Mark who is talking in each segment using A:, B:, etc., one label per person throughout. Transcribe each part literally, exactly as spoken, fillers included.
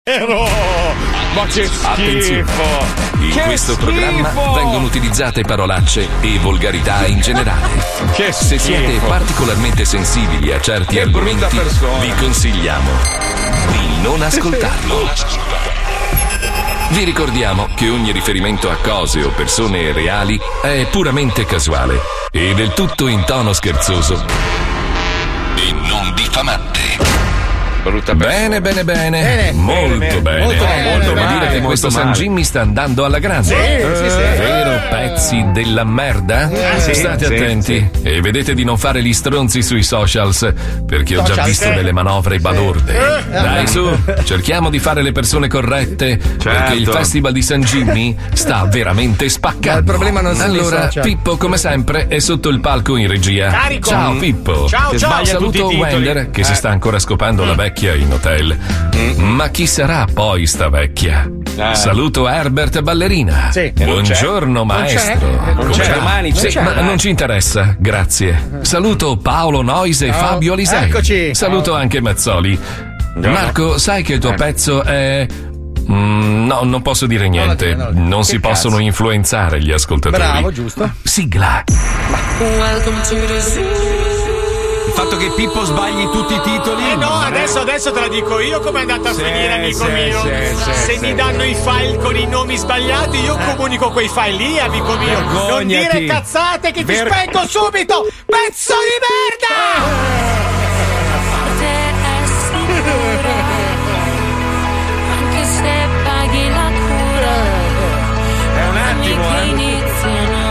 A: Ma che schifo!
B: Attenzione! In
A: che
B: questo
A: schifo!
B: programma vengono utilizzate parolacce e volgarità in generale.
A: Che
B: Se siete
A: schifo.
B: particolarmente sensibili a certi
A: Che
B: argomenti,
A: brutta persona.
B: vi consigliamo di non ascoltarlo. Vi ricordiamo che ogni riferimento a cose o persone reali è puramente casuale e del tutto in tono scherzoso e non diffamante.
A: Brutta
B: Bene, bene, bene,
C: Bene.
B: molto
A: Bene,
B: bene.
C: molto bene,
B: Devo
C: molto
B: dire
A: male,
B: che
A: molto
B: questo San
A: male.
B: Jimmy sta andando alla grande.
C: Sì, sì, sì.
B: Vero, pezzi della merda?
A: sì,
B: State
A: sì,
B: attenti e vedete di non fare gli stronzi sui socials, perché ho già
C: Social,
B: visto
C: sì.
B: delle manovre balorde.
C: Eh.
B: Dai su, cerchiamo di fare le persone corrette, perché il Festival di San Jimmy sta veramente spaccando.
C: Ma il problema non sono i
B: Allora,
C: social.
B: Pippo, come sempre, è sotto il palco in regia.
D: Carico.
B: Ciao
D: Mm.
B: Pippo.
D: Ciao,
B: Che
D: ciao.
B: sbaglia
A: tutti
B: Saluto
A: i titoli.
B: Wender, che si
A: Eh.
B: sta ancora scopando la vecchia in hotel. Ma chi sarà poi sta vecchia?
A: Eh.
B: Saluto Herbert Ballerina.
C: Sì.
B: Buongiorno maestro.
C: Non
B: Come
A: c'è,
B: va?
A: domani
B: Sì,
A: c'è.
B: ma non ci interessa, grazie. Saluto Paolo Noise e
C: Ciao.
B: Fabio Lisei.
C: Eccoci.
B: Saluto anche Mazzoli. Marco, sai che il tuo pezzo è... Mm, no, non posso dire niente.
C: dire, non lo dire.
B: Non
C: Che
B: si
C: cazzo?
B: possono influenzare gli ascoltatori.
C: Bravo, giusto.
B: Sigla.
A: Il fatto che Pippo sbagli tutti i titoli.
D: Eh no, adesso, adesso te la dico io come è andata a
A: Sì,
D: finire, amico
A: sì,
D: mio.
A: sì, sì,
D: Se
A: sì.
D: mi danno i file con i nomi sbagliati, io comunico quei file lì, amico mio. Non
A: Vergognati.
D: dire cazzate che ti
A: Ver-
D: spengo subito! Pezzo di merda!
E: Anche se paghi la cura,
A: È un attimo,
E: che
A: eh.
E: iniziano.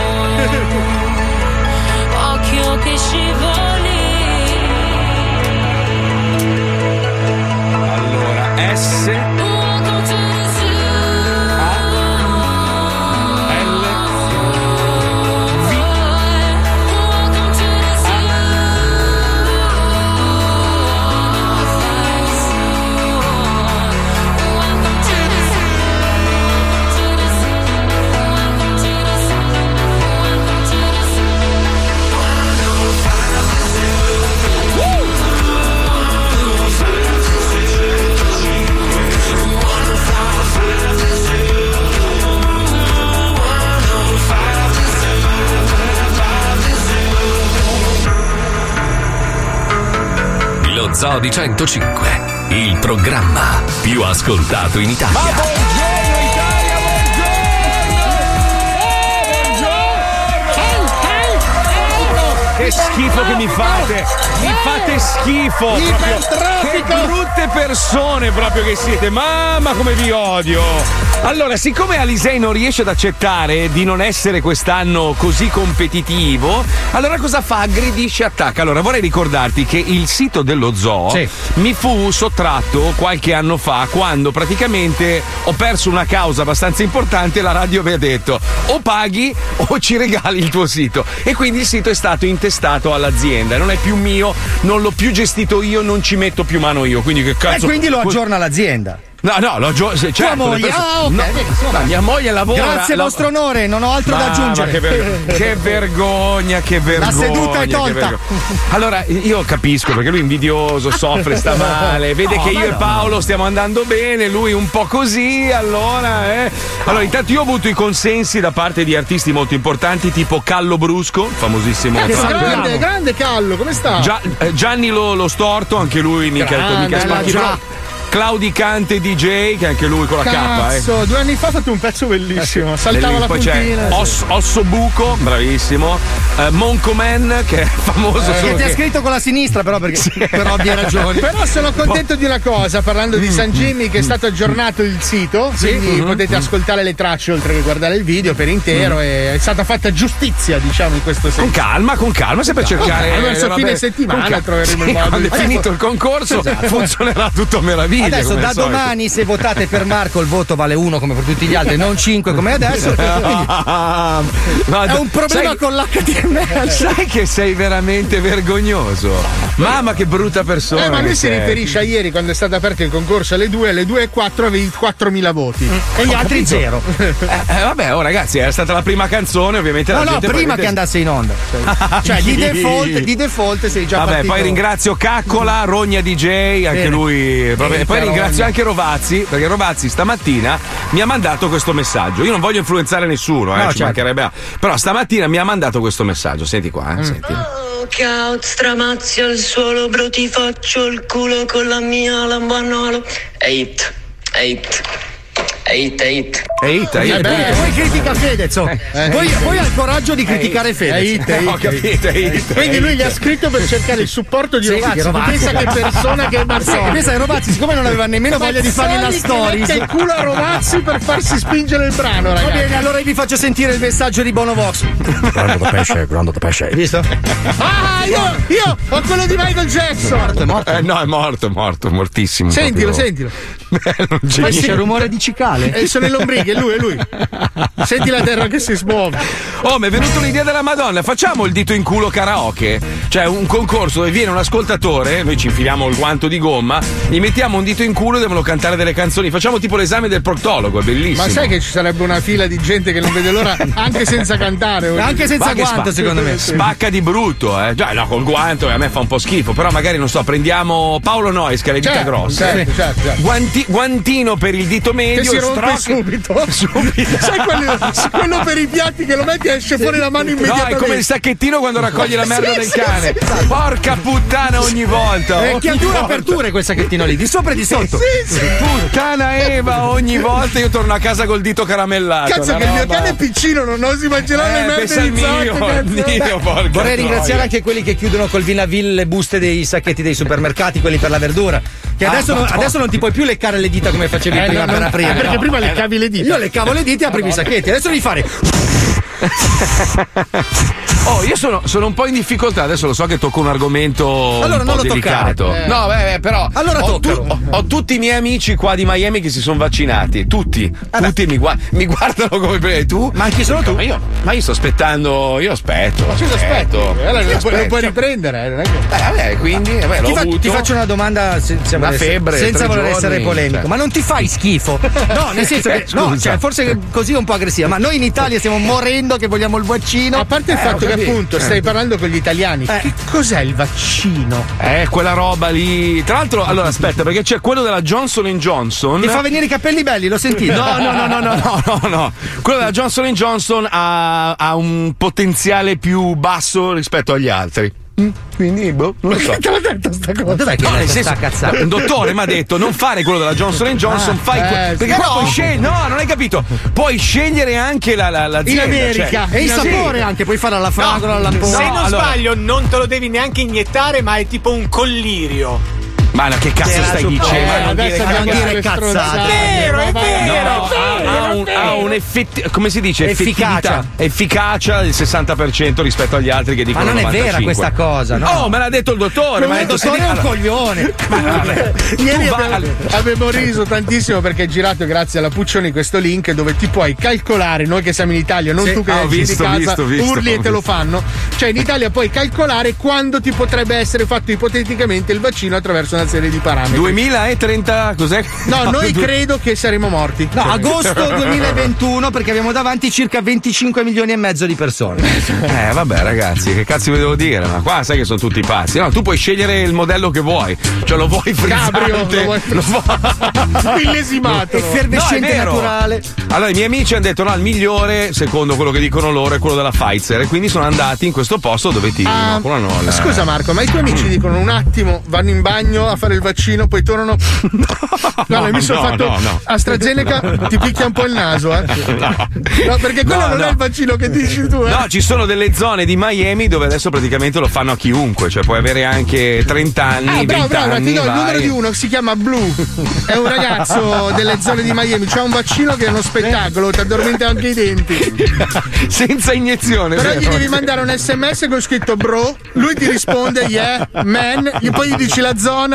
E: Occhio che scivoli.
A: Allora, S
E: Welcome to the zoo.
A: L
E: Welcome to the zoo. Welcome to the zoo. To the zoo. Welcome to the zoo. Welcome to the zoo.
B: Lo Zoo di centocinque, il programma più ascoltato in Italia.
A: Buongiorno Italia, buongiorno! Che schifo che mi fate! Mi fate schifo! Proprio. Che brutte persone proprio che siete! Mamma come vi odio! Allora, siccome Alisei non riesce ad accettare di non essere quest'anno così competitivo, allora cosa fa? Aggredisce e attacca. Allora vorrei ricordarti che il sito dello zoo
C: Sì.
A: mi fu sottratto qualche anno fa, quando praticamente ho perso una causa abbastanza importante e la radio aveva detto o paghi o ci regali il tuo sito, e quindi il sito è stato intestato all'azienda, non è più mio, non l'ho più gestito io, non ci metto più mano io, quindi che
C: E
A: cazzo.
C: quindi lo aggiorna l'azienda.
A: No, no, lo aggiorno. Certo,
C: Tua moglie?
A: le perso-
C: Ah, ok,
A: no,
C: vedi, insomma.
A: no, mia moglie lavora.
C: Grazie,
A: la-
C: vostro onore, non ho altro da
A: Mamma,
C: aggiungere.
A: Che, ver- che vergogna, che vergogna.
C: seduta è
A: che
C: tolta.
A: vergogna. Allora, io capisco perché lui è invidioso, soffre, sta male, vede
C: No,
A: che
C: ma
A: io e
C: no.
A: Paolo stiamo andando bene, lui un po' così, allora, eh. Allora, intanto io ho avuto i consensi da parte di artisti molto importanti, tipo Callo Brusco, famosissimo.
C: Che
A: rapper.
C: grande, grande Callo, come sta?
A: Gia- eh, Gianni lo, lo Storto, anche lui, mica,
C: Grande,
A: mica
C: bella
A: spacchi.
C: Gia.
A: Claudicante D J, che anche lui con la K, eh.
F: Cazzo, due anni fa ha fatto un pezzo bellissimo. Saltava la
A: Poi
F: puntina.
A: c'è Os- Osso Buco, bravissimo. Eh, Monco Man, che è famoso
C: Che
A: solo
C: ti ha
A: che-
C: scritto con la sinistra, però, perché per ovvie ragioni.
F: Però sono contento di una cosa, parlando di San Jimmy, che è stato aggiornato il sito, quindi potete ascoltare le tracce oltre che guardare il video per intero, e è stata fatta giustizia, diciamo, in questo senso.
A: Con calma, con calma, sempre cercare.
F: calma, verso
A: robe-
F: fine settimana
A: con calma.
F: troveremo il
A: Sì,
F: modo
A: quando
F: di-
A: è finito il concorso, funzionerà tutto a meraviglia.
C: Adesso
A: come
C: da
A: al solito.
C: domani, se votate per Marco, il voto vale uno come per tutti gli altri, non cinque come adesso.
A: Ah, no,
C: È un problema
A: sai-
C: con l'H D M
A: Sai che sei veramente vergognoso. Mamma, che brutta persona.
F: Eh, ma lui
A: che
F: si
A: sei.
F: riferisce a ieri quando è stato aperto il concorso alle due, alle due e quattro avevi quattromila voti.
C: E gli altri zero.
A: Eh, eh, vabbè, oh ragazzi, era stata la prima canzone, ovviamente.
C: No,
A: la
C: no,
A: gente
C: prima
A: probabilmente-
C: che andasse in onda. Cioè, di default, di default sei già
A: Vabbè,
C: partito.
A: poi ringrazio Caccola, Rogna D J, anche
C: Bene.
A: lui. Vabbè, e poi
C: Rogna.
A: ringrazio anche Rovazzi, perché Rovazzi stamattina mi ha mandato questo messaggio. Io non voglio influenzare nessuno, eh,
C: No,
A: ci
C: certo.
A: mancherebbe altro. Però stamattina mi ha mandato questo messaggio. Senti qua, eh, senti.
G: Che stramazzi al suolo, bro, ti faccio il culo con la mia lambanolo. Eight, eight, eight, eight.
A: Ehi, te, io-
C: Eh beh, poi critica Fedez. oh. Poi, poi ha il coraggio di criticare Fedez.
F: Ehi,
A: ho capito, ehi, te.
F: Quindi lui gli ha scritto per cercare il supporto di
C: Sì,
F: Rovazzi.
C: di Rovazzi.
F: Pensa che persona che è Mazzoni.
C: Pensa che Rovazzi, siccome non aveva nemmeno voglia di fare la
F: Mazzoni che
C: stories.
F: mette il culo a Rovazzi per farsi spingere il brano,
C: Va
F: ragazzi.
C: bene, allora vi faccio sentire il messaggio di Bono Vox. Grande da pesce, grande da pesce. Hai visto?
F: Ah, io, io ho quello di Michael Jackson.
A: Eh, no, è morto, è morto, mortissimo.
F: Sentilo,
A: proprio.
F: sentilo.
A: Eh, non c'è
C: Ma
A: niente.
C: c'è rumore di cicale.
F: E sono le lombrighe, lui, è lui. Senti la terra che si smuove.
A: Oh, mi è venuta un'idea della Madonna. Facciamo il dito in culo karaoke. Cioè, un concorso dove viene un ascoltatore, noi ci infiliamo il guanto di gomma, gli mettiamo un dito in culo e devono cantare delle canzoni. Facciamo tipo l'esame del proctologo, è bellissimo.
F: Ma sai che ci sarebbe una fila di gente che non vede l'ora anche senza cantare?
C: Anche senza
A: Ma che
C: guanto,
A: spa-
C: secondo me.
A: Spacca di brutto, eh. Già, no, col guanto a me fa un po' schifo. Però magari, non so, prendiamo Paolo Nois, che ha le dita
F: Certo,
A: grosse.
F: certo, certo, certo.
A: Guanti- guantino per il dito
F: Che
A: medio.
F: si rompe
A: stroc-
F: subito.
A: Subito.
F: Sai quello, quello per i piatti che lo metti e esce fuori la mano
A: No,
F: immediatamente.
A: è come il sacchettino quando raccoglie la merda
F: Sì,
A: del
F: sì,
A: cane.
F: sì.
A: Porca puttana ogni volta.
C: E
A: ogni
C: chiatura
A: volta.
C: aperture quel sacchettino lì, di sopra e di sotto.
F: Sì, sì.
A: Puttana Eva, ogni volta io torno a casa col dito caramellato.
F: Cazzo,
A: una
F: che il mio
A: roba-
F: cane è piccino, non osi immaginare le
A: Eh,
F: merde
A: pensa al
F: di zacche,
A: mio,
F: cazzo.
A: al mio, porca
C: Vorrei ringraziare
A: troia.
C: anche quelli che chiudono col Vinaville le buste dei sacchetti dei supermercati, quelli per la verdura. Che adesso,
A: Ah,
C: non,
A: no.
C: adesso non ti puoi più leccare le dita come facevi
F: Eh,
C: prima
F: no,
C: per
F: no,
C: aprire.
F: perché
C: no.
F: prima le cavi le dita.
C: Io leccavo le dita e aprivo i sacchetti, adesso devi fare.
A: Oh, io sono, sono un po' in difficoltà, adesso lo so che tocco un argomento
C: Allora
A: un po'
C: non lo
A: delicato.
C: toccare. Eh.
A: No, beh, beh, però
C: Allora
A: ho,
C: toccalo.
A: ho- ho tutti i miei amici qua di Miami che si sono vaccinati, tutti, tutti mi, gua- mi guardano come e tu.
C: Ma anche solo tu?
A: Ma io, ma io sto aspettando, io aspetto.
F: Ma cosa aspetti?
A: aspetto.
F: Allora,
A: Io
F: non, puoi, non puoi
A: aspetto.
F: riprendere, eh, non è che...
A: Eh, vabbè, quindi eh, beh, l'ho
C: Ti, fa-
A: avuto.
C: ti faccio una domanda senza
A: Una
C: voler, essere-
A: febbre,
C: senza
A: tre
C: voler
A: giorni,
C: essere polemico.
A: cioè.
C: Ma non ti fai schifo? No, nel senso che. No,
A: Scusa.
C: cioè, forse così è un po' aggressiva. Ma noi in Italia stiamo morendo che vogliamo il vaccino.
F: A parte il
A: Eh,
F: fatto
A: ho
F: che
A: capito.
F: appunto stai parlando con gli italiani,
C: Eh.
F: che cos'è il vaccino?
A: Eh, quella roba lì. Tra l'altro, allora aspetta, perché c'è quello della Johnson and Johnson.
C: Mi fa venire i capelli belli, l'ho sentito.
A: No, no, no, no, no, no, no, no. Quello della Johnson and Johnson ha, ha un potenziale più basso rispetto agli altri. Mm, Quindi, boh, non lo so.
F: Te l'ho detto sta cosa.
C: Dov'è che
A: No,
C: hai
A: nel
C: detto
A: senso,
C: sta cazzata?
A: un dottore mi ha detto non fare quello della Johnson and Johnson,
F: Ah,
A: fai
F: eh,
A: que-
F: sì.
A: perché qua
F: No.
A: puoi scegliere. No, non hai capito. Puoi scegliere anche la, la,
F: In
A: l'azienda.
F: America.
A: cioè-
C: E il
F: Sì.
C: sapore anche, puoi fare alla fragola, alla lampo.
D: Se
A: No,
D: non
A: allora-
D: sbaglio, non te lo devi neanche iniettare, ma è tipo un collirio.
A: Ma no, che cazzo
C: Era
A: stai
C: su-
A: dicendo?
F: Eh,
A: Ma non
F: adesso
A: dire
F: andiamo
C: dire
F: a dire
C: cazzate.
F: cazzate.
D: È vero, è
F: Ma-
D: vero.
A: No, ha, ha un, ha un effetti- come si dice?
C: Efficacia.
A: Effettività- Efficacia del sessanta per cento rispetto agli altri che
C: Ma
A: dicono
C: non è vera
A: novantacinque.
C: questa cosa, no?
A: Oh, me l'ha detto il dottore.
F: Ma
A: mi ha
F: il
A: detto se
C: Sono
A: di-
C: un
A: allora-
C: coglione.
A: Ma vabbè,
F: Ieri
A: tu vai
F: abbiamo,
A: al-
F: abbiamo riso tantissimo perché è girato grazie alla Puccioni questo link dove ti puoi calcolare, noi che siamo in Italia, non
C: Sì.
F: tu che
A: Ah, ho
F: esci
A: visto,
F: di casa,
A: visto, visto,
F: urli
A: ho
F: e te lo
A: visto.
F: fanno. Cioè in Italia puoi calcolare quando ti potrebbe essere fatto ipoteticamente il vaccino attraverso una serie di parametri.
A: duemilatrenta, cos'è?
F: No, noi
A: due-
F: credo che saremo morti.
C: No, agosto duemilaventuno perché abbiamo davanti circa venticinque milioni e mezzo di persone.
A: Eh, vabbè, ragazzi, che cazzo vi devo dire? Ma qua sai che sono tutti pazzi. No, tu puoi scegliere il modello che vuoi. Cioè, lo vuoi frizzante?
F: Cabrio, lo vuoi
A: lo vuoi-
F: millesimato.
C: Effervescente
A: No, è vero.
C: naturale.
A: Allora, i miei amici hanno detto: no, il migliore, secondo quello che dicono loro, è quello della Pfizer. E quindi sono andati in questo posto dove ti
F: Ah,
A: inoculano la-
F: scusa Marco, ma i tuoi amici dicono un attimo, vanno in bagno a fare il vaccino, poi tornano. Guarda, mi sono
A: no,
F: fatto
A: no, no.
F: AstraZeneca, ti picchia un po' il naso, eh? No, perché quello
A: No,
F: non
A: no.
F: è il vaccino che dici tu, eh?
A: No, ci sono delle zone di Miami dove adesso praticamente lo fanno a chiunque, cioè puoi avere anche trenta anni,
F: Ah, bravo,
A: venti
F: bravo,
A: anni.
F: ti do il
A: vai.
F: numero di uno, si chiama Blue. È un ragazzo delle zone di Miami, c'ha un vaccino che è uno spettacolo, ti addormenta anche i denti.
A: Senza iniezione.
F: Però gli
A: vero?
F: devi mandare un sms con scritto bro, lui ti risponde yeah, man, gli- poi gli dici la zona,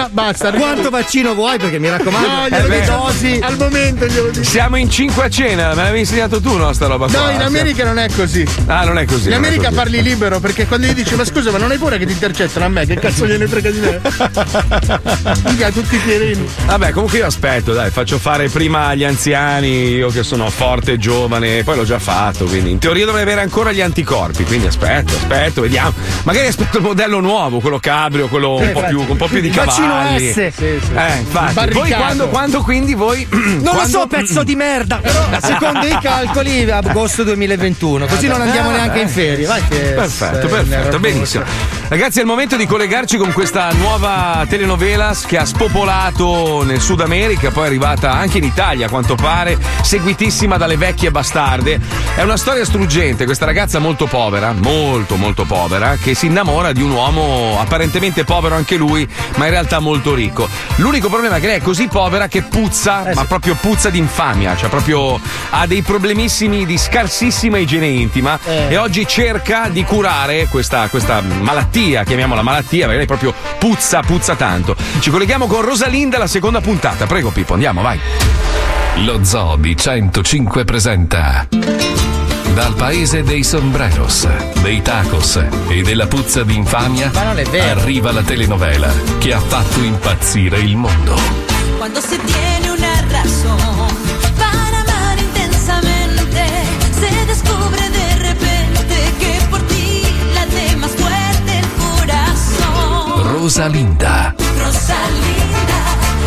F: Basta, basta.
C: Quanto vaccino vuoi? Perché mi raccomando,
F: No,
C: eh,
F: glielo
C: le
F: dico
C: dosi.
F: al momento glielo dico.
A: Siamo in cinque a cena, me l'avevi insegnato tu, no, sta roba qua?
F: No, in America non è così.
A: Ah, non è così.
F: In
A: non è
F: America
A: così.
F: parli libero perché quando gli dici ma scusa ma non hai paura che ti intercettano a me? Che cazzo gliene frega di me? Mica tutti i pierini.
A: Vabbè, comunque io aspetto, dai, faccio fare prima agli anziani, io che sono forte e giovane, poi l'ho già fatto, quindi in teoria dovrei avere ancora gli anticorpi, quindi aspetto, aspetto, vediamo. Magari aspetto il modello nuovo, quello cabrio, quello un,
C: Sì,
A: po' più,
C: infatti.
A: un po' più di
C: Il vaccino
A: cavalli.
C: S. Sì,
F: sì.
A: Eh, infatti.
F: Barricato.
A: Voi quando, quando quindi voi.
C: Non
A: quando...
C: lo so, pezzo di merda. Però secondo i calcoli agosto duemilaventuno, così non andiamo
A: Eh,
C: neanche
A: vabbè.
C: in ferie. Vai che
A: Perfetto,
C: eh,
A: perfetto,
C: eh,
A: benissimo. Ragazzi, è il momento di collegarci con questa nuova telenovelas che ha spopolato nel Sud America, poi è arrivata anche in Italia, a quanto pare, seguitissima dalle vecchie bastarde. È una storia struggente, questa ragazza molto povera, molto molto povera, che si innamora di un uomo apparentemente povero anche lui, ma in realtà molto ricco. L'unico problema è che lei è così povera che puzza,
C: Eh,
A: ma
C: sì.
A: proprio puzza di infamia, cioè proprio ha dei problemissimi di scarsissima igiene intima
C: Eh.
A: e oggi cerca di curare questa, questa malattia, chiamiamola malattia, perché lei proprio puzza, puzza tanto. Ci colleghiamo con Rosalinda, la seconda puntata. Prego Pippo, andiamo, vai.
B: Lo Zoo di centocinque presenta dal paese dei sombreros, dei tacos e della puzza di infamia
C: Ma non è vero.
B: arriva la telenovela che ha fatto impazzire il mondo.
E: Cuando se tiene una razón para amar intensamente, se descubre de repente que por ti late más fuerte el corazón.
B: Rosalinda,
E: Rosalinda,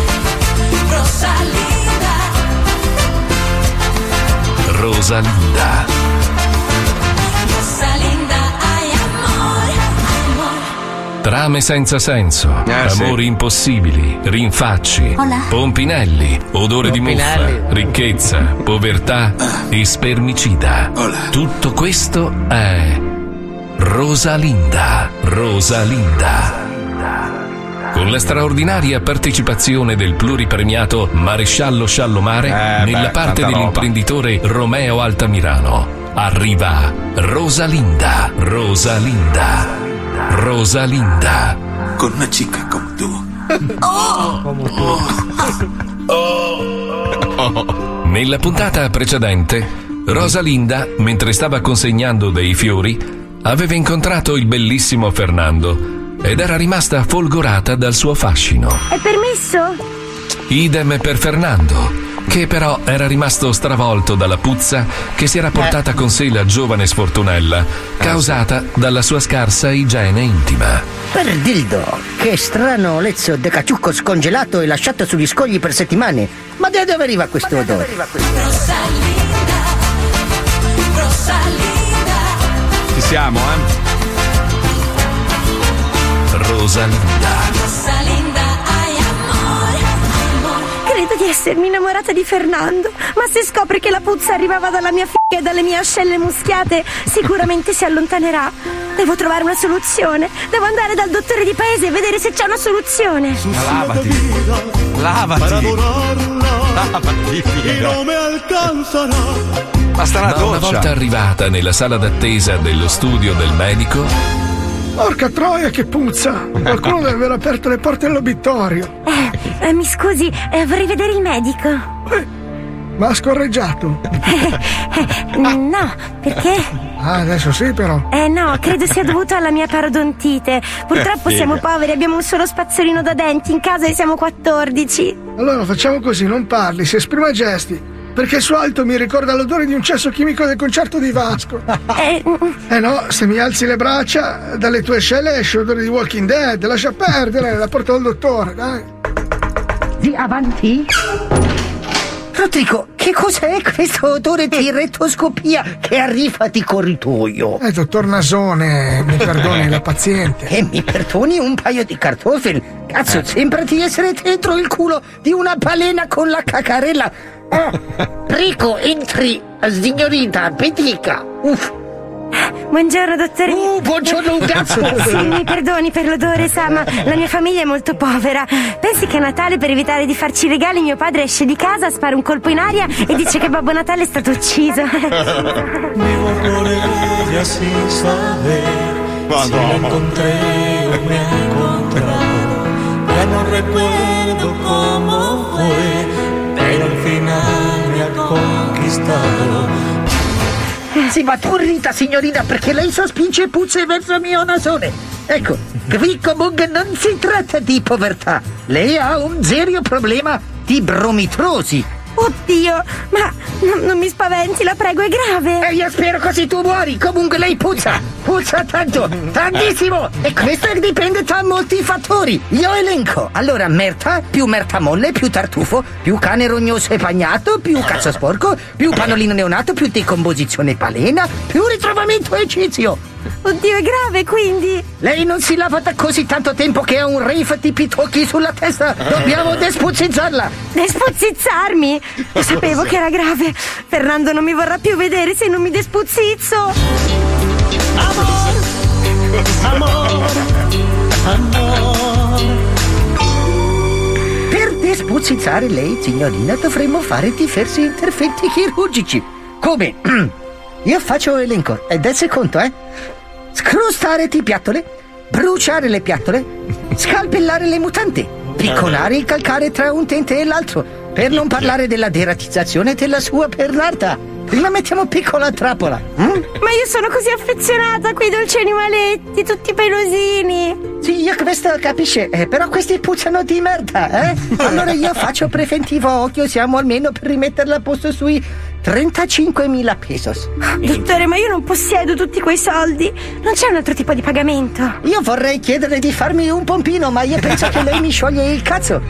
E: Rosalinda,
B: Rosalinda.
E: Rosalinda, ay amor, amor.
B: Trame senza senso,
A: Eh, sì.
B: amori impossibili, rinfacci,
E: Hola.
B: pompinelli, odore di muffa,
C: Pompinelli.
B: ricchezza, povertà e spermicida. Tutto questo è Rosalinda, Rosalinda. Con la straordinaria partecipazione del pluripremiato Maresciallo Sciallomare
A: Eh,
B: nella
A: beh,
B: parte
A: tanta roba.
B: dell'imprenditore Romeo Altamirano, arriva Rosalinda, Rosalinda, Rosalinda.
H: Con una chica como tú.
B: Nella puntata precedente, Rosalinda, mentre stava consegnando dei fiori, aveva incontrato il bellissimo Fernando ed era rimasta folgorata dal suo fascino.
I: È permesso?
B: Idem per Fernando, che però era rimasto stravolto dalla puzza che si era portata con sé la giovane sfortunella, causata dalla sua scarsa igiene intima.
J: Per dildo, che strano lezzo de caciucco scongelato e lasciato sugli scogli per settimane. Ma da dove arriva questo odore?
E: Rosalinda, Rosalinda.
A: Ci siamo, eh?
B: Rosalinda.
E: Rosalinda, ay amor, amor.
I: Credo di essermi innamorata di Fernando, ma se scopre che la puzza arrivava dalla mia figlia e dalle mie ascelle muschiate, sicuramente si allontanerà. Devo trovare una soluzione. Devo andare dal dottore di paese e vedere se c'è una soluzione.
A: Ma lavati. Lavati. Lavati, figa. Basta una
B: Ma una
A: doccia.
B: volta arrivata nella sala d'attesa dello studio del medico,
K: Porca troia che puzza! Qualcuno deve aver aperto le porte dell'obitorio.
I: Eh, eh, mi scusi, eh, vorrei vedere il medico.
K: Ma ha scorreggiato.
I: Eh, no, perché?
K: Ah, adesso sì però.
I: Eh no, credo sia dovuto alla mia parodontite. Purtroppo siamo poveri, abbiamo un solo spazzolino da denti in casa e siamo quattordici.
K: Allora facciamo così, non parli, si esprime a gesti. Perché il suo alto mi ricorda l'odore di un cesso chimico del concerto di Vasco.
I: Eh,
K: Eh no, se mi alzi le braccia, dalle tue scelle esce l'odore di Walking Dead. Lascia perdere, la porto al dottore, dai.
J: Di avanti? Rodrigo, che cos'è questo odore di rettoscopia che arriva di corridoio?
K: Eh, dottor Nasone, mi perdoni la paziente.
J: E mi perdoni un paio di cartofeli? Cazzo, sembra di essere dentro il culo di una balena con la cacarella. Oh, Rico, entri, signorita, pedica. Uff.
I: buongiorno dottore.
J: Uh, buongiorno un cazzo.
I: Sì, mi perdoni per l'odore, sa, ma la mia famiglia è molto povera. Pensi che a Natale, per evitare di farci regali, mio padre esce di casa, spara un colpo in aria e dice che Babbo Natale è stato ucciso.
L: Vivo por ella sin saber si la encontré o me ha encontrado. La no recuerdo cómo fue, pero al final me ha conquistado.
J: Sì, ma tu Rita, signorina, perché lei sospinge puzze verso il mio nasone. Ecco, qui comunque non si tratta di povertà. Lei ha un serio problema di bromitrosi.
I: Oddio, ma non, non mi spaventi, la prego, è grave.
J: E io spero così tu muori. Comunque lei puzza, puzza tanto, tantissimo. E questo dipende da molti fattori. Io elenco. Allora, merta, più merta molle, più tartufo, più cane rognoso e bagnato, più cazzo sporco, più pannolino neonato, più decomposizione balena, più ritrovamento egizio.
I: Oddio, è grave, quindi.
J: Lei non si lava da così tanto tempo che ha un rave di pitocchi sulla testa. Dobbiamo despuzzizzarla.
I: Despuzzizzarmi? Lo sapevo che era grave. Fernando non mi vorrà più vedere se non mi despuzzizzo.
L: Amor, amor.
J: Per despuzzizzare lei, signorina, dovremmo fare diversi interventi chirurgici. Come? Io faccio elenco, e del secondo, eh? Scrostare di piattole, bruciare le piattole, scalpellare le mutande, picconare il calcare tra un utente e l'altro, per non parlare della deratizzazione della sua pernata. Prima mettiamo piccola trappola. Hm?
I: Ma io sono così affezionata a quei dolci animaletti, tutti pelosini.
J: Sì, io questo capisce, eh, però questi puzzano di merda, eh? Allora io faccio preventivo occhio, siamo almeno per rimetterla a posto sui trentacinquemila pesos.
I: Dottore, ma io non possiedo tutti quei soldi. Non c'è un altro tipo di pagamento?
J: Io vorrei chiederle di farmi un pompino, ma io penso che lei mi scioglie il cazzo.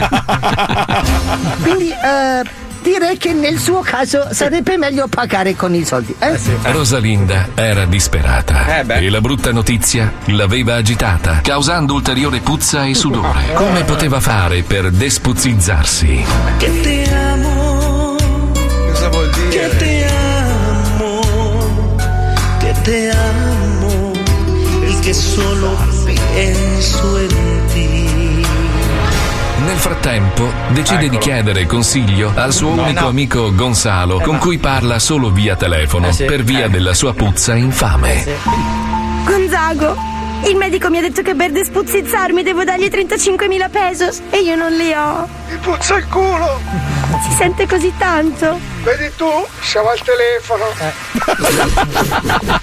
J: Quindi, eh, direi che nel suo caso sarebbe meglio pagare con i soldi, eh?
B: Rosalinda era disperata
A: Eh beh.
B: e la brutta notizia l'aveva agitata, causando ulteriore puzza e sudore. Come poteva fare per despuzzizzarsi?
L: Que te amo,
A: Cosa vuol
L: que
A: dire?
L: te amo, que te amo, y que solo pienso en ti.
B: Nel frattempo decide
A: Eccolo.
B: di chiedere consiglio al suo
A: No,
B: unico
A: no.
B: amico Gonzalo, con
C: no.
B: cui parla solo via telefono
C: Eh sì.
B: per via
A: Eh.
B: della sua puzza infame.
I: Gonzago, il medico mi ha detto che per despuzzizzarmi devo dargli trentacinquemila pesos e io non li ho.
K: Mi puzza il culo.
I: Si sente così tanto.
K: Vedi tu? Siamo al telefono.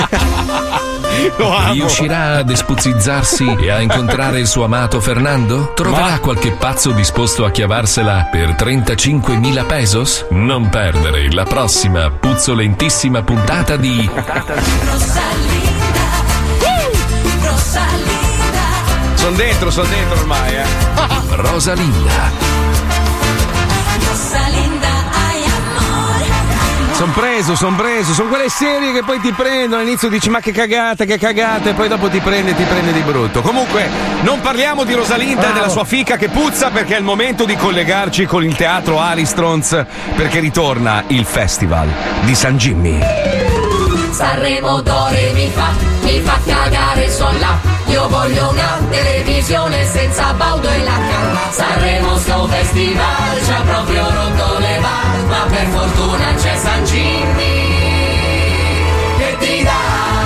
A: Lo amo.
B: Riuscirà a despuzzizzarsi e a incontrare il suo amato Fernando? Troverà
A: Ma-
B: qualche pazzo disposto a chiavarsela per trentacinquemila pesos? Non perdere la prossima puzzolentissima puntata di
E: Rosalinda, Rosalinda,
A: Sono dentro, sono dentro ormai, eh.
B: Rosalinda.
E: Rosalinda, ay amor.
A: Son preso, son preso, sono quelle serie che poi ti prendono, all'inizio dici ma che cagata, che cagata, e poi dopo ti prende, ti prende di brutto. Comunque, non parliamo di Rosalinda e della sua fica che puzza, perché è il momento di collegarci con il teatro Aristrons, perché ritorna il festival di San Jimmy.
E: Sanremo d'ore mi fa, mi fa cagare son là. Io voglio una televisione senza baudo e lacca. Sanremo sto festival, ci ha proprio rotto le balle, ma per fortuna c'è San Jimmy che ti dà.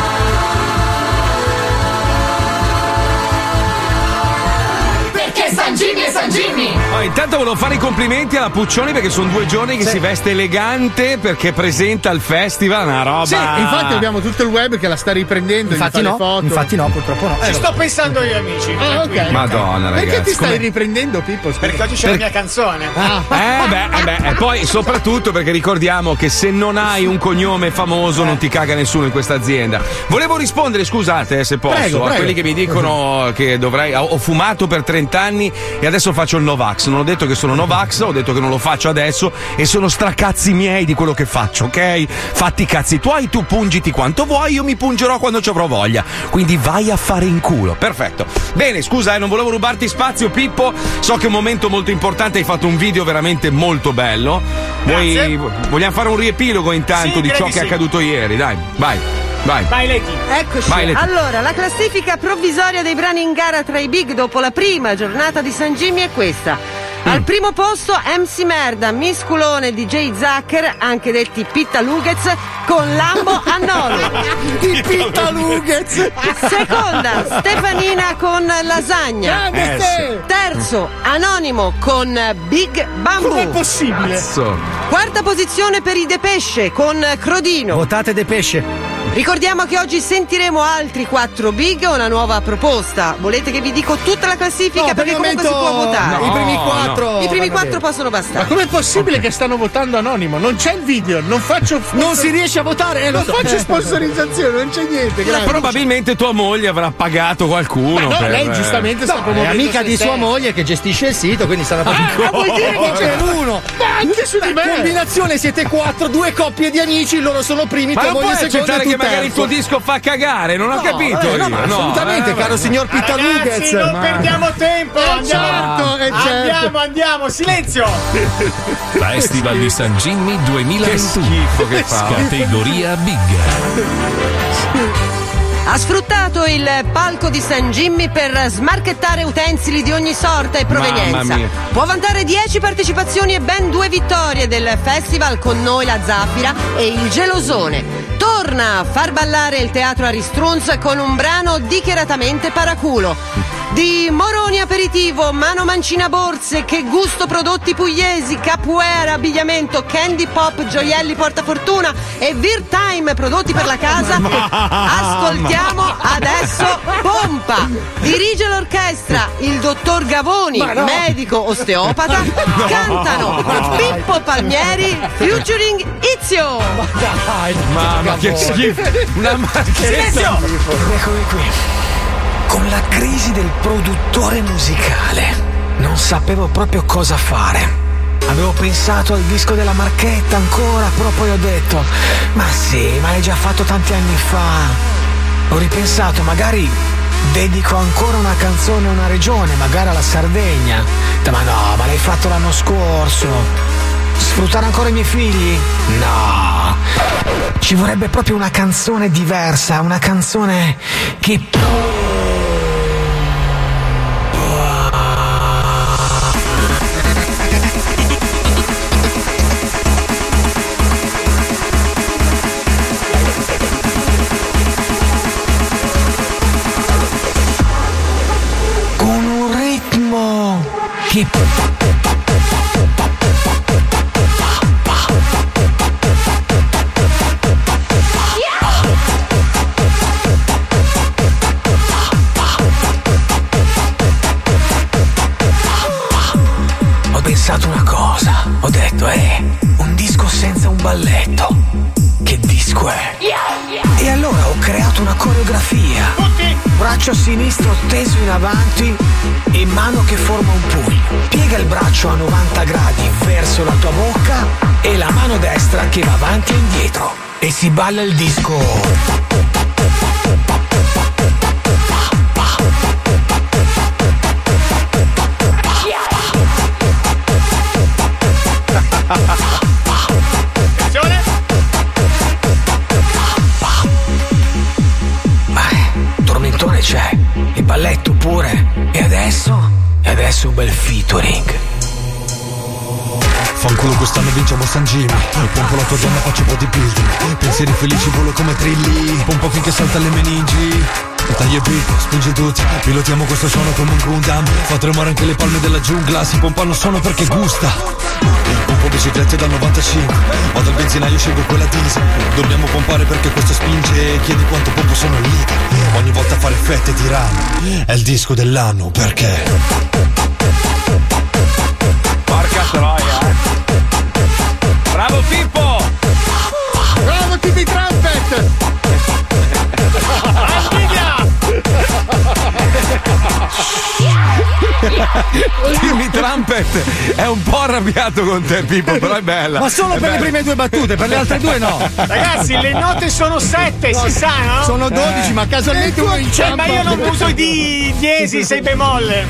E: Perché San Jimmy è San Jimmy.
A: Oh, intanto volevo fare i complimenti alla Puccioni perché sono due giorni che si veste elegante perché presenta il festival, una roba.
F: Sì, infatti abbiamo tutto il web che la sta riprendendo.
C: Infatti
F: gli fa
C: no,
F: le foto.
C: infatti no, purtroppo no.
D: Ci sto pensando io, amici.
F: Ah, ok.
A: Madonna, ragazzi.
F: Perché ti stai
A: come-
F: riprendendo, Pippo? Scusa.
D: Perché oggi c'è
A: Per-
D: la mia canzone.
F: Ah.
A: Eh beh, eh beh, e poi soprattutto perché ricordiamo che se non hai un cognome famoso non ti caga nessuno in questa azienda. Volevo rispondere, scusate eh, se posso,
F: Prego,
A: a
F: prego.
A: quelli che mi dicono che dovrei. Ho ho fumato per trenta anni e adesso faccio il Novax. Non ho detto che sono Novax, ho detto che non lo faccio adesso e sono stracazzi miei di quello che faccio, ok? Fatti i cazzi tuoi, tu pungiti quanto vuoi, io mi pungerò quando ci avrò voglia. Quindi vai a fare in culo. Perfetto. Bene, scusa, eh, non volevo rubarti spazio, Pippo. So che è un momento molto importante, hai fatto un video veramente molto bello. Vuoi,
D: Grazie.
A: vogliamo fare un riepilogo intanto
D: Sì,
A: di
D: direi
A: ciò
D: di
A: che è
D: sì.
A: accaduto ieri, dai, vai, vai.
D: Vai, Leti.
M: Eccoci.
A: Vai, Leti.
M: Allora, la classifica provvisoria dei brani in gara tra i big dopo la prima giornata di San Jimmy è questa. Al primo posto M C Merda, Misculone D J Zucker, anche detti Pitta Lughez, con Lambo a Nolo.
F: I Pitta Lughez.
M: Seconda, Stefanina con Lasagna.
F: Eh, sì.
M: Terzo, Anonimo con Big Bamboo.
F: Com'è possibile?
M: Quarta posizione per i De Pesce con Crodino.
C: Votate De Pesce.
M: Ricordiamo che oggi sentiremo altri quattro big, una nuova proposta. Volete che vi dico tutta la classifica?
F: No,
M: perché
F: per il
M: comunque si può votare.
F: no, I primi quattro.
M: I primi
F: vanno
M: quattro
F: bene.
M: possono bastare.
F: Ma com'è possibile che stanno votando anonimo? Non c'è il video, non faccio.
C: Non si riesce a votare, eh, lo
F: non
C: so.
F: faccio sponsorizzazione, non c'è niente. grazie.
A: Probabilmente tua moglie avrà pagato qualcuno.
F: Ma no,
A: per...
F: lei giustamente sta
C: È
F: promuovendo.
C: amica
F: se
C: di sua
F: stessa.
C: moglie che gestisce il sito, quindi sarà
F: Ah, vuol dire che c'è
C: uno.
F: Ma anche su di me.
C: Combinazione, siete quattro, due coppie di amici, loro sono primi,
A: Ma
C: tua
A: non
C: moglie
A: puoi
C: seconda
A: accettare
C: e tu
A: che magari il
C: terzo.
A: tuo disco fa cagare, non ho
C: No,
A: capito.
C: eh, no,
A: io.
C: ma assolutamente,
A: eh,
C: caro signor Pitta Lughez.
D: Ragazzi, non
C: Ma-
D: perdiamo tempo.
F: Eh,
D: Andiamo,
F: certo, eh, certo.
D: andiamo, andiamo, silenzio.
B: Festival di San Jimmy duemilaventuno.
A: Che schifo che fa.
B: Categoria Big.
M: Ha sfruttato il palco di San Jimmy per smarchettare utensili di ogni sorta e provenienza.
A: Mamma mia.
M: Può vantare dieci partecipazioni e ben due vittorie del festival con Noi la Zaffira e il Gelosone. Torna a far ballare il teatro Aristrunz con un brano dichiaratamente paraculo. Di Moroni Aperitivo, Mano Mancina Borse, Che Gusto Prodotti Pugliesi, Capoeira Abbigliamento, Candy Pop Gioielli Portafortuna e Vir Time Prodotti per la casa. Ascoltiamo adesso Pompa. Dirige l'orchestra il dottor Gavoni,
F: no.
M: medico osteopata. Cantano Pippo Palmieri featuring Izio.
A: Mamma che schifo. Una marchetta.
N: Eccomi qui. Con la crisi del produttore musicale non sapevo proprio cosa fare. Avevo pensato al disco della Marchetta ancora, però poi ho detto: ma sì, ma l'hai già fatto tanti anni fa. Ho ripensato, magari dedico ancora una canzone a una regione, magari alla Sardegna. Ma no, ma l'hai fatto l'anno scorso. Sfruttare ancora i miei figli? No. Ci vorrebbe proprio una canzone diversa, una canzone che... con un ritmo che... Ho pensato una cosa, ho detto, eh, un disco senza un balletto. Che disco è? E allora ho creato una coreografia. Braccio sinistro teso in avanti e mano che forma un pugno. Piega il braccio a novanta gradi verso la tua bocca e la mano destra che va avanti e indietro. E si balla il disco. Beh, tormentone c'è, il balletto pure. E adesso? E adesso un bel featuring.
O: Fanculo quest'anno vinciamo San Jimmy. Pompo la tua donna, faccio bodybuilding. Pensieri felici, volo come trilli. Pompo finché salta le meningi. Taglia il beat, spinge tutti. Pilotiamo questo suono come un Gundam. Fa tremare anche le palme della giungla. Si pompa non suono perché gusta. Pompo biciclette dal novantacinque. Vado al benzinaio, scelgo quella diesel. Dobbiamo pompare perché questo spinge. Chiedi quanto pompo sono il leader. Ogni volta fare fette tirano. È il disco dell'anno perché
A: Porca troia, eh. Bravo Pippo!
F: Bravo Tipi Trumpet!
A: Timmy Trumpet è un po' arrabbiato con te, Pippo, però è bella.
C: Ma solo
A: È
C: per le
A: bella.
C: prime due battute, per le altre due no.
D: Ragazzi, le note sono sette, si sa, no?
F: Sono dodici, ma casualmente uno
D: Eh,
F: inciampa.
D: ma io non uso i di diesi, sei bemolle.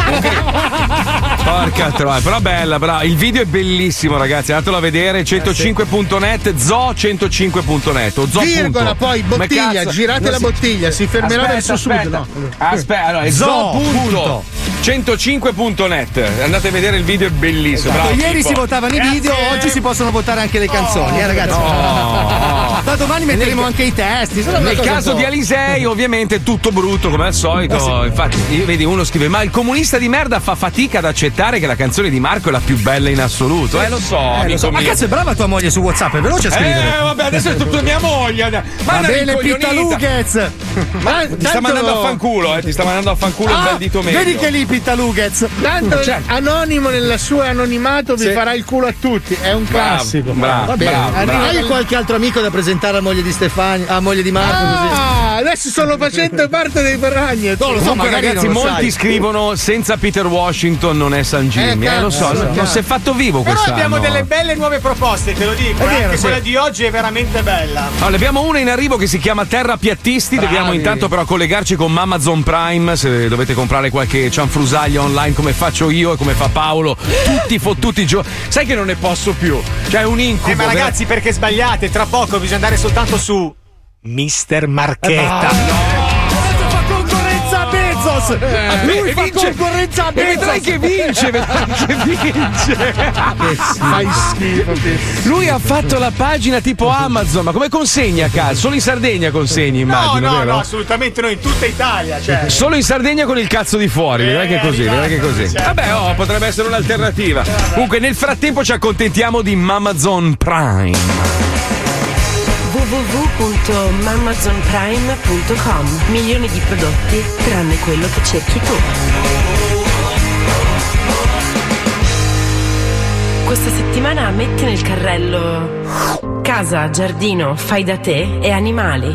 A: Porca troia, però bella, brava. Il video è bellissimo, ragazzi. Andatelo a vedere. centocinque punto net, zoo centocinque punto net o zoo.
F: Virgola, poi
A: Come
F: bottiglia,
A: cazzo?
F: girate
A: Non
F: la
A: si-
F: bottiglia, si fermerà
A: Aspetta,
F: verso
A: aspetta.
F: sud. No.
A: Aspetta, allora,
C: Zoo,
A: zoo
C: punto.
A: punto centocinque punto net. Andate a vedere il video, è bellissimo. Bravo,
C: Ieri
A: tipo.
C: si votavano i video,
A: Grazie.
C: oggi si possono votare anche le canzoni, eh ragazzi.
A: No.
C: Da domani metteremo anche i testi. Sono una
A: Nel
C: cosa
A: caso
C: un po'.
A: di Alisei, ovviamente è tutto brutto come al solito. Infatti, io- vedi, uno scrive: ma il comunista di merda fa fatica ad accettare che la canzone di Marco è la più bella in assoluto. Eh, lo so,
C: Eh, lo
A: amico
C: so. Ma
A: mio.
C: cazzo, è brava tua moglie su WhatsApp, è veloce a scrivere.
A: Eh, vabbè, adesso è tutto mia moglie. Ma
C: Va
A: una
C: bene,
A: rincoglionita.
C: Pitta Lughez.
A: Ma ti sta mandando a fanculo, eh, ti sta mandando a fanculo un bel dito medio.
F: vedi che
C: lì Pitta Lughez.
F: Tanto
A: Cioè-
F: anonimo nel suo anonimato vi
C: Sì.
F: farà il culo a tutti. È un
A: Bravo,
F: classico.
A: bravo,
C: Va bene,
A: bravo,
C: arriva-
A: bravo.
C: hai qualche altro amico da presentare a moglie di Stefani, a moglie di Marco? così?
F: Ah, adesso sto facendo parte dei Ferragni.
C: No, lo so,
A: Comunque,
C: magari
A: ragazzi,
C: non lo
A: molti
C: sai.
A: scrivono senza Peter Washington non è San Jimmy. Eh,
F: Eh,
A: lo so,
F: cazzo,
A: non, non si è fatto vivo
D: Però
A: quest'anno.
D: abbiamo delle belle nuove proposte, te lo dico.
C: È
D: eh,
C: vero,
D: anche
C: sì.
D: quella di oggi è veramente bella.
A: No, ne abbiamo una in arrivo che si chiama Terra Piattisti.
C: Bravi.
A: Dobbiamo intanto però collegarci con Amazon Prime. Se dovete comprare qualche cianfrusaglia online come faccio io e come fa Paolo, tutti fottuti giù. Sai che non ne posso più. Cioè, è un incubo.
D: Eh, ma ragazzi, perché sbagliate? Tra poco bisogna andare soltanto su Mister Marchetta.
C: Adesso fa concorrenza a Bezos.
A: Eh,
C: Lui
A: e
C: fa
A: vince.
C: concorrenza a
A: E
C: Bezos.
A: vedrai che vince, vedrai che vince.
F: Fai schifo.
A: Lui ha fatto la pagina tipo Amazon, ma come consegna, cazzo? Solo in Sardegna consegni,
D: No,
A: immagino,
D: no,
A: vero?
D: no, assolutamente no, in tutta Italia. Cioè.
A: Solo in Sardegna con il cazzo di fuori, vedrai che è così, vedrai che è così.
D: certo.
A: Vabbè, oh, potrebbe essere un'alternativa. Comunque, nel frattempo ci accontentiamo di Amazon Prime.
P: w w w punto amazon prime punto com. Milioni di prodotti tranne quello che cerchi tu. Questa settimana metti nel carrello casa, giardino, fai da te e animali.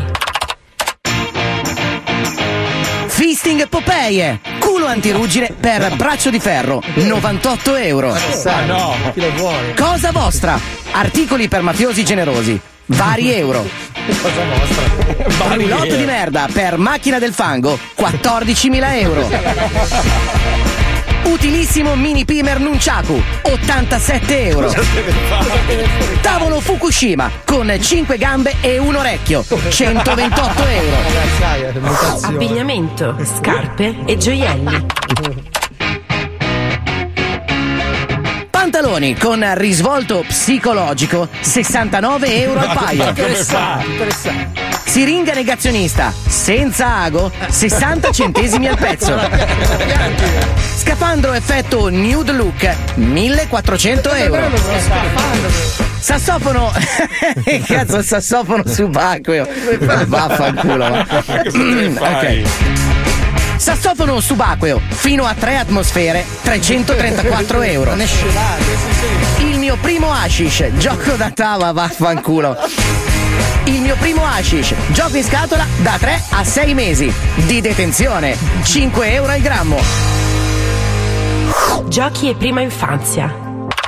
Q: Fisting Popeye, culo antiruggine per braccio di ferro, novantotto euro.
C: Ma no, chi lo vuole?
Q: Cosa vostra? Articoli per mafiosi generosi, vari euro.
C: Cosa vostra?
Q: Roulotte di merda per macchina del fango, quattordicimila euro. Utilissimo mini pimer Nunchaku, ottantasette euro. Tavolo Fukushima con cinque gambe e un orecchio, centoventotto euro.
P: Abbigliamento, scarpe e gioielli.
Q: Pantaloni con risvolto psicologico, sessantanove euro al paio.
C: Interessante, interessante.
Q: Siringa negazionista, senza ago, sessanta centesimi al pezzo. Scafandro effetto nude look, millequattrocento euro. Sassofono. Cazzo, sassofono subacqueo. Vaffanculo. va. Ok. Sassofono subacqueo fino a tre atmosfere, trecentotrentaquattro euro. Il mio primo hashish, gioco da tavola, vaffanculo. Il mio primo hashish, gioco in scatola da tre a sei mesi. Di detenzione, cinque euro al grammo.
P: Giochi e prima infanzia.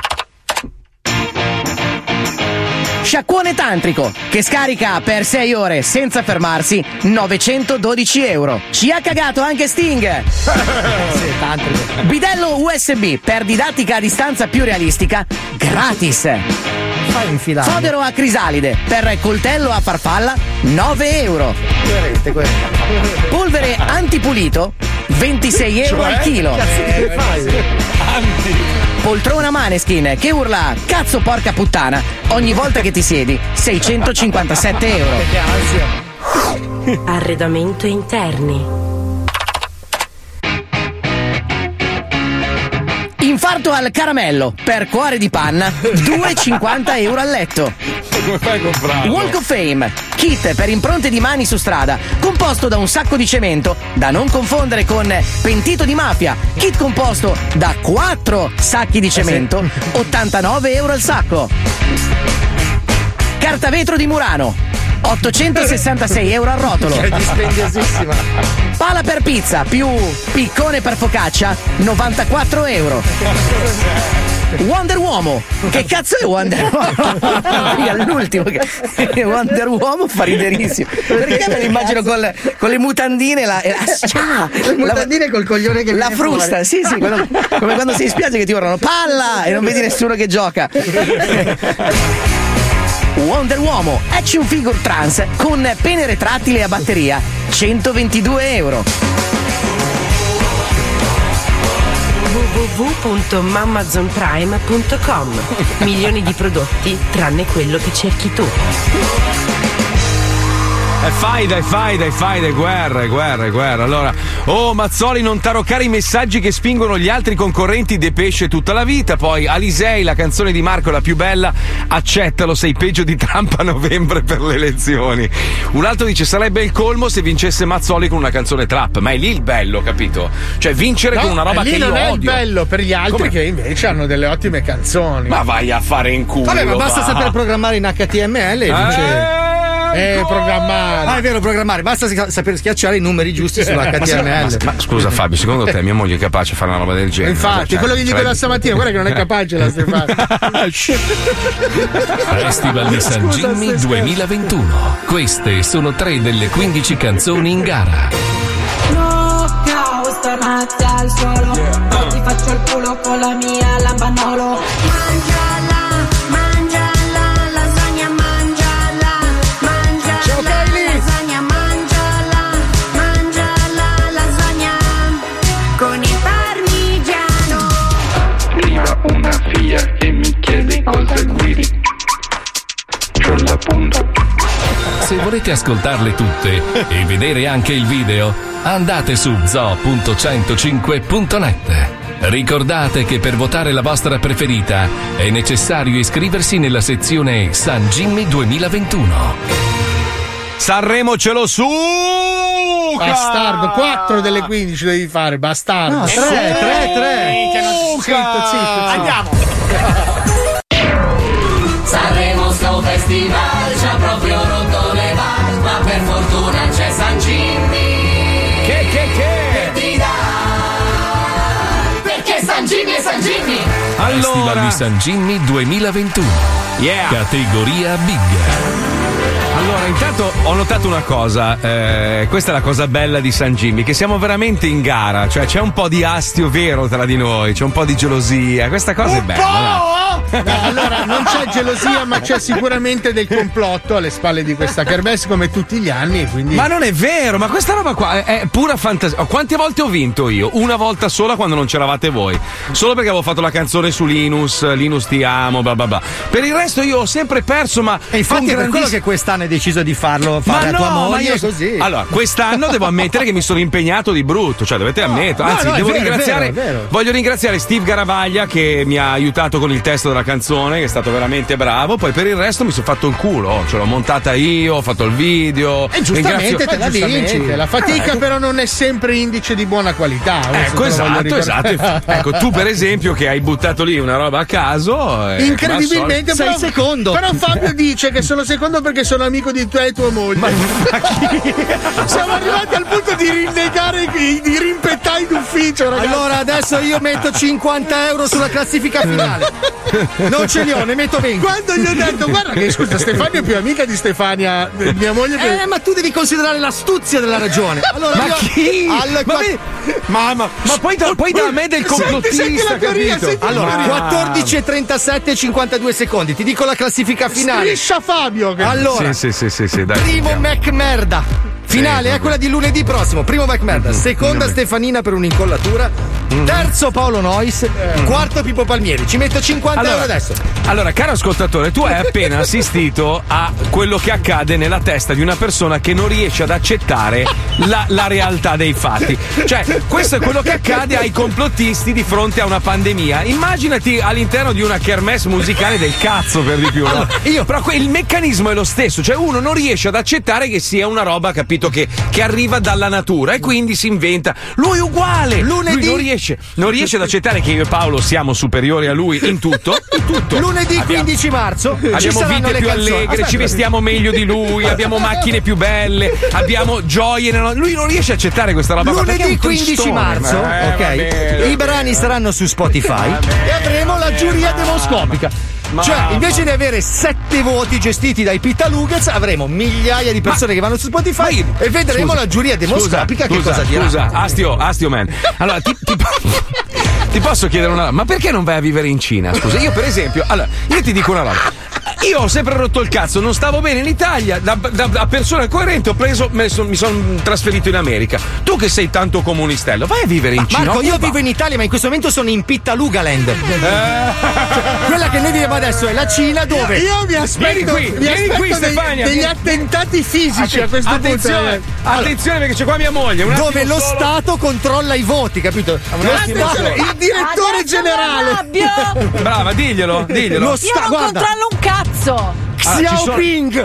Q: Sciacquone tantrico, che scarica per sei ore senza fermarsi, novecentododici euro. Ci ha cagato anche Sting.
C: Sì, tantrico.
Q: Bidello U S B per didattica a distanza più realistica, gratis.
C: Fai infilare.
Q: Fodero a crisalide per coltello a farfalla, nove euro.
C: Coerente, coerente.
Q: Polvere antipulito, ventisei euro
C: Cioè?
Q: al chilo.
C: Cazzo, che fai?
Q: Poltrona Maneskin che urla cazzo porca puttana ogni volta che ti siedi, seicentocinquantasette euro.
C: Che ansia.
P: Arredamento interni.
Q: Infarto al caramello per cuore di panna, due e cinquanta euro al letto.
A: Come fai a comprarlo?
Q: Walk of Fame, kit per impronte di mani su strada, composto da un sacco di cemento, da non confondere con pentito di mafia, kit composto da quattro sacchi di cemento, ottantanove euro al sacco. Carta vetro di Murano, ottocentosessantasei euro al rotolo.
C: È dispendiosissima.
Q: Pala per pizza più piccone per focaccia, novantaquattro euro. Wonder Uomo, che cazzo è Wonder Uomo? All'ultimo che Wonder Uomo fa riderissimo, perché me lo immagino con le, con le mutandine la, e la,
C: Le mutandine col coglione che
Q: la
C: viene
Q: frusta,
C: fuori.
Q: sì sì, quello- come quando sei in spiaggia che ti urlano palla e non vedi nessuno che gioca. Wonder Uomo Action Figure Trans con pene retrattile a batteria, centoventidue euro.
P: w w w punto mamazon prime punto com. Milioni di prodotti tranne quello che cerchi tu.
A: E fai, dai, fai, dai, fai, dai, guerra, guerra, guerra. Allora, oh Mazzoli, non taroccare i messaggi che spingono gli altri concorrenti de pesce tutta la vita. Poi Alisei, la canzone di Marco è la più bella, accettalo, sei peggio di Trump a novembre per le elezioni. Un altro dice sarebbe il colmo se vincesse Mazzoli con una canzone trap, ma è lì il bello, capito? Cioè vincere
F: No,
A: con una roba
F: lì
A: che io
F: non è il
A: odio.
F: bello per gli altri
A: Come?
F: che invece hanno delle ottime canzoni.
A: Ma vai a fare in culo.
C: Vabbè, ma basta
A: va.
C: saper programmare in H T M L e vince.
F: Eh, programmare.
C: Ah, è vero, programmare, basta si- saper schiacciare i numeri giusti su H T M L.
A: Ma, ma scusa Fabio, secondo te mia moglie è capace di fare una roba del genere?
F: Infatti,
A: Cioè,
F: quello che gli dico
A: sarebbe-
F: da stamattina, guarda che non è capace la Stefania.
B: Festival di San
F: Scusa,
B: Jimmy
F: se scherzo.
B: duemilaventuno. Queste sono tre delle quindici canzoni in gara.
E: No, caos, tornate al suolo. Ti faccio il culo con la mia lambanolo. Mangiala, mangiala, lasagna, mangiala, mangiala, lasagna, mangiala, mangiala, lasagna con il parmigiano.
R: Arriva una figlia che mi chiede cosa guidi. C'ho la punta.
B: Se volete ascoltarle tutte e vedere anche il video, andate su zoo punto centocinque punto net. Ricordate che per votare la vostra preferita è necessario iscriversi nella sezione San Jimmy duemilaventuno.
A: Sanremo ce lo su!
F: Bastardo, quattro delle quindici devi fare, bastardo.
C: No, tre, tre, tre.
F: Minchia, non- Zitto, zitto, zitto.
D: Andiamo.
E: Sanremo sto festival ci ha proprio rotto le balle, ma per fortuna c'è San Jimmy
A: Che, che, che?
E: ti dà, perché San Jimmy è San Jimmy.
B: Festival
A: Allora,
B: di San Jimmy duemilaventuno.
A: yeah.
B: Categoria Big.
A: Allora, intanto ho notato una cosa, eh, questa è la cosa bella di San Jimmy, che siamo veramente in gara, cioè c'è un po' di astio vero tra di noi, c'è un po' di gelosia, questa cosa è bella. dai.
F: No, allora, non c'è gelosia, ma c'è sicuramente del complotto alle spalle di questa kermesse come tutti gli anni. Quindi...
A: Ma non è vero, ma questa roba qua è, è pura fantasia. Oh, quante volte ho vinto io? Una volta sola quando non c'eravate voi. Solo perché avevo fatto la canzone su Linus, Linus ti amo, bla bla bla. Per il resto io ho sempre perso, ma.
C: E infatti
A: con
C: è per quello
A: grandissimo-
C: che quest'anno hai deciso di farlo fare
A: Ma
C: a
A: no,
C: tua
A: ma
C: moglie
A: io
C: così.
A: Allora, quest'anno devo ammettere che mi sono impegnato di brutto, cioè dovete ammettere.
C: no,
A: Anzi,
C: no, è
A: devo
C: vero, è
A: ringraziare.
C: vero, è vero.
A: Voglio ringraziare Steve Garavaglia che mi ha aiutato con il testo della canzone, che è stato veramente bravo. Poi per il resto mi sono fatto il culo. Oh, ce l'ho montata io, ho fatto il video.
F: E giustamente
A: Ringrazio-
F: te la
A: Giustamente.
F: vinci. La fatica,
A: Eh,
F: però, non è sempre indice di buona qualità.
A: Ecco,
F: Questo te lo voglio
A: esatto,
F: ricordare.
A: esatto. Ecco, tu per esempio che hai buttato lì una roba a caso. eh,
F: Incredibilmente,
A: come al
F: però,
A: solito- secondo.
F: però Fabio dice che sono secondo perché sono amico di te e tua moglie. Ma, siamo arrivati al punto di rinnegare i, i rimpettai d'ufficio, ragazzi.
C: Allora adesso io metto cinquanta euro sulla classifica finale. Non ce li ho, ne metto venti.
F: Quando gli ho detto, guarda che scusa, Stefania è più amica di Stefania, eh, mia moglie. Che...
C: Eh, ma tu devi considerare l'astuzia della ragione. Allora,
A: Ma
C: io
A: chi?
C: al
A: Ma
C: qua-
A: vedi- Mamma, ma poi da, poi da me del
F: Senti,
A: complottista,
F: senti la teoria,
A: capito?
F: senti la
C: Allora,
F: teoria.
C: quattordici e trentasette e cinquantadue secondi. Ti dico la classifica finale.
F: Striscia Fabio. Che...
C: Allora,
A: Sì, sì, sì, sì, sì, dai.
C: primo
A: sentiamo.
C: McMerda. Finale
A: Sì,
C: è quella di lunedì prossimo. Primo McMerda. Seconda Stefanina per un'incollatura. Terzo Paolo Nois. Quarto Pippo Palmieri. Ci metto cinquanta
A: Allora,
C: euro adesso.
A: Allora, caro ascoltatore, tu hai appena assistito a quello che accade nella testa di una persona che non riesce ad accettare la, la realtà dei fatti. Cioè, questo è quello che accade ai complottisti di fronte a una pandemia. Immaginati all'interno di una kermesse musicale del cazzo, per di più. No?
C: Allora, io-
A: Però que- il meccanismo è lo stesso, cioè uno non riesce ad accettare che sia una roba, capito, che, che arriva dalla natura e quindi si inventa. Lui è uguale.
C: Lunedì-
A: Lui non riesce, non riesce ad accettare che io e Paolo siamo superiori a lui in tutto. In tutto.
C: Lunedì
A: Abbiamo-
C: quindici marzo. ci
A: Abbiamo
C: saranno
A: vite
C: le
A: più
C: canzoni.
A: allegre,
C: Aspetta.
A: ci vestiamo meglio di lui, abbiamo macchine più belle, abbiamo gioie. nella- Lui non riesce a accettare questa roba. qua, perché è
C: Lunedì
A: un
C: quindici
A: tristone.
C: marzo,
A: Eh,
C: ok.
A: va bene.
C: I brani saranno su Spotify e avremo la giuria demoscopica.
A: Ma-
C: Cioè, invece di avere sette voti gestiti dai Pitalugaz, avremo migliaia di persone che vanno su Spotify
A: Ma io-
C: e vedremo
A: scusa,
C: la giuria demoscopica che
A: scusa,
C: cosa dirà.
A: Scusa, Astio, Astio man. Allora, ti, ti, ti posso chiedere una roba? Ma perché non vai a vivere in Cina? Scusa, io per esempio, allora, io ti dico una roba. Io ho sempre rotto il cazzo, non stavo bene in Italia, da, da, da persona coerente ho preso, me son, mi sono trasferito in America. Tu che sei tanto comunistello, vai a vivere in Cina.
C: Marco, io vivo in Italia, ma in questo momento sono in Pittalugaland.
A: Eh.
C: Cioè, quella che noi viviamo adesso è la Cina, dove?
F: Io, io mi aspetto,
A: vieni qui,
F: mi
A: vieni
F: aspetto
A: qui,
F: dei,
A: Stefania,
F: degli
A: vieni.
F: attentati fisici a questo
A: attenzione,
F: punto.
A: Attenzione, perché c'è qua mia moglie. Un
C: dove lo
A: solo.
C: Stato controlla i voti, capito?
F: Lo Stato, il direttore
S: Adesso
F: generale.
S: mi arrabbio.
A: Brava, diglielo, diglielo.
C: Lo
S: Io
C: sta-
S: non
C: guarda.
S: controllo un cazzo.
A: Ah, ci sono-
C: Xiaoping!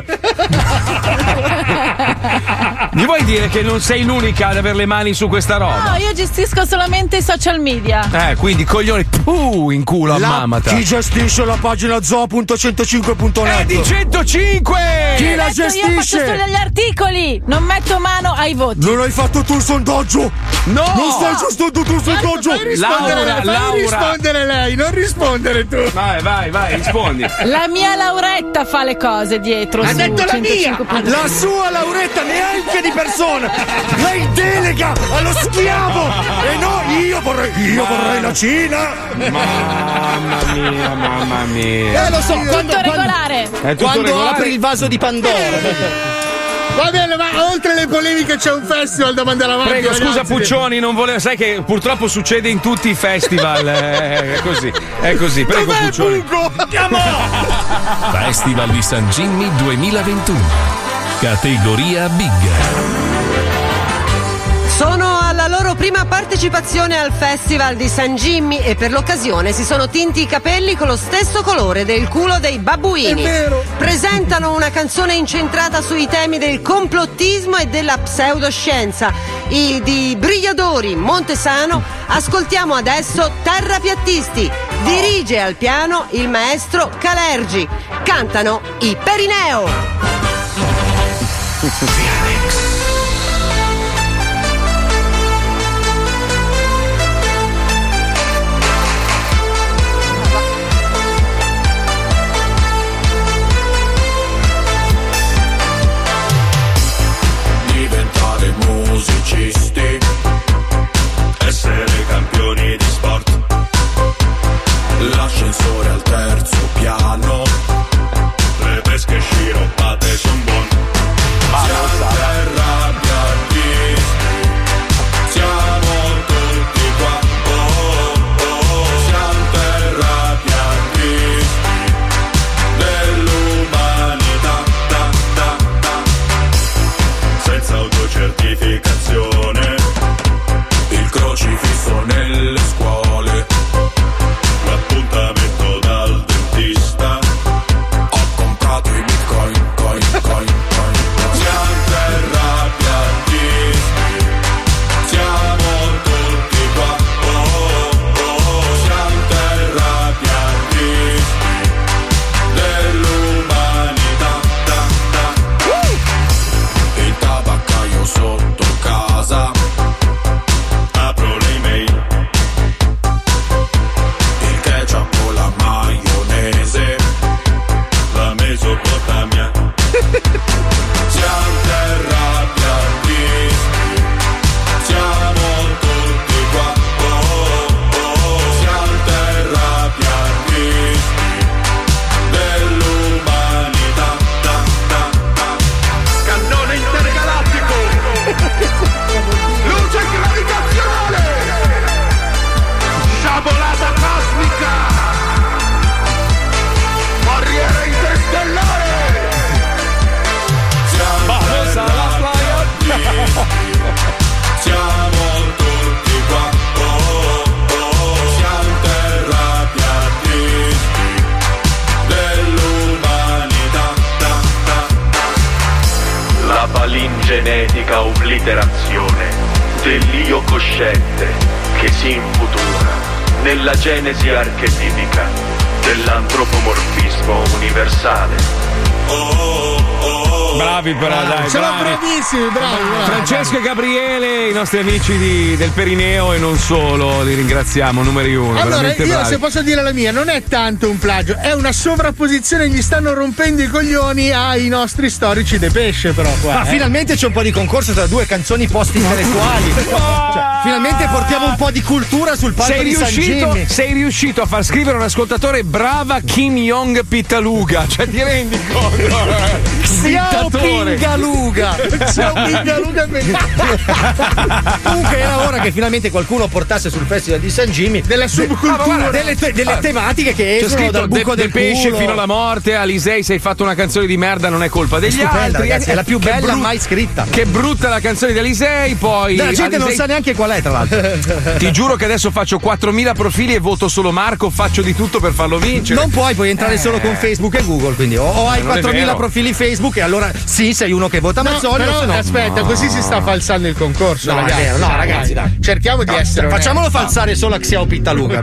A: Mi vuoi dire che non sei l'unica ad avere le mani su questa roba?
S: No, io gestisco solamente i social media.
A: Eh, quindi coglioni, puh, in culo a
C: La-
A: mamata.
C: chi gestisce la pagina zoo punto centocinque punto net?
A: È di centocinque!
C: Chi la
S: Metto- Io faccio
C: gestisce?
S: solo degli articoli, non metto mano ai voti.
C: Non hai fatto tu il sondaggio?
A: No!
C: Non stai gestendo tu il sondaggio?
F: Fai rispondere,
A: Laura,
F: fai
A: Laura.
F: rispondere lei, non rispondere tu.
A: Vai, vai, vai, rispondi.
S: La mia Lauretta fa le cose dietro.
F: Ha
S: su
F: detto la mia!
S: centocinque punto
C: La sua Lauretta neanche di persona! Lei delega allo schiavo! E no, io vorrei, io vorrei la Cina!
A: Mamma mia, mamma mia.
C: Eh, lo so, quando,
S: Tutto
C: quando,
S: regolare.
A: È tutto
C: quando
A: regolare?
C: apri il vaso di Pandora.
F: Va bene, ma oltre le polemiche c'è un festival da mandare avanti.
A: Prego,
F: ragazzi.
A: scusa Puccioni, non volevo. Sai che purtroppo succede in tutti i festival. eh, È così, è così. Prego,
F: Dov'è
A: Puccioni.
F: Bugo? Andiamo!
B: Festival di San Jimmy duemilaventuno. Categoria Big.
M: Sono alla loro prima partecipazione al Festival di San Jimmy e per l'occasione si sono tinti i capelli con lo stesso colore del culo dei babbuini.
F: È vero.
M: Presentano una canzone incentrata sui temi del complottismo e della pseudoscienza. I di Brigliadori Montesano. Ascoltiamo adesso Terrapiattisti. Dirige al piano il maestro Calergi. Cantano i Perineo.
L: Diventare musicisti, essere campioni di sport, l'ascensore al terzo piano, le pesche sciroppate son buon. Siamo terrapiattisti, siamo tutti qua, oh, oh, siamo terrapiattisti dell'umanità, da, da, da. Senza autocertificazione, il crocifisso nelle scuole, l'appuntamento dal dentista, ho comprato i bitcoin, coin, coin, coin, coin. Siamo terrapiattisti, siamo tutti qua, oh, oh, siamo terrapiattisti dell'umanità, da, da, da. Il tabaccaio sotto casa, apro le email, il ketchup o la maionese, la Mesopotamia. Siamo terrapiattisti, siamo tutti qua, oh, oh, siamo terrapiattisti dell'umanità, da, da, da. Cannone intergalattico, luce gravitazionale, sciabolata cosmica, barriera interstellare. Siamo terrapiattisti, siamo tutti qua, oh, oh, siamo terrapiattisti dell'umanità, da, da, da. La palingenetica obliterazione dell'io cosciente che si infutura nella genesi archetipica dell'antropomorfismo universale. Oh, oh, oh.
A: bravi però, dai.
F: Sono
A: bravi.
F: bravissimi, bravi, bravi.
A: Francesco e Gabriele, i nostri amici di, del Perineo e non solo, li ringraziamo, numeri uno.
F: Allora,
A: veramente
F: io
A: bravi.
F: se posso dire la mia, non è tanto un plagio, è una sovrapposizione, gli stanno rompendo i coglioni ai nostri storici de pesce, però qua.
C: Ma
F: eh.
C: finalmente c'è un po' di concorso tra due canzoni post-intellettuali. Cioè, finalmente portiamo un po' di cultura sul palco
A: Sei
C: di San
A: riuscito,
C: Jimmy.
A: sei riuscito a far scrivere un ascoltatore brava Kim Jong Pittaluga, cioè ti rendi conto?
C: Xiao
A: Dittatore.
C: Pingaluga.
F: Xiao Pingaluga.
C: Comunque era ora che finalmente qualcuno portasse sul festival di San Jimmy
F: della subcultura,
C: delle, te- delle tematiche che
A: C'è
C: escono
A: scritto
C: dal buco
A: de,
C: del
A: de pesce
C: culo.
A: fino alla morte. Alisei, se hai fatto una canzone di merda non è colpa degli
C: Stupenda,
A: altri.
C: ragazzi, è la più
A: Che
C: bella
A: brut-
C: mai scritta.
A: Che brutta la canzone di Alisei. Poi
C: La gente non
A: Alisei-
C: sa neanche qual è, tra l'altro.
A: Ti giuro che adesso faccio quattromila profili e voto solo Marco, faccio di tutto per farlo vincere.
C: Non puoi, puoi entrare solo con Facebook e Google, quindi o, o hai
A: non è
C: quattromila
A: vero.
C: profili Facebook e allora sì, sei uno che vota
F: No,
C: Mazzoli,
F: però,
C: o se no.
F: aspetta,
C: No.
F: così si sta falsando il concorso,
C: No, è
F: ragazzi.
C: vero, no,
F: Dai,
C: ragazzi, dai.
F: Cerchiamo di
C: No,
F: essere
C: facciamolo
F: onesti.
C: falsare solo a Xiao Pittaluga.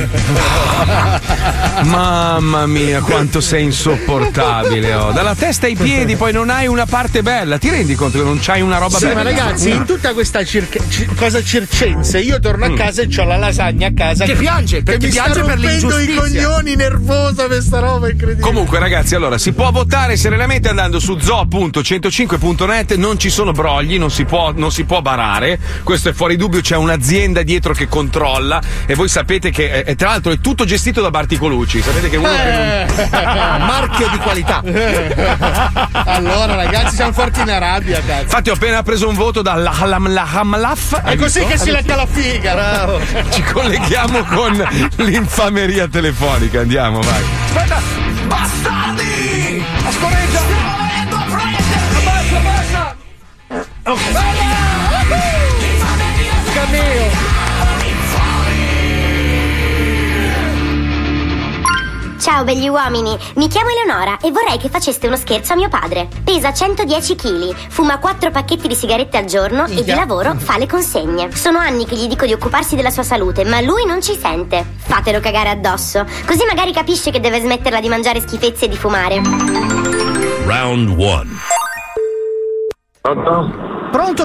A: Mamma mia, quanto sei insopportabile. Oh. Dalla testa ai piedi, poi non hai una parte bella. Ti rendi conto che non c'hai una roba
F: Sì,
A: bella?
F: ma ragazzi, in tutta questa circa- ci- cosa circense, io torno a casa e ho la lasagna a casa.
C: Che piange,
F: che
C: perché
F: mi
C: piange
F: sta
C: per
F: rompendo i
C: l'ingiustizia.
F: coglioni, nervosa questa roba incredibile.
A: Comunque ragazzi, allora si può votare serenamente andando su zoo punto centocinque punto net, non ci sono brogli, non si può, non si può barare, questo è fuori dubbio, c'è un'azienda dietro che controlla e voi sapete che eh, tra l'altro è tutto gestito da Barticolucci, sapete che uno che non...
C: Marchio di qualità.
F: Allora ragazzi, siamo forti in Arabia, cazzo.
A: Infatti ho appena preso un voto da Laham Laham Laf.
F: È così che si lecca la figa.
C: Bravo.
A: Ci colleghiamo con l'infameria telefonica, andiamo, vai.
L: Aspetta! Bastardi!
A: La scorreggia!
L: Stiamo venendo a prendervi!
F: Abbassa, abbassa! Ok. Cameo!
T: Ciao begli uomini, mi chiamo Eleonora e vorrei che faceste uno scherzo a mio padre. Pesa centodieci chili, fuma quattro pacchetti di sigarette al giorno e di lavoro fa le consegne. Sono anni che gli dico di occuparsi della sua salute, ma lui non ci sente. Fatelo cagare addosso, così magari capisce che deve smetterla di mangiare schifezze e di fumare.
U: Round one.
J: Pronto?
K: Pronto?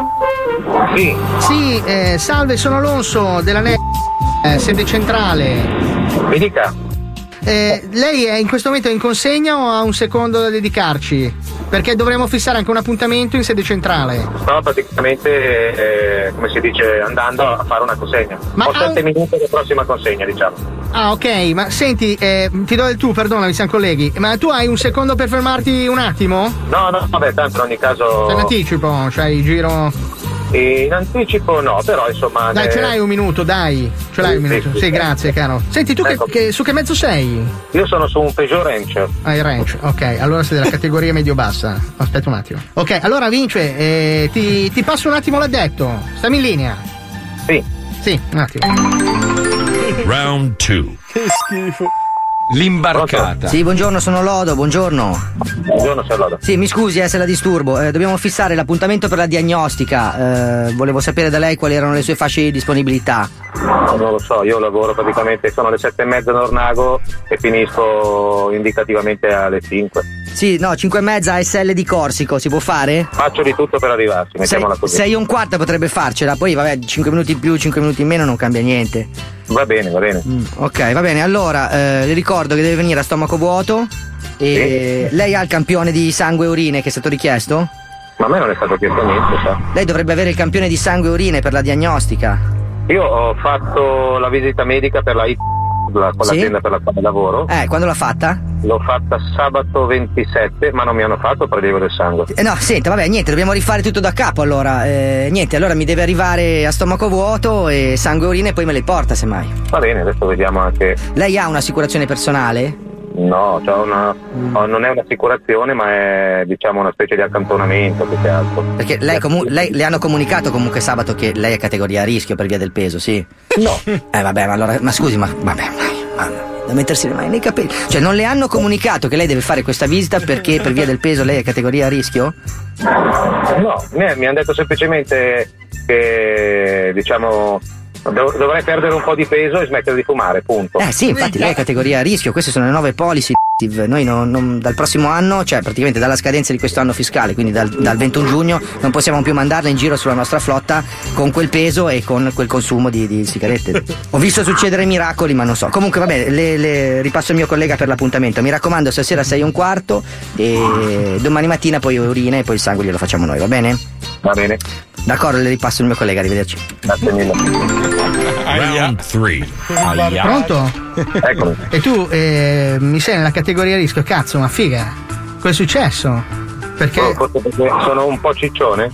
J: Sì.
K: Sì, eh, salve, sono Alonso della N E eh, sede centrale.
J: Mi dica.
K: Eh, lei è in questo momento in consegna o ha un secondo da dedicarci? Perché dovremmo fissare anche un appuntamento in sede centrale.
J: Sto praticamente, eh, come si dice, andando a fare una consegna.
K: Ma
J: Ho
K: ha
J: sette
K: un-
J: minuti di prossima consegna, diciamo.
K: Ah, ok, ma senti, eh, ti do il tu, perdonami, siamo colleghi. Ma tu hai un secondo per fermarti un attimo?
J: No, no, vabbè, tanto in ogni caso.
K: C'è in anticipo, c'hai il giro.
J: Eh, in anticipo no, però insomma.
K: Dai,
J: ne-
K: ce l'hai un minuto, dai. Ce l'hai un
J: Sì,
K: minuto.
J: sì,
K: Sì,
J: sì.
K: grazie, caro. Senti, tu che,
J: Ecco.
K: che- su che mezzo sei?
J: Io sono su un Peugeot Rancher.
K: Ah, il ranch, ok, allora sei della categoria medio-bassa. Aspetta un attimo. Ok, allora Vince, eh, ti, ti passo un attimo l'addetto. Stammi in linea.
J: Sì.
K: Sì, un attimo.
U: Round two.
F: Che schifo.
A: L'imbarcata.
Q: Sì, buongiorno, sono Lodo, buongiorno.
J: Buongiorno, sono Lodo.
Q: Sì, mi scusi eh, se la disturbo. Eh, dobbiamo fissare l'appuntamento per la diagnostica. Eh, volevo sapere da lei quali erano le sue fasce di disponibilità.
J: Non lo so, io lavoro praticamente, sono le sette e mezza a Ornago e finisco indicativamente alle cinque.
Q: Sì, no, cinque e mezza A S L di Corsico, si può fare?
J: Faccio di tutto per arrivarci,
Q: Sei,
J: mettiamola così.
Q: sei e un quarto potrebbe farcela, poi vabbè, cinque minuti in più, cinque minuti in meno non cambia niente.
J: Va bene, va bene.
Q: Mm, ok, va bene, allora eh, le ricordo che deve venire a stomaco vuoto e lei ha il campione di sangue e urine che è stato richiesto?
J: Ma a me non è stato chiesto niente, sa.
Q: Lei dovrebbe avere il campione di sangue e urine per la diagnostica.
J: Io ho fatto la visita medica per la I T, la- con
Q: Sì?
J: l'azienda per la quale lavoro.
Q: Eh, quando l'ha fatta?
J: L'ho fatta sabato ventisette, ma non mi hanno fatto il prelievo del sangue.
Q: Eh, no, senta, vabbè, niente, dobbiamo rifare tutto da capo allora. Eh, niente, allora mi deve arrivare a stomaco vuoto e sangue e urine e poi me le porta semmai.
J: Va bene, adesso vediamo anche.
Q: Lei ha un'assicurazione personale?
J: No, c'ho una, ho- non è un'assicurazione, ma è diciamo una specie di accantonamento più che altro.
Q: Perché lei, comu- lei le hanno comunicato comunque sabato che lei è categoria a rischio per via del peso, sì?
J: No.
Q: Eh vabbè, ma allora, ma scusi, ma vabbè, dai, ma da mettersi le mani nei capelli. Cioè, non le hanno comunicato che lei deve fare questa visita perché per via del peso lei è categoria a rischio?
J: No, mi, mi hanno detto semplicemente che diciamo dov- dovrei perdere un po' di peso e smettere di fumare, punto.
Q: Eh sì, infatti lei è categoria a rischio, queste sono le nuove policy Noi non, non, dal prossimo anno, cioè praticamente dalla scadenza di questo anno fiscale, quindi dal, dal ventuno giugno, non possiamo più mandarle in giro sulla nostra flotta con quel peso e con quel consumo di, di sigarette. Ho visto succedere miracoli, ma non so. Comunque, vabbè, le, le ripasso il mio collega per l'appuntamento. Mi raccomando, stasera sei e un quarto e domani mattina poi urina e poi il sangue glielo facciamo noi, va bene?
G: Va bene.
Q: D'accordo, le ripasso il mio collega, arrivederci.
G: Grazie mille.
U: Round three.
K: Pronto?
G: Eccolo.
K: E tu eh, mi sei nella categoria rischio, cazzo, ma figa. Cosa è successo? Perché?
G: Oh, forse perché sono un po' ciccione?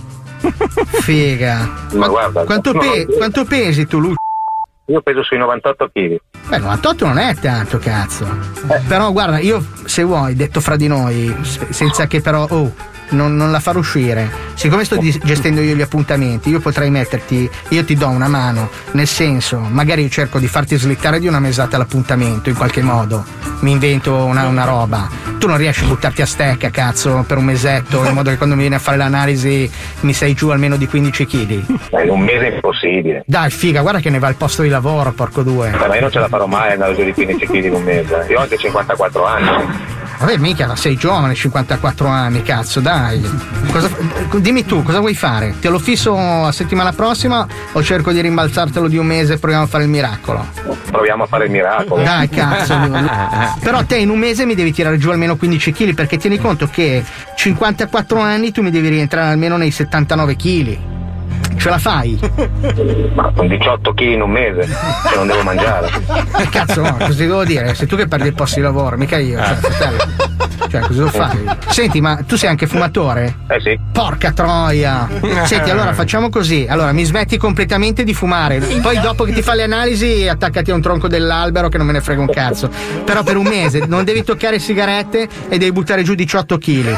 K: Figa.
G: Ma guarda.
K: Quanto,
G: no,
K: pe-
G: no,
K: quanto pesi tu, Lu?
G: Io peso sui novantotto chili.
K: Beh, novantotto non è tanto, cazzo. Eh. Però guarda, io se vuoi, detto fra di noi, senza che però. Oh. Non, non la farò uscire. Siccome sto di- gestendo io gli appuntamenti, io potrei metterti, io ti do una mano, nel senso, magari io cerco di farti slittare di una mesata l'appuntamento in qualche modo, mi invento una, una roba. Tu non riesci a buttarti a stecca, cazzo, per un mesetto, in modo che quando mi vieni a fare l'analisi mi sei giù almeno di quindici chili.
G: In un mese è impossibile.
K: Dai, figa, guarda che ne va il posto di lavoro, porco due.
G: Eh, ma io non ce la farò mai andare giù di quindici chili in un mese. Io ho anche cinquantaquattro anni.
K: Vabbè, mica, sei giovane, cinquantaquattro anni, cazzo, dai. Cosa, dimmi tu, cosa vuoi fare? Te lo fisso a settimana prossima o cerco di rimbalzartelo di un mese e proviamo a fare il miracolo?
G: Proviamo a fare il miracolo.
K: Dai, cazzo. Però te in un mese mi devi tirare giù almeno quindici chili, perché tieni conto che cinquantaquattro anni tu mi devi rientrare almeno nei settantanove chili. Ce la fai?
G: Ma con diciotto chili in un mese, che non devo mangiare.
K: Eh, cazzo, no, cosa devo dire? Sei tu che perdi il posto di lavoro, mica io, cioè, fratello. Cioè, cosa devo fare? Senti, ma tu sei anche fumatore?
G: Eh sì.
K: Porca troia! Senti, allora facciamo così. Allora, mi smetti completamente di fumare. Poi dopo che ti fa le analisi, attaccati a un tronco dell'albero che non me ne frega un cazzo. Però per un mese non devi toccare sigarette e devi buttare giù diciotto chili.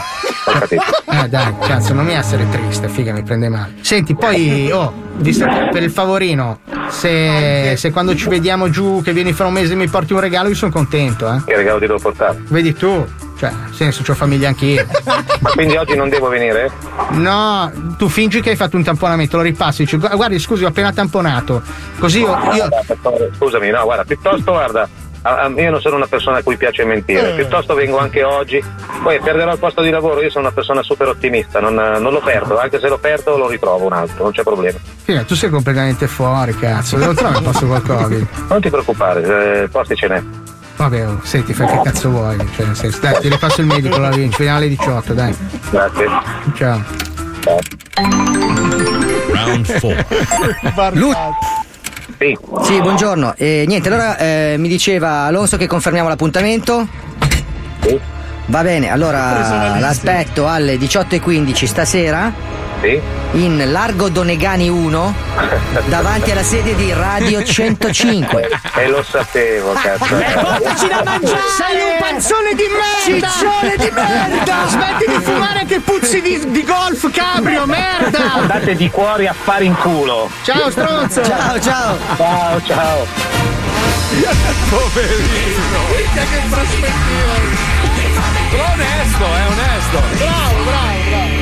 K: Eh dai, cazzo, non mi essere triste, figa, mi prende male. Senti, poi, oh, visto che per il favorino, se, se quando ci vediamo giù che vieni fra un mese e mi porti un regalo, io sono contento, eh.
G: Che regalo ti devo portare?
K: Vedi tu, cioè, nel senso, c'ho famiglia anch'io.
G: Ma quindi oggi non devo venire?
K: No, tu fingi che hai fatto un tamponamento, lo ripassi, dici, guardi, scusi, ho appena tamponato. Così io. io...
G: Scusami, no, guarda, piuttosto, guarda. Io non sono una persona a cui piace mentire, piuttosto vengo anche oggi, poi perderò il posto di lavoro, io sono una persona super ottimista, non, non lo perdo, anche se lo perdo lo ritrovo un altro, non c'è problema.
K: Fine, tu sei completamente fuori, cazzo, devo trovare il posto col Covid.
G: Non ti preoccupare, eh, posti ce n'è.
K: Vabbè, oh, senti, fai che cazzo vuoi, cioè, nel senso, dai, ti ripasso il medico, la vinci, vediamo alle diciotto, dai.
G: Grazie.
K: Ciao.
G: Ciao.
U: Round four.
Q: Lu-
G: Sì.
Q: Sì, buongiorno. Eh, niente, allora eh, mi diceva Alonso che confermiamo l'appuntamento?
G: Sì.
Q: Va bene, allora l'aspetto alle diciotto e quindici stasera?
G: Sì.
Q: In Largo Donegani uno, davanti alla sede di Radio centocinque.
G: E lo sapevo, cazzo.
K: Portaci da mangiare! Sei un panzone di merda! Ciccione di merda! Smetti di fumare che puzzi di, di golf, cabrio, merda!
G: Andate di cuori a fare in culo.
K: Ciao, stronzo!
Q: Ciao, ciao!
G: Ciao, ciao!
A: Poverino!
F: Che prospettiva!
A: Però onesto, è onesto!
F: Bravo, bravo, bravo!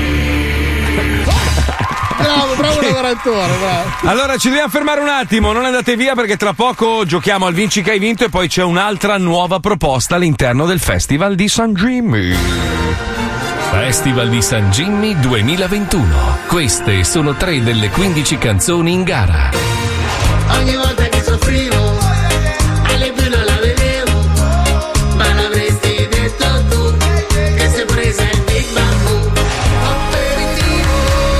F: Bravo, bravo lavoratore, bravo.
A: Allora ci dobbiamo fermare un attimo, non andate via perché tra poco giochiamo al Vinci che hai vinto e poi c'è un'altra nuova proposta all'interno del Festival di San Jimmy.
B: Festival di San Jimmy duemilaventuno. Queste sono tre delle quindici canzoni in gara.
L: Ogni volta che soffrivo, alle più non la vedevo, ma l'avresti detto tu, che sei presa il Big Bamboo. Aperitivo,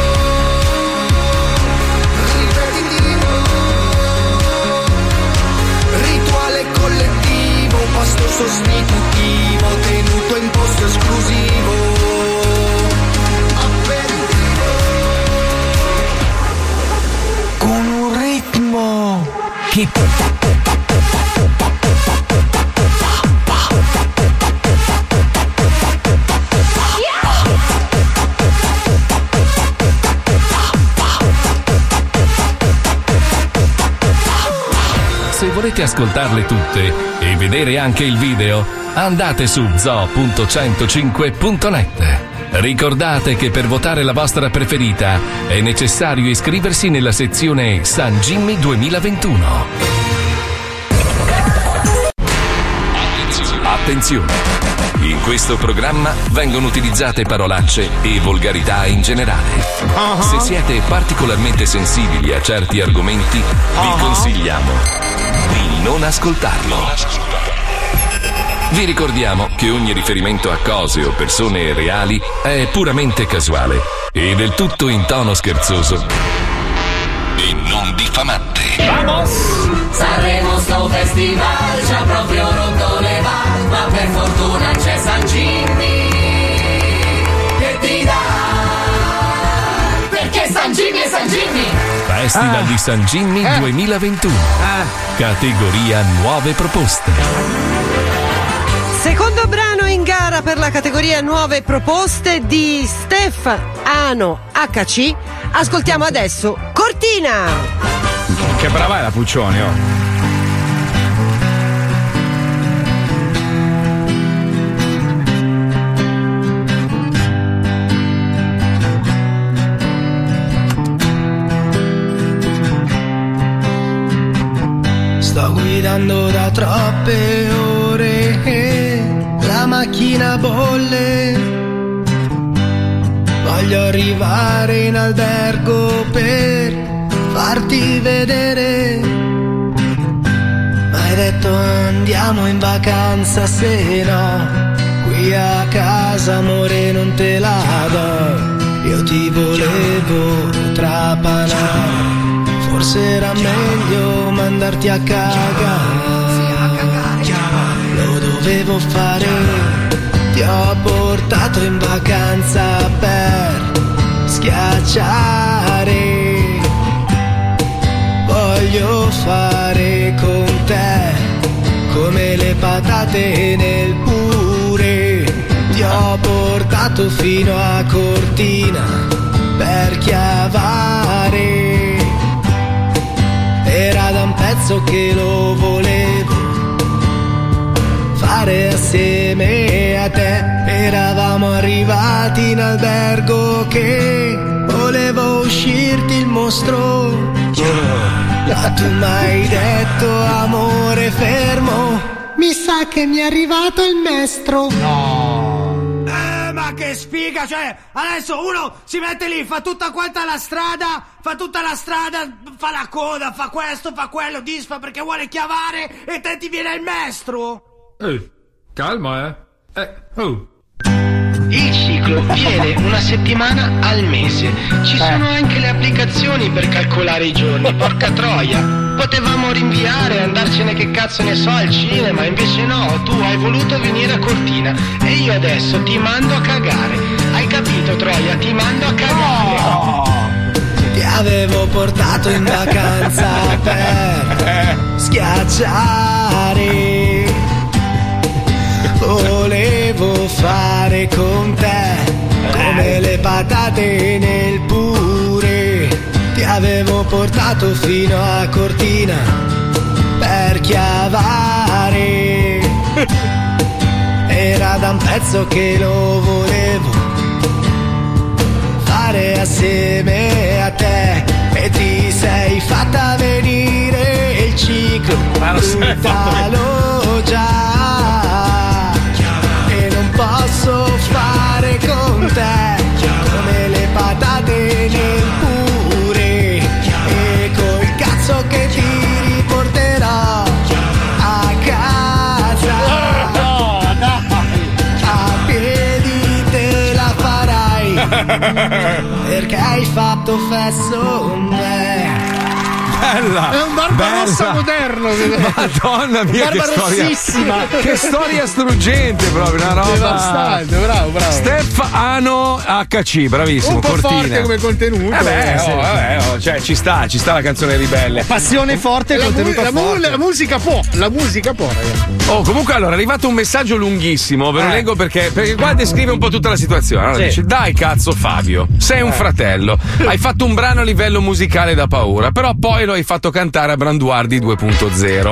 L: ripetitivo, rituale collettivo, pasto sostitutivo, tenuto in posto esclusivo. Aperitivo, con un ritmo che
B: Se volete ascoltarle tutte e vedere anche il video, andate su zoo punto centocinque punto net. Ricordate che per votare la vostra preferita è necessario iscriversi nella sezione San Jimmy duemilaventuno. Attenzione! In questo programma vengono utilizzate parolacce e volgarità in generale.
A: Uh-huh.
B: Se siete particolarmente sensibili a certi argomenti, vi
A: Uh-huh.
B: consigliamo di non ascoltarlo. Vi ricordiamo che ogni riferimento a cose o persone reali è puramente casuale e del tutto in tono scherzoso e non diffamante.
A: Vamos!
L: Sanremo sto festival ci ha proprio rotto le balle, ma per fortuna c'è San Jimmy che ti dà, perché San Jimmy è San Jimmy.
B: Festival
L: Ah.
B: di San Jimmy
L: Eh.
B: duemilaventuno. Categoria nuove proposte.
M: Secondo brano in gara per la categoria nuove proposte di Stefano acca ci. Ascoltiamo adesso Cortina.
A: Che brava è la Puccioni, oh.
H: Sto guidando da troppe ore, la macchina bolle. Voglio arrivare in albergo per farti vedere. Ma hai detto andiamo in vacanza, se no qui a casa amore non te la do. Io ti volevo trapanare, forse era meglio mandarti a cagare. Lo dovevo fare, ti ho portato in vacanza per schiacciare. Voglio fare con te come le patate nel purè. Ti ho portato fino a Cortina per chiavare. Era da un pezzo che lo volevo fare assieme a te. Eravamo arrivati in albergo che volevo uscirti il mostro. Ma tu m'hai detto amore fermo, mi sa che mi è arrivato il mestro.
L: No.
H: Eh, ma che sfiga, cioè, adesso uno si mette lì, fa tutta quanta la strada, fa tutta la strada, fa la coda, fa questo, fa quello, disfa perché vuole chiavare e te ti viene il mestro.
V: Eh, calma, eh. Eh, oh.
H: Il ciclo viene una settimana al mese. Ci sono anche le applicazioni per calcolare i giorni. Porca troia, potevamo rinviare, andarcene che cazzo ne so al cinema. Invece no, tu hai voluto venire a Cortina e io adesso ti mando a cagare. Hai capito troia, ti mando a cagare. Oh. Ti avevo portato in vacanza per schiacciare. Volevo fare con te come le patate nel purè. Ti avevo portato fino a Cortina per chiavare. Era da un pezzo che lo volevo fare assieme a te e ti sei fatta venire il ciclo. Buttalo già. Posso fare con te come le patate nel purè e col cazzo che ti riporterò a casa. A piedi te la farai perché hai fatto fesso con me.
A: Bella!
F: È un Barbarossa
A: bella.
F: moderno.
A: Madonna mia, che storia! Che storia struggente proprio, una roba.
F: Devastante, bravo, bravo.
A: Stefano acca ci, bravissimo.
F: Un po'
A: Cortina.
F: forte come contenuto.
A: Eh beh,
F: eh,
A: oh,
F: sì.
A: vabbè, oh, cioè ci sta, ci sta la canzone ribelle.
F: Passione forte e
A: La
F: contenuto
A: mu- la mu-
F: forte. La musica può, la musica può, ragazzi.
A: Oh, comunque allora è arrivato un messaggio lunghissimo, ve lo
F: Eh.
A: leggo perché, perché qua descrive un po' tutta la situazione. Allora
F: Sì.
A: dice: dai cazzo Fabio, sei un
F: Eh.
A: fratello, hai fatto un brano a livello musicale da paura, però poi lo hai fatto cantare a Branduardi due punto zero.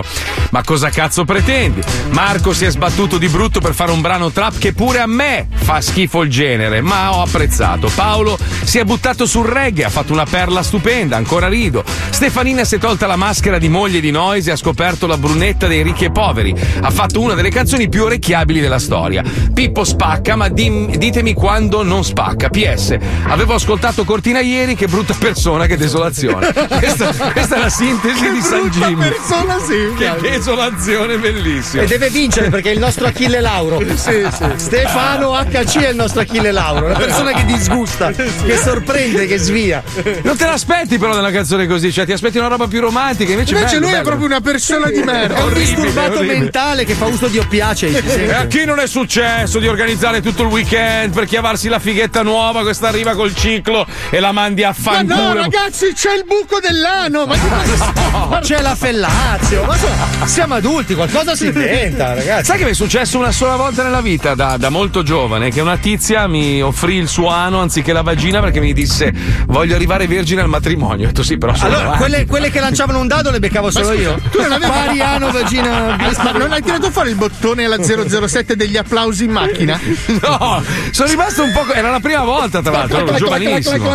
A: Ma cosa cazzo pretendi? Marco si è sbattuto di brutto per fare un brano trap che pure a me fa schifo il genere, ma ho apprezzato. Paolo si è buttato sul reggae, ha fatto una perla stupenda, ancora rido. Stefanina si è tolta la maschera di moglie di Noise e ha scoperto la brunetta dei ricchi e poveri. Ha fatto una delle canzoni più orecchiabili della storia. Pippo spacca, ma dim- ditemi quando non spacca. P S. Avevo ascoltato Cortina ieri, che brutta persona, che desolazione. Questa, questa è la sintesi
F: Che
A: di San
F: brutta
A: Jimmy.
F: persona, sì.
A: Che desolazione bellissima.
C: E deve vincere perché è il nostro Achille Lauro.
F: Sì, sì.
C: Stefano H C è il nostro Achille Lauro. Una persona che disgusta, che sorprende, che svia.
A: Non te l'aspetti però nella canzone così, cioè ti aspetti una roba più romantica, invece,
F: Invece
A: bello,
F: lui
A: bello.
F: è proprio una persona di merda.
C: È un
A: Orribile,
C: disturbato
A: orribile.
C: mentale che fa uso di oppiacei. si
A: E
C: sente.
A: a chi non è successo di organizzare tutto il weekend per chiavarsi la fighetta nuova, questa arriva col ciclo e la mandi a
F: Ma no,
A: fanculo.
F: ragazzi, c'è il buco dell'ano. Ma che cosa
C: C'è la fellazio. Ma so- siamo adulti, qualcosa si inventa, ragazzi.
A: Sai che mi è successo una sola volta nella vita, da, da molto giovane, che una tizia mi offrì il suo ano anziché la vagina perché mi disse voglio arrivare vergine al matrimonio. Ho detto sì, però sono
C: Allora,
A: avanti.
C: quelle, quelle che lanciavano un dado le beccavo solo
F: scusa,
C: io.
F: tu non avevi-
C: Pari ano, vagina.
F: Ma non hai tirato fuori il bottone alla zero zero sette degli applausi in macchina?
A: No, sono rimasto un po'. Era la prima volta, tra l'altro, ero giovanissimo.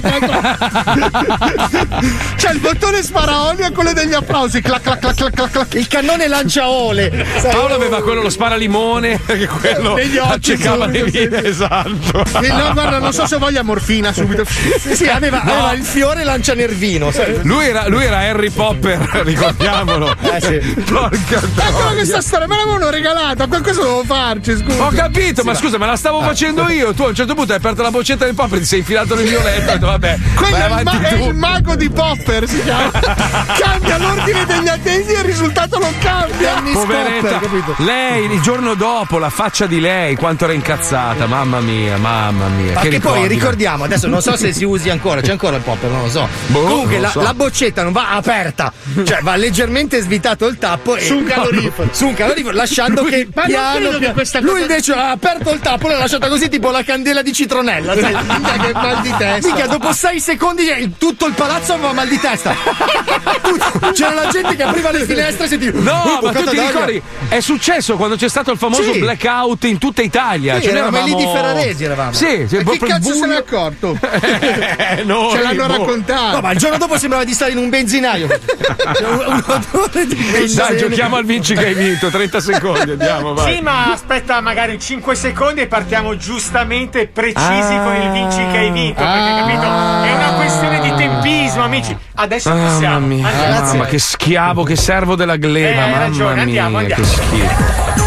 F: C'è il bottone sparaoli e quello degli applausi. Clac, clac, clac, clac, clac, clac.
C: Il cannone lancia ole. Sai,
A: Paolo aveva quello lo sparalimone, perché quello
F: Negli occhi
A: accecava le
F: subito,
A: vite,
F: sì.
A: esatto.
F: Sì, no, guarda, non so se voglia morfina subito.
C: Sì, sì, aveva,
A: No.
C: aveva il fiore lancia nervino. Sai?
A: Lui era, lui era Harry Popper, ricordiamolo.
C: Eh sì.
A: Porca
F: Eccolo
A: troia.
F: questa storia, me l'avevano regalata, qualcosa devo farci, scusa.
A: Ho capito, ma scusa, ma la stavo facendo io. Tu a un certo punto hai aperto la boccetta del Popper, ti sei infilato nel violetto. Ho detto, vabbè,
F: Quello
A: vai
F: è il,
A: avanti
F: ma- è
A: tu.
F: il mago di Popper, si chiama. Cambia l'ordine degli attesi e il risultato non cambia.
A: Poveretta,
F: capito?
A: lei il giorno dopo, la faccia di lei, quanto era incazzata, mamma mia, mamma mia.
C: Ma
A: che
C: che poi
A: ricordi.
C: ricordiamo, adesso non so se si usi ancora, c'è ancora il popper, non lo so.
A: Boh,
C: Comunque
A: non lo
C: la,
A: so.
C: la boccetta non va aperta, cioè va leggermente svitato il tappo e
F: Su un calorifero.
C: su un calorifero, lasciando che
F: ma non
C: piano,
F: credo che
C: piano-
F: questa
C: lui
F: cosa-
C: invece ha aperto il tappo e l'ha lasciata così tipo la candela di citronella, sai?
F: Minchia, che mal di testa.
C: Minchia, dopo sei secondi il- tutto il palazzo aveva mal di testa. Tutto- c'era la gente che apriva le finestre e sentiva
A: No,
C: "Uh,
A: ma tu
C: boccata
A: ti
C: d'aria".
A: ricordi? È successo quando c'è stato il famoso
C: Sì.
A: blackout in tutta Italia.
C: Sì,
A: Ce
C: eravamo
A: n'eravamo-
C: lì di Ferraresi, eravamo.
A: Sì, sì,
F: E chi
A: proprio il
F: cazzo se n'è
A: buio.
F: accorto?
A: Eh, noi,
F: Ce l'hanno
A: boh.
F: raccontato.
C: No, ma il giorno dopo sembrava di stare in un benzinaio. C'è un, un odore di benzina.
A: Dai, giochiamo al vinci che hai vinto. trenta secondi, andiamo, vai.
D: Sì, ma aspetta magari cinque secondi e partiamo giustamente precisi
A: Ah.
D: con il vinci che hai vinto. Perché capito? È una questione di tempismo, amici. Adesso
A: Mamma
D: possiamo.
A: mia,
D: Andiamo.
A: mamma, che schiavo, che servo della gleba,
D: Eh, hai
A: mamma
D: ragione,
A: mia,
D: andiamo, andiamo.
A: che schifo.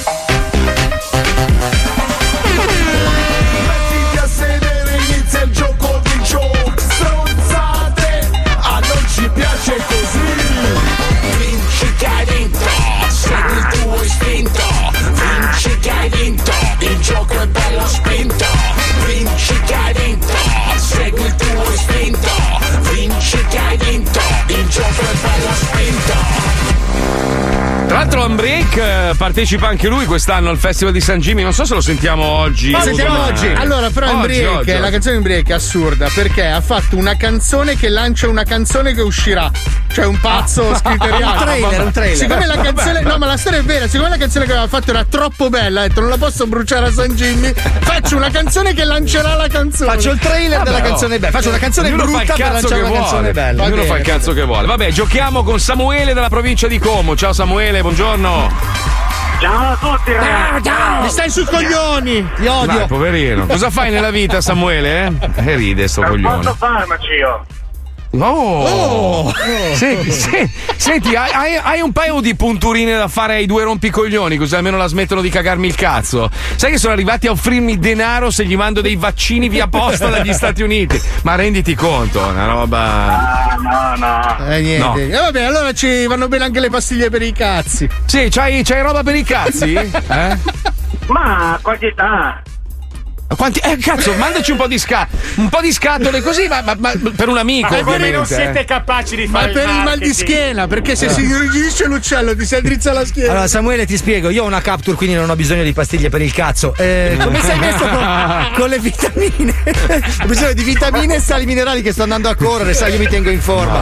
L: Mettiti a sedere, inizia il gioco di gioco. Stronzate, a non ci piace così. Vinci che hai vinto, segui il tuo istinto. Vinci che hai vinto, il gioco è bello spinto. Vinci che hai vinto, segui il tuo istinto. Vinci che hai vinto, il gioco è bello spinto.
A: Tra l'altro Unbreak eh, partecipa anche lui quest'anno al Festival di San Jimmy, non so se lo sentiamo oggi.
F: Ma
A: o
F: sentiamo
A: domani.
F: oggi. Allora, però in
A: Oggi,
F: break,
A: oggi,
F: la
A: oggi.
F: canzone in break è assurda perché ha fatto una canzone che lancia una canzone che uscirà. Cioè un pazzo scriteriato.
C: Un trailer, un trailer.
F: Siccome la canzone. No, ma la storia è vera, siccome la canzone che aveva fatto era troppo bella, ha detto non la posso bruciare a San Jimmy. Faccio una canzone che lancerà la canzone.
C: Faccio il trailer
A: Vabbè,
C: della
A: oh.
C: canzone bella. Faccio una canzone
A: Ognuno fa il
C: brutta per
A: cazzo
C: lanciare
A: che
C: una
A: vuole.
C: canzone bella.
A: Ognuno
F: Va
A: fa il
F: bene.
A: cazzo che vuole. Vabbè, giochiamo con Samuele della provincia di Como. Ciao Samuele, buongiorno.
I: Ciao a tutti ragazzi.
F: Mi stai sui coglioni.
C: Ti odio.
A: Dai, poverino. Cosa fai nella vita, Samuele? Eh, E ride sto coglione.
I: Posso farmaci io?
A: Oh!
C: Oh.
A: Senti, se- senti, hai, hai- hai un paio di punturine da fare ai due rompicoglioni, così almeno la smettono di cagarmi il cazzo. Sai che sono arrivati a offrirmi denaro se gli mando dei vaccini via posta dagli Stati Uniti. Ma renditi conto, una roba.
I: Ah, no, no.
F: Eh niente.
A: No.
F: E vabbè, allora ci vanno bene anche le pastiglie per i cazzi.
A: Sì, c'hai, c'hai roba per i cazzi? Eh?
I: Ma quantità?
A: Quanti... Eh, cazzo, mandaci un po' di sca... un po' di scatole così, ma, ma- ma per un amico,
D: Ma voi
A: ovviamente.
D: non siete
A: eh.
D: capaci di
F: Ma
D: fare
F: per il mal di
D: marketing.
F: schiena, perché se si irrigidisce l'uccello ti si addrizza la schiena.
C: Allora Samuele ti spiego, io ho una Capture quindi non ho bisogno di pastiglie per il cazzo. Eh, come sei messo con, con le vitamine. Ho bisogno di vitamine e sali minerali che sto andando a correre, sai, io mi tengo in forma.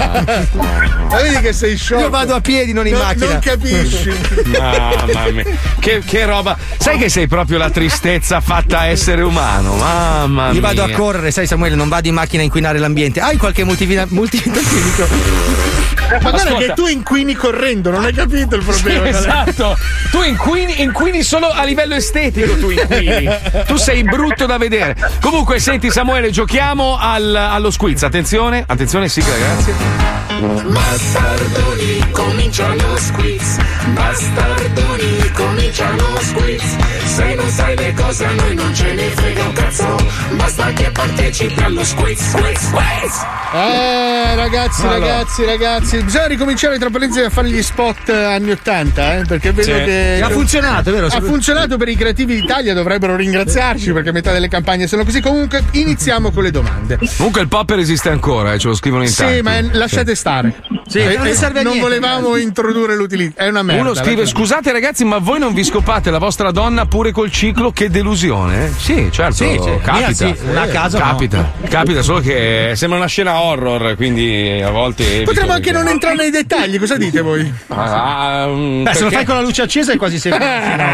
F: Ma vedi che sei sciocco.
C: Io vado a piedi, non in
F: No,
C: macchina.
F: non capisci.
A: Mamma mia. Che, che roba. Sai che sei proprio la tristezza fatta essere umano. Mamma mia.
C: Io vado a correre, sai Samuele, non vado in macchina a inquinare l'ambiente. Hai qualche multivita- multivitaminico?
F: Ma guarda
A: Ascolta.
F: che tu inquini correndo, non hai capito il problema.
A: Sì, esatto. Tu inquini, inquini solo a livello estetico, tu inquini. Tu sei brutto da vedere. Comunque, senti Samuele, giochiamo al- allo squiz. Attenzione, attenzione, sigla, grazie.
L: Bastardoni, comincia lo squiz. Bastardoni, comincia lo squiz. Se non sai le cose a noi non ce ne frega un cazzo. Basta che partecipi allo squiz, squiz, squiz.
F: Eh ragazzi,
L: Allora.
F: ragazzi, ragazzi, bisogna ricominciare tra parentesi a fare gli spot anni ottanta, eh, perché vedo
C: Sì.
F: che
C: Ha funzionato, vero?
F: Ha funzionato per i creativi d'Italia, dovrebbero ringraziarci perché metà delle campagne sono così. Comunque iniziamo con le domande.
A: Comunque il popper esiste ancora, eh, ce lo scrivono in tanti.
F: Sì, ma è- lasciate stare.
A: Sì,
F: Eh,
A: non
F: eh,
A: serve a
F: non
A: niente,
F: volevamo introdurre l'utilizzo. È una merda.
A: Uno scrive:
F: la-
A: scusate ragazzi, ma voi non vi scopate la vostra donna pure col ciclo? Che delusione? Sì, certo.
C: Sì, sì.
A: Capita.
C: Mia sì, a caso no.
A: capita. Capita, solo che sembra una scena horror, quindi a volte. evito
F: Potremmo anche
A: perché-
F: non entrare nei dettagli, cosa dite voi?
A: Ah, mm,
C: Beh, se lo
A: perché-
C: fai con la luce accesa è quasi sempre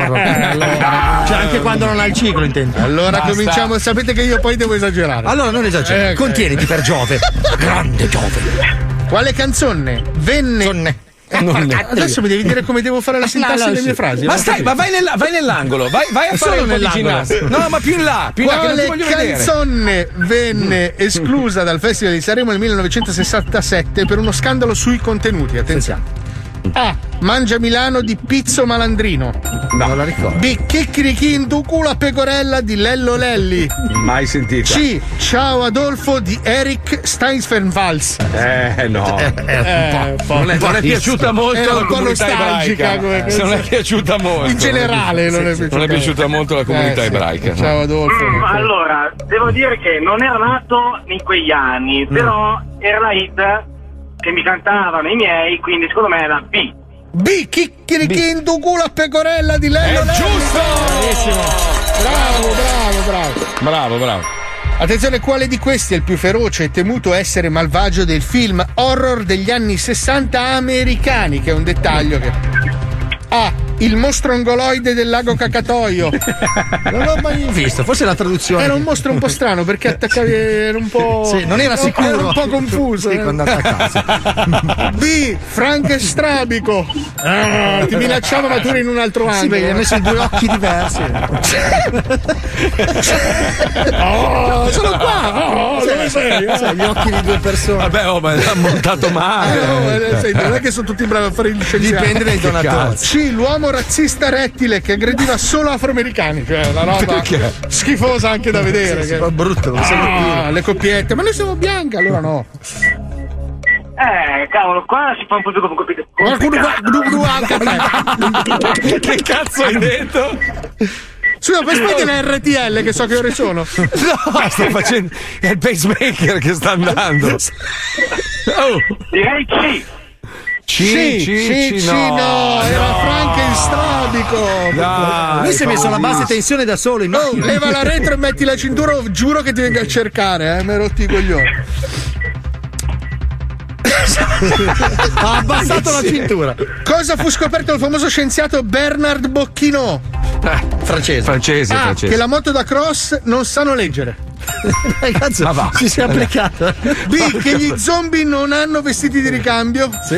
C: allora. Cioè, anche quando non ha il ciclo, intendi.
F: Allora
C: Basta.
F: cominciamo. Sapete che io poi devo esagerare.
C: Allora non esagera.
F: Eh, ok.
C: Contieniti per Giove. Grande Giove.
F: Quale canzone venne?
A: Non ne-
F: Adesso mi devi dire come devo fare la sintassi
C: No, no,
F: delle
C: sì.
F: mie frasi.
A: Ma
F: no?
A: stai, ma vai, nella- vai nell'angolo, vai, vai a
F: Solo
A: fare un po' di
F: nell'angolo.
A: ginnastica. No, ma più in là, più in là, che non ti
F: Quale
A: voglio vedere.
F: canzone venne esclusa dal Festival di Sanremo nel millenovecentosessantasette per uno scandalo sui contenuti? Attenzione. A. Mangia Milano di Pizzo Malandrino.
C: No, non la ricordo.
F: B. Chicchirichi in tu culo a pecorella di Lello Lelli.
A: Mai sentita.
F: C. Ciao Adolfo di Eric Steinfernwals.
A: Eh, no.
F: Eh, un po'.
A: non, è, non è piaciuta molto
F: Era
A: la
F: un po'
A: comunità
F: nostalgica
A: ebraica.
F: come
A: Se non è
F: canzone.
A: piaciuta molto.
F: In generale non è piaciuta.
A: Non è piaciuta molto la comunità
F: Eh, sì.
A: ebraica. no.
F: Ciao Adolfo.
I: Mm, allora, devo dire che non ero nato in quegli anni, però era la hit che mi cantavano i miei, quindi secondo me era B.
F: B. Chicchirichi in tu culo a pecorella di Lello
A: È
F: Lelli.
A: giusto!
F: Bravissimo. Bravo, bravo, bravo.
A: Bravo, bravo.
F: Attenzione, quale di questi è il più feroce e temuto essere malvagio del film horror degli anni sessanta americani? Che è un dettaglio che. A. Il mostro ongoloide del lago Cacatoio.
C: Non l'ho mai visto, forse la traduzione.
F: Era un mostro un po' strano perché attaccavi. Era un po'.
C: Sì, non era sicuro.
F: Era un po' confuso.
C: Sì,
F: eh.
C: quando andate a casa.
F: B. Frankestrabico. Ah, ti minacciava ma tu eri in un altro angolo.
C: Sì, beh, gli hai messo due occhi diversi.
F: Oh, sono qua. Oh, dove sei?
C: Sai, gli occhi di due persone.
A: Vabbè, oh, ma l'ha montato male.
F: Eh, no, eh, senti, non è che sono tutti bravi a fare il scienziato.
C: Dipende dai donatori.
F: C. L'uomo razzista rettile che aggrediva solo afroamericani. Cioè, una roba
A: Perché?
F: schifosa anche da vedere.
C: Sì, sì,
F: che-
C: fa brutto, non siamo
F: Ah, le coppiette. Ma noi siamo bianche, allora no.
I: Eh, cavolo, qua si fa un po' più complicato.
A: Che cazzo hai detto?
F: Scusa, poi aspetta le R T L che so che ore sono.
A: No, sto facendo. È il pacemaker che sta andando. Oh.
I: Direi C.
A: C,
F: Sì,
A: C,
F: sì,
A: C,
F: sì,
A: no,
F: no, era
A: no.
F: Frankenstrabico.
A: Dai,
C: Lui si è messo la base
A: famosissimo.
C: tensione da solo in
F: Oh,
C: macchina.
F: leva la retro e metti la cintura, giuro che ti venga a cercare, eh, mi hai rotti i coglioni.
C: Ha abbassato la cintura.
F: Cosa fu scoperto dal famoso scienziato Bernard Bocchino?
C: Francese.
A: Francese,
F: A.
A: francese.
F: Che la moto da cross non sanno leggere.
C: Eh, cazzo,
A: Ma va.
C: ci si è applicato.
F: B. Che gli zombie non hanno vestiti di ricambio.
C: Sì.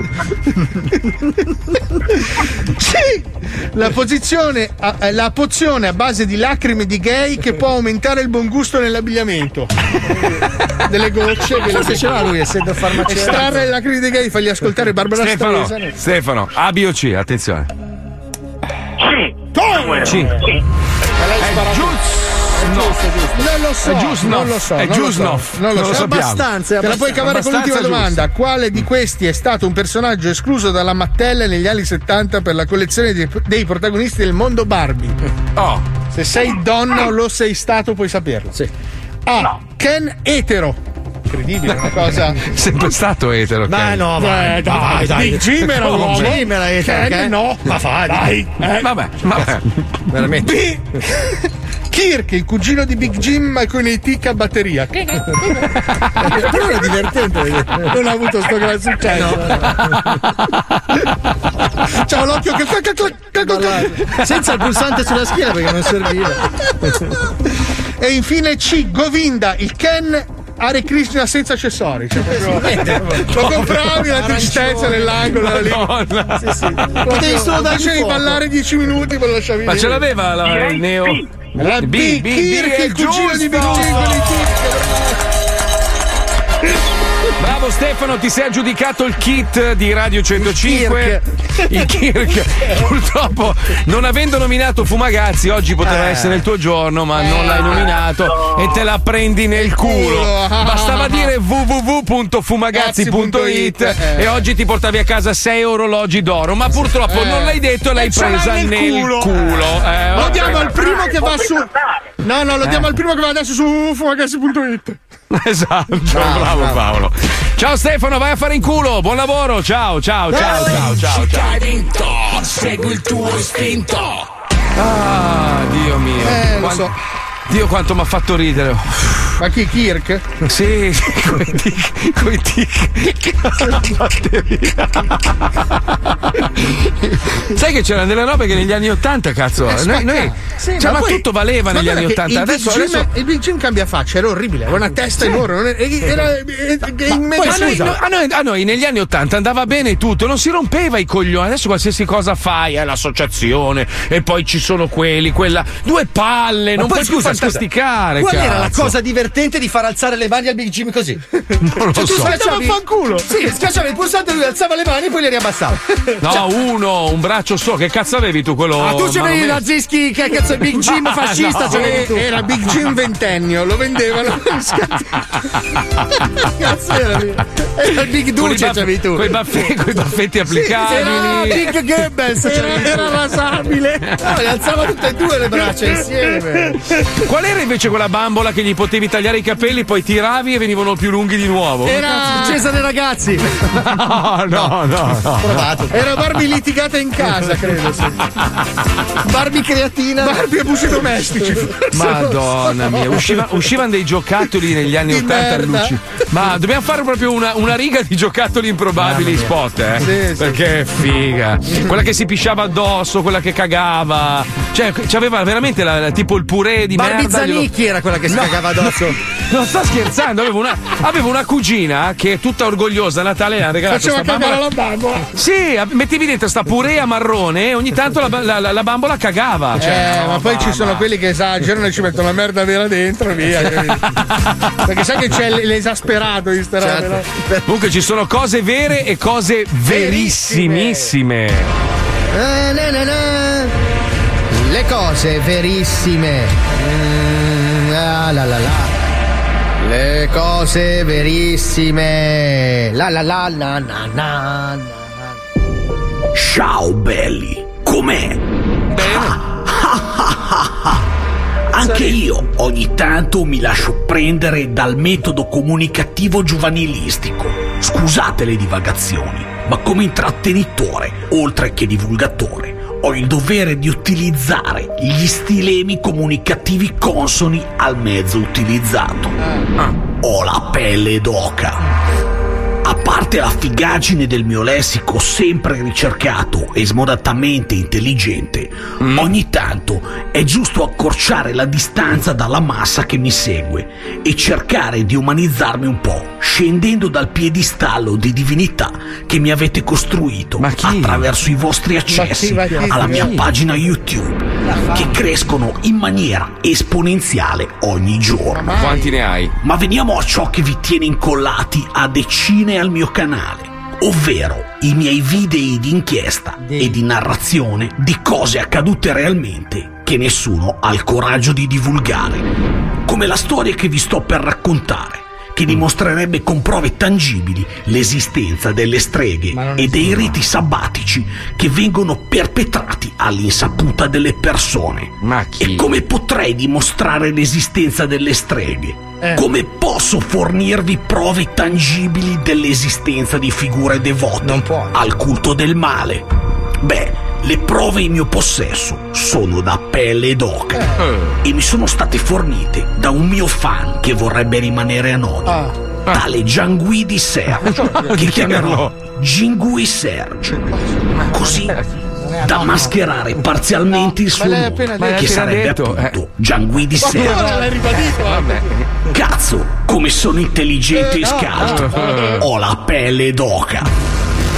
F: C. La posizione, eh, la pozione a base di lacrime di gay che può aumentare il buon gusto nell'abbigliamento. Delle gocce. che
C: Forse
F: le-
C: ce l'ha lui, essendo farmaceutico.
F: Estrarre le lacrime di gay, fargli ascoltare Barbara
A: Stefano,
F: Streisand.
A: Stefano, A, B o C, attenzione.
I: C.
F: Come?
A: C. È giusto. No.
F: Non lo so,
A: È giusto,
F: non
A: no.
F: lo so,
A: È
F: non lo
A: giusto,
F: so,
A: no.
F: non lo
A: Non
F: so.
A: lo sappiamo.
C: Abbastanza, è
F: Te la puoi cavare con l'ultima
A: abbastanza
F: domanda. Quale di questi è stato un personaggio escluso dalla Mattel negli anni settanta per la collezione dei, dei protagonisti del mondo Barbie?
A: Oh.
F: Se sei donna o lo sei stato, puoi saperlo.
C: Sì.
F: A. Ken etero. Incredibile, una cosa.
A: Sempre stato etero.
C: Ma
A: Ken.
C: no, vai,
F: Eh,
C: dai, dai.
F: Big Jim era
C: Come?
F: uomo.
C: Jim era etero,
F: Ken
C: Ken?
F: no. Ma fai, dai. Eh.
A: Vabbè, vabbè.
C: Veramente.
F: B. Kirk, il cugino di Big Jim, ma con i tic a batteria. Però era divertente, non ha avuto sto gran successo. Ciao, l'occhio che fa
C: senza il pulsante sulla schiena perché non serviva.
F: E infine C, Govinda, il Ken Hare Krishna senza accessori. Cioè, proprio, lo compravi la tristezza nell'angolo lì. Sì, sì. Potevi solo darci ballare dieci minuti poi lo lasciavi.
A: Ma
F: lì.
A: ce l'aveva la, il neo?
F: La B, B, Kirk, il cugino di Big Jim con i
A: Bravo Stefano, ti sei aggiudicato il kit di Radio centocinque. Il Kirk. Purtroppo, non avendo nominato Fumagazzi, oggi poteva
F: Eh.
A: essere il tuo giorno, ma non l'hai nominato e te la prendi nel culo. Bastava dire w w w punto fumagazzi punto i t e oggi ti portavi a casa sei orologi d'oro, ma purtroppo non l'hai detto e l'hai
F: E ce l'hai
A: presa
F: nel
A: nel
F: culo.
A: culo. Eh,
F: Lo
A: vabbè.
F: diamo al primo che va su. No, no, lo diamo
A: Eh.
F: al primo che va adesso su fumagazzi punto i t.
A: Esatto,
F: Bravo,
A: bravo,
F: bravo.
A: Paolo. Ciao Stefano, vai a fare in culo. Buon lavoro, ciao, ciao, ciao, ciao, ciao, ciao.
L: Hai vinto, segui il tuo istinto.
A: Ah, Dio mio.
F: Eh, lo
A: Quan-
F: so.
A: Dio quanto mi ha fatto ridere.
F: Ma chi, Kirk?
A: Sì, coi tic, coi tic. La batteria. Sai che c'erano delle robe che negli anni ottanta, cazzo.
F: Eh,
A: Noi, noi,
F: sì,
A: cioè, ma
F: poi-
A: tutto valeva
F: ma
A: negli anni
F: guarda che
A: ottanta.
F: il Big
A: Adesso,
F: Jim-
A: adesso
F: il Big Jim cambia faccia, era orribile, aveva una testa enorme. non era- Era, era
A: Ma poi a, noi, no, a, noi, a noi negli anni ottanta andava bene tutto, non si rompeva i coglioni. Adesso qualsiasi cosa fai è l'associazione e poi ci sono quelli, quella. Due palle,
C: Ma
A: non
C: poi
A: puoi più
C: scusa,
A: fantasticare.
C: Qual era la
A: cazzo.
C: cosa divertente di far alzare le mani al Big Jim così?
A: Non lo
C: Cioè, tu
A: so.
C: schiacciavi
F: fanculo.
C: Sì, schiacciavi il pulsante, lui alzava le mani e poi le riabbassava.
A: No, uno, un braccio solo. Che cazzo avevi tu quello?
C: Ah, tu c'avevi
A: Mano-
C: Nazischi, che cazzo è Big Jim
A: Ma
C: fascista?
A: no.
C: c'avevi tu.
F: Era Big Jim ventennio, lo vendevano. Cazzo era lì? Era il Big
A: Con i
F: Duce,
A: baff-
F: c'avevi tu.
A: coi baffe- coi baffetti applicabili.
F: Era Big Goebbels, era, era rasabile.
C: No, le alzava tutte e due le braccia insieme.
A: Qual era invece quella bambola che gli potevi tagliare i capelli, poi tiravi e venivano più lunghi di nuovo?
C: Era Cesare Ragazzi.
A: No, no, no, no.
C: Provato.
F: Era Barbie litigata in casa, credo. Sì.
C: Barbie creatina.
F: Barbie abusi domestici.
A: Madonna mia, usciva- uscivano dei giocattoli negli anni
F: Di
A: ottanta
F: merda.
A: alluci- Ma dobbiamo fare proprio una, una riga di giocattoli improbabili
F: Mamma mia.
A: spot, eh?
F: Sì, sì.
A: Perché è figa. Quella che si pisciava addosso, quella che cagava. Cioè, c'aveva veramente la- la- tipo il purè di
C: Barbie
A: merda. glielo-
C: Zanicchi era quella che si
A: No.
C: cagava addosso.
A: Non sto scherzando, avevo una, avevo una cugina che è tutta orgogliosa a Natale le ha regalato
F: Faceva
A: sta
F: cagare
A: bambola.
F: la bambola.
A: Sì, mettevi dentro sta purea marrone e ogni tanto la, la- la- la bambola cagava. Cioè,
F: Eh,
A: no,
F: ma poi ci
A: mamma.
F: sono quelli che esagerano e ci mettono la merda vera dentro e via. capito? Perché sai che c'è l- l'esasperato di ste robe, no?
A: Comunque ci sono cose vere e cose verissimissime.
C: Eh, na, na, na. Le cose verissime. Mm, ah, la, la, la. Le cose verissime. La la la la na na na.
L: Ciao belli, com'è?
A: Bene.
L: Anche io ogni tanto mi lascio prendere dal metodo comunicativo giovanilistico. Scusate le divagazioni, ma come intrattenitore, oltre che divulgatore, ho il dovere di utilizzare gli stilemi comunicativi consoni al mezzo utilizzato. Ho la pelle d'oca. A parte la figaggine del mio lessico sempre ricercato e smodatamente intelligente, ogni tanto è giusto accorciare la distanza dalla massa che mi segue e cercare di umanizzarmi un po', scendendo dal piedistallo di divinità che mi avete costruito attraverso i vostri accessi
F: Ma chi va a dire?
L: alla mia
F: Chi?
L: pagina YouTube, che crescono in maniera esponenziale ogni giorno.
A: Ma quanti ne hai?
L: Ma veniamo a ciò che vi tiene incollati a decine al mio canale, ovvero i miei video di inchiesta e di narrazione di cose accadute realmente che nessuno ha il coraggio di divulgare. Come la storia che vi sto per raccontare, che dimostrerebbe con prove tangibili l'esistenza delle streghe e dei riti sabbatici che vengono perpetrati all'insaputa delle persone. E come potrei dimostrare l'esistenza delle streghe?
F: Eh.
L: Come posso fornirvi prove tangibili dell'esistenza di figure devote al culto del male? Beh,
N: Le prove in mio possesso sono da pelle d'oca e mi sono state fornite da un mio fan che vorrebbe rimanere anonimo, tale Gianguidi Serge, che chiamerò Gingui Serge, così da mascherare parzialmente il suo nome, che sarebbe appunto Gianguidi Serge. Cazzo, come sono intelligente e scaltro, ho la pelle d'oca.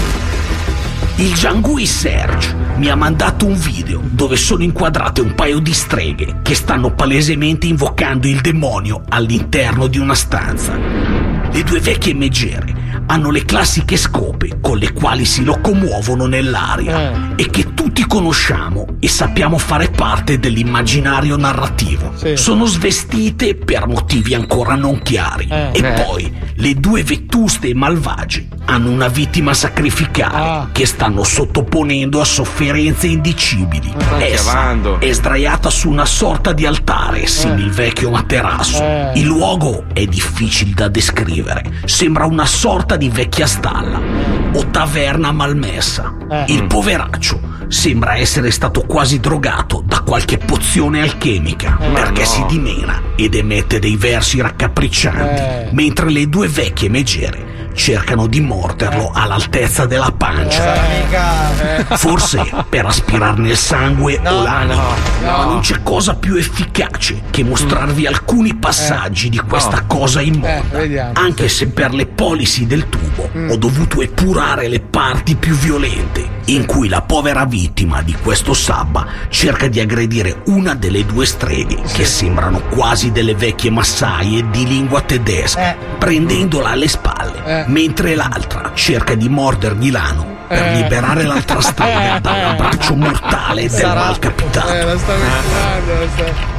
N: Il Giangui Serge mi ha mandato un video dove sono inquadrate un paio di streghe che stanno palesemente invocando il demonio all'interno di una stanza. Le due vecchie megere hanno le classiche scope con le quali si locomuovono nell'aria e che tutti conosciamo e sappiamo fare parte dell'immaginario narrativo.
L: Sì.
N: Sono svestite per motivi ancora non chiari
L: Eh.
N: e
L: Eh.
N: poi le due vetuste e malvagie hanno una vittima sacrificale che stanno sottoponendo a sofferenze indicibili. Essa
A: chiamando.
N: è sdraiata su una sorta di altare simile il vecchio materasso.
L: Eh.
N: Il luogo è difficile da descrivere, sembra una sorta di vecchia stalla o taverna malmessa.
L: Eh.
N: Il poveraccio sembra essere stato quasi drogato da qualche pozione alchemica perché
L: no.
N: si dimena ed emette dei versi raccapriccianti,
L: Eh.
N: mentre le due vecchie megere cercano di morderlo all'altezza della pancia. Forse per aspirarne il sangue o l'anima, ma non c'è cosa più efficace che mostrarvi alcuni passaggi di questa cosa immonda.
F: vediamo.
N: Anche se per le polisi del tubo ho dovuto epurare le parti più violente, in cui la povera vittima di questo sabba cerca di aggredire una delle due streghe che sembrano quasi delle vecchie massaie di lingua tedesca, prendendola alle spalle, mentre l'altra cerca di mordergli l'ano per
L: Eh.
N: liberare l'altra strega dall'abbraccio mortale del
L: Sarà-
N: malcapitato.
F: Eh, la sta mettendo, la sta...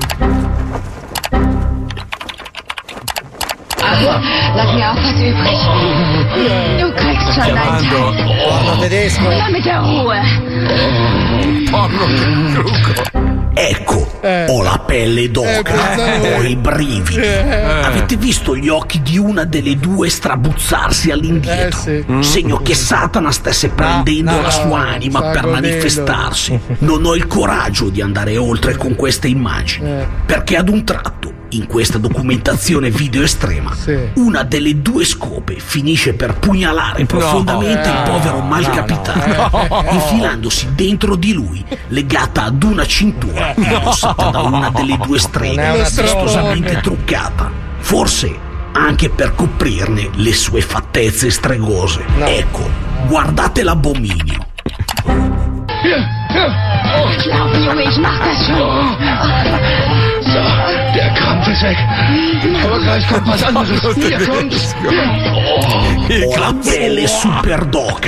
O: Lass mir aufhören zu übrig. Du kriegst schon deinen Teil.
C: Porno tedesco.
O: Lass mit der Ruhe.
N: Ecco, ho la pelle d'oca, ho i brividi. Avete visto gli occhi di una delle due strabuzzarsi all'indietro? Segno che Satana stesse prendendo
L: no,
N: la sua
L: no,
N: anima
L: sta
N: per
L: godendo.
N: manifestarsi. Non ho il coraggio di andare oltre con queste immagini, perché ad un tratto, in questa documentazione video estrema, una delle due scope finisce per pugnalare profondamente il
L: eh,
N: povero malcapitato,
L: no, no.
N: infilandosi dentro di lui, legata ad una cintura indossata da una delle due
L: Non è
N: streghe,
L: una
N: vistosamente
L: stronza.
N: truccata. Forse anche per coprirne le sue fattezze stregose. Ecco, guardate l'abominio.
O: Glaub mir, Junge, ich mach das schon.
L: So, der Krampf ist weg. Aber gleich kommt was anderes. Hier kommt's.
N: Ho la pelle super doca.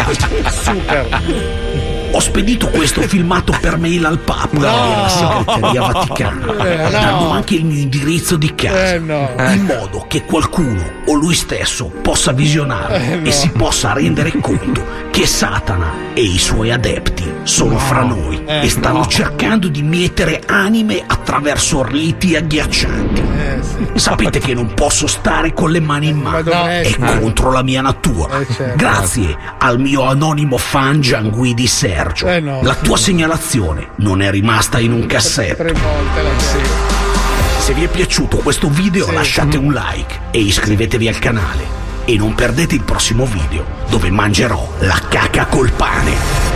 N: Ho spedito questo filmato per mail al Papa e alla segreteria vaticana,
L: Eh, no.
N: dando anche il mio indirizzo di casa,
L: Eh, no.
N: in modo che qualcuno o lui stesso possa visionarlo
L: Eh, no.
N: e si possa rendere conto che Satana e i suoi adepti sono fra noi
L: Eh,
N: e stanno
L: no.
N: cercando di mietere anime attraverso riti agghiaccianti. Sapete che non posso stare con le mani in mano, è contro la mia natura.
L: certo.
N: Grazie al mio anonimo fan Gianguidi Sergio.
F: Eh, no.
N: La tua segnalazione non è rimasta in un cassetto.
F: Tre volte la
N: Se vi è piaciuto questo video lasciate un like e iscrivetevi al canale. E non perdete il prossimo video dove mangerò la caca col pane.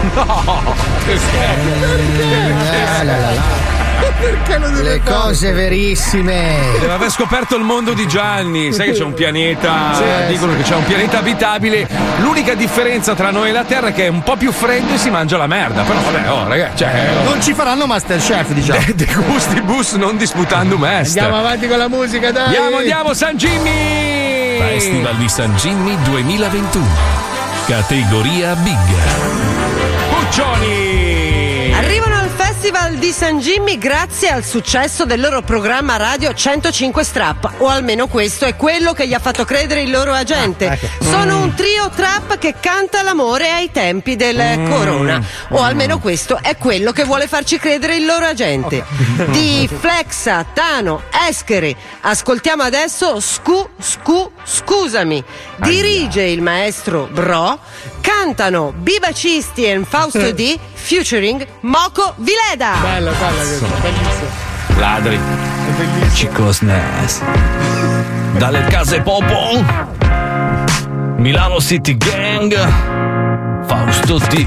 F: Eh,
C: la, la, la.
F: Perché non deve
C: Le
F: fare?
C: cose verissime.
A: Deve aver scoperto il mondo di Gianni. Sai che c'è un pianeta.
F: Sì,
A: dicono che c'è un pianeta abitabile. L'unica differenza tra noi e la Terra è che è un po' più freddo e si mangia la merda. Però vabbè, oh, ragazzi. Cioè, oh.
K: Non ci faranno Masterchef, diciamo.
A: De, de gustibus non disputandum est.
F: Andiamo avanti con la musica, dai.
A: Andiamo, andiamo, San Jimmy!
B: Festival di San Jimmy duemilaventuno. Categoria Big.
A: Puccioni!
M: Arrivano al Festival di San Jimmy grazie al successo del loro programma radio centocinque Strap, o almeno questo è quello che gli ha fatto credere il loro agente.
L: Ah, ecco.
M: Sono
L: Mm.
M: un trio trap che canta l'amore ai tempi del
L: Mm.
M: Corona, o almeno questo è quello che vuole farci credere il loro agente. Di Flexa, Tano, Escheri, ascoltiamo adesso Scu, Scu, Scusami. Dirige il maestro Bro, cantano Biba Cisti e Fausto D featuring Moco Vileda.
F: Bella, bella questa, bellissima.
A: Ladri.
F: È bellissima.
P: Chicos Nes. Dalle case Popo. Milano City Gang. Fausto D.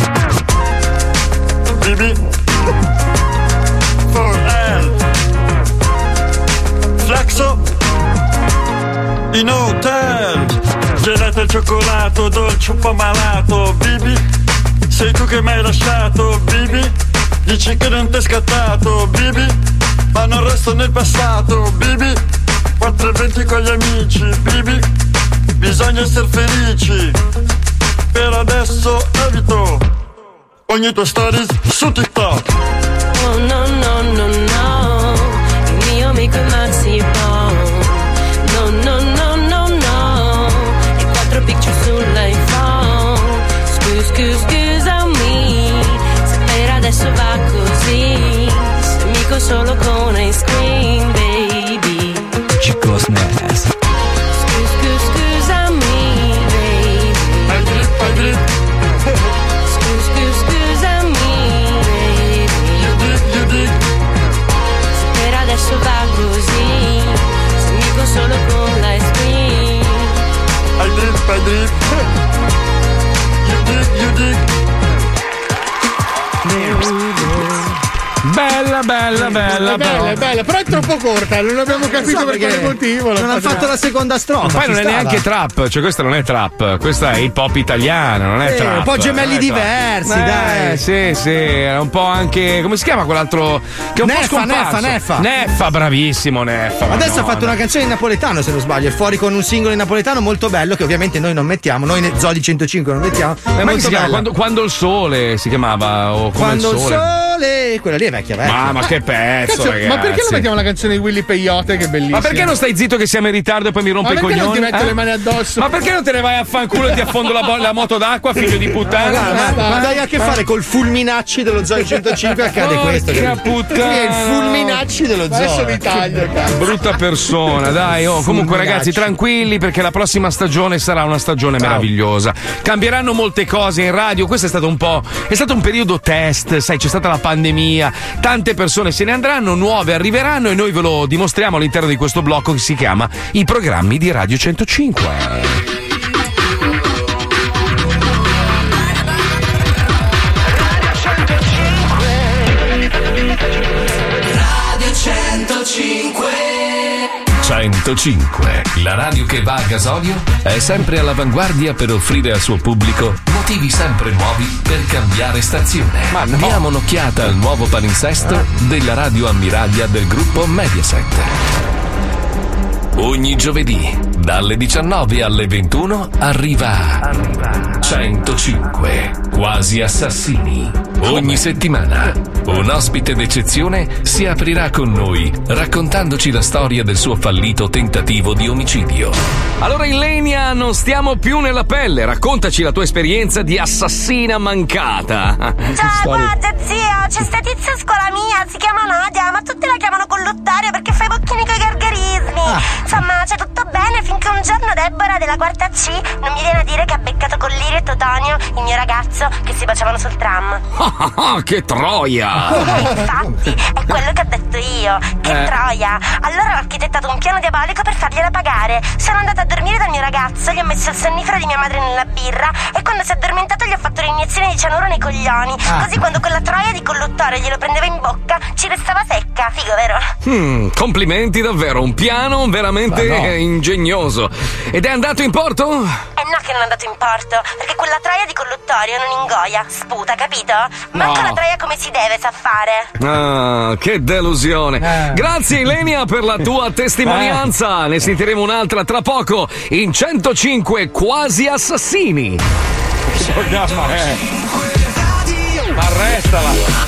R: Bibi. For L. Flaxo. In hotel. Gelato al cioccolato, dolce un po' malato. Bibi, sei tu che mi hai lasciato. Bibi, dici che non t'è scattato. Bibi, ma non resto nel passato. Bibi, quattro e venti con gli amici. Bibi, bisogna essere felici. Per adesso evito ogni tua stories su TikTok.
W: Oh no no no no, il mio amico è Maxi Bone. No no no no no, e quattro picture sull'iPhone. Scusa scusa scusa me, se per adesso va così. Sei amico solo con ice cream, baby.
P: Chicos Nes.
W: Scusa scusa scusa me, baby.
R: Al drip, al drip.
W: Scusa scusa scusa me, baby.
R: You dig, you dig.
W: Se per adesso va così, sei amico solo con l'ice cream.
R: Al drip, al drip. You dig, you dig.
A: Bella, bella, bella,
F: È bella, è bella, però è troppo corta, non abbiamo capito
K: so
F: per
K: perché
F: quale motivo.
K: non ha fatto la seconda strofa.
A: Poi non
K: ci
A: è
K: stava.
A: neanche trap, cioè questa non è trap, questa è hip hop italiana, non è
K: Eh,
A: trap.
K: un po' gemelli
A: non è trap.
K: diversi,
A: Eh,
K: dai.
A: Sì, sì, è un po' anche. Come si chiama quell'altro? Che è un
K: Neffa,
A: po' scomparso.
K: Neffa, Neffa.
A: Neffa, bravissimo, Neffa.
K: Adesso ha
A: Madonna.
K: fatto una canzone in napoletano, se non sbaglio, è fuori con un singolo in napoletano molto bello, che ovviamente noi non mettiamo, noi ne- Zodi centocinque non mettiamo. È
A: Ma che
K: molto
A: si chiama?
K: bella.
A: Quando, quando il sole si chiamava? O come
K: Quando
A: il
K: il
A: sole?
K: sole, quella lì è vecchia, vecchia.
A: Ma, ma che pezzo,
F: Cazzo,
A: ragazzi.
F: ma perché non mettiamo la canzone di Willy Peyote che è bellissima?
A: Ma perché non stai zitto che siamo in ritardo e poi mi rompe
F: Ma
A: i
F: perché
A: coglioni?
F: non ti metto
A: eh?
F: le mani addosso?
A: Ma perché non te ne vai a fanculo e ti affondo la, bo- la moto d'acqua, figlio di puttana?
K: Guarda,
A: Eh?
K: quando hai a che fare col fulminacci dello Zodi centocinque accade
A: Porca
K: questo. che-
A: puttana.
K: Che è il fulminacci dello Zoo.
F: Adesso mi taglio, cazzo.
A: Brutta persona, dai. Oh, comunque,
K: Fulminacci.
A: ragazzi, tranquilli perché la prossima stagione sarà una stagione
K: Ciao.
A: meravigliosa. Cambieranno molte cose in radio. Questo è stato un po'. È stato un periodo test, sai, c'è stata la pandemia. Tante persone se ne andranno, nuove arriveranno e noi ve lo dimostriamo all'interno di questo blocco che si chiama I programmi di Radio centocinque.
E: Radio centocinque.
B: centocinque, la radio che va a gasolio, è sempre all'avanguardia per offrire al suo pubblico motivi sempre nuovi per cambiare stazione.
A: Ma no.
B: Diamo un'occhiata al nuovo palinsesto della radio ammiraglia del gruppo Mediaset. Ogni giovedì, dalle diciannove alle ventuno, arriva centocinque, quasi assassini. Ogni settimana, un ospite d'eccezione si aprirà con noi, raccontandoci la storia del suo fallito tentativo di omicidio.
A: Allora, Ilenia, non stiamo più nella pelle. Raccontaci la tua esperienza di assassina mancata.
X: Cioè,
A: Storia-
X: guarda, zio, c'è sta tizia a scuola mia, si chiama Nadia, ma tutti la chiamano colluttaria perché fa i bocchini coi gargarismi. Insomma, c'è tutto bene finché un giorno Deborah della quarta C non mi viene a dire che ha beccato con Lirio e Totonio, il mio ragazzo, che si baciavano sul tram.
A: Ah, che troia!
X: Eh, infatti, è quello che ho detto io. Che
A: Eh.
X: troia! Allora ho architettato un piano diabolico per fargliela pagare. Sono andata a dormire dal mio ragazzo, gli ho messo il sonnifero di mia madre nella birra e quando si è addormentato gli ho fatto l'iniezione di cianuro nei coglioni.
A: Ah.
X: Così quando quella troia di colluttorio glielo prendeva in bocca, ci restava secca. Figo, vero?
A: Hmm, complimenti davvero, un piano veramente
X: Ma no.
A: eh, ingegnoso. Ed è andato in porto?
X: Eh no che non è andato in porto, perché quella troia di colluttorio non ingoia, sputa, capito? Manca
A: No.
X: la troia come si deve, sa fare.
A: Ah, che delusione. Grazie Ilenia per la tua testimonianza. Ne sentiremo un'altra tra poco in centocinque quasi assassini. Che programma è? Ma restala.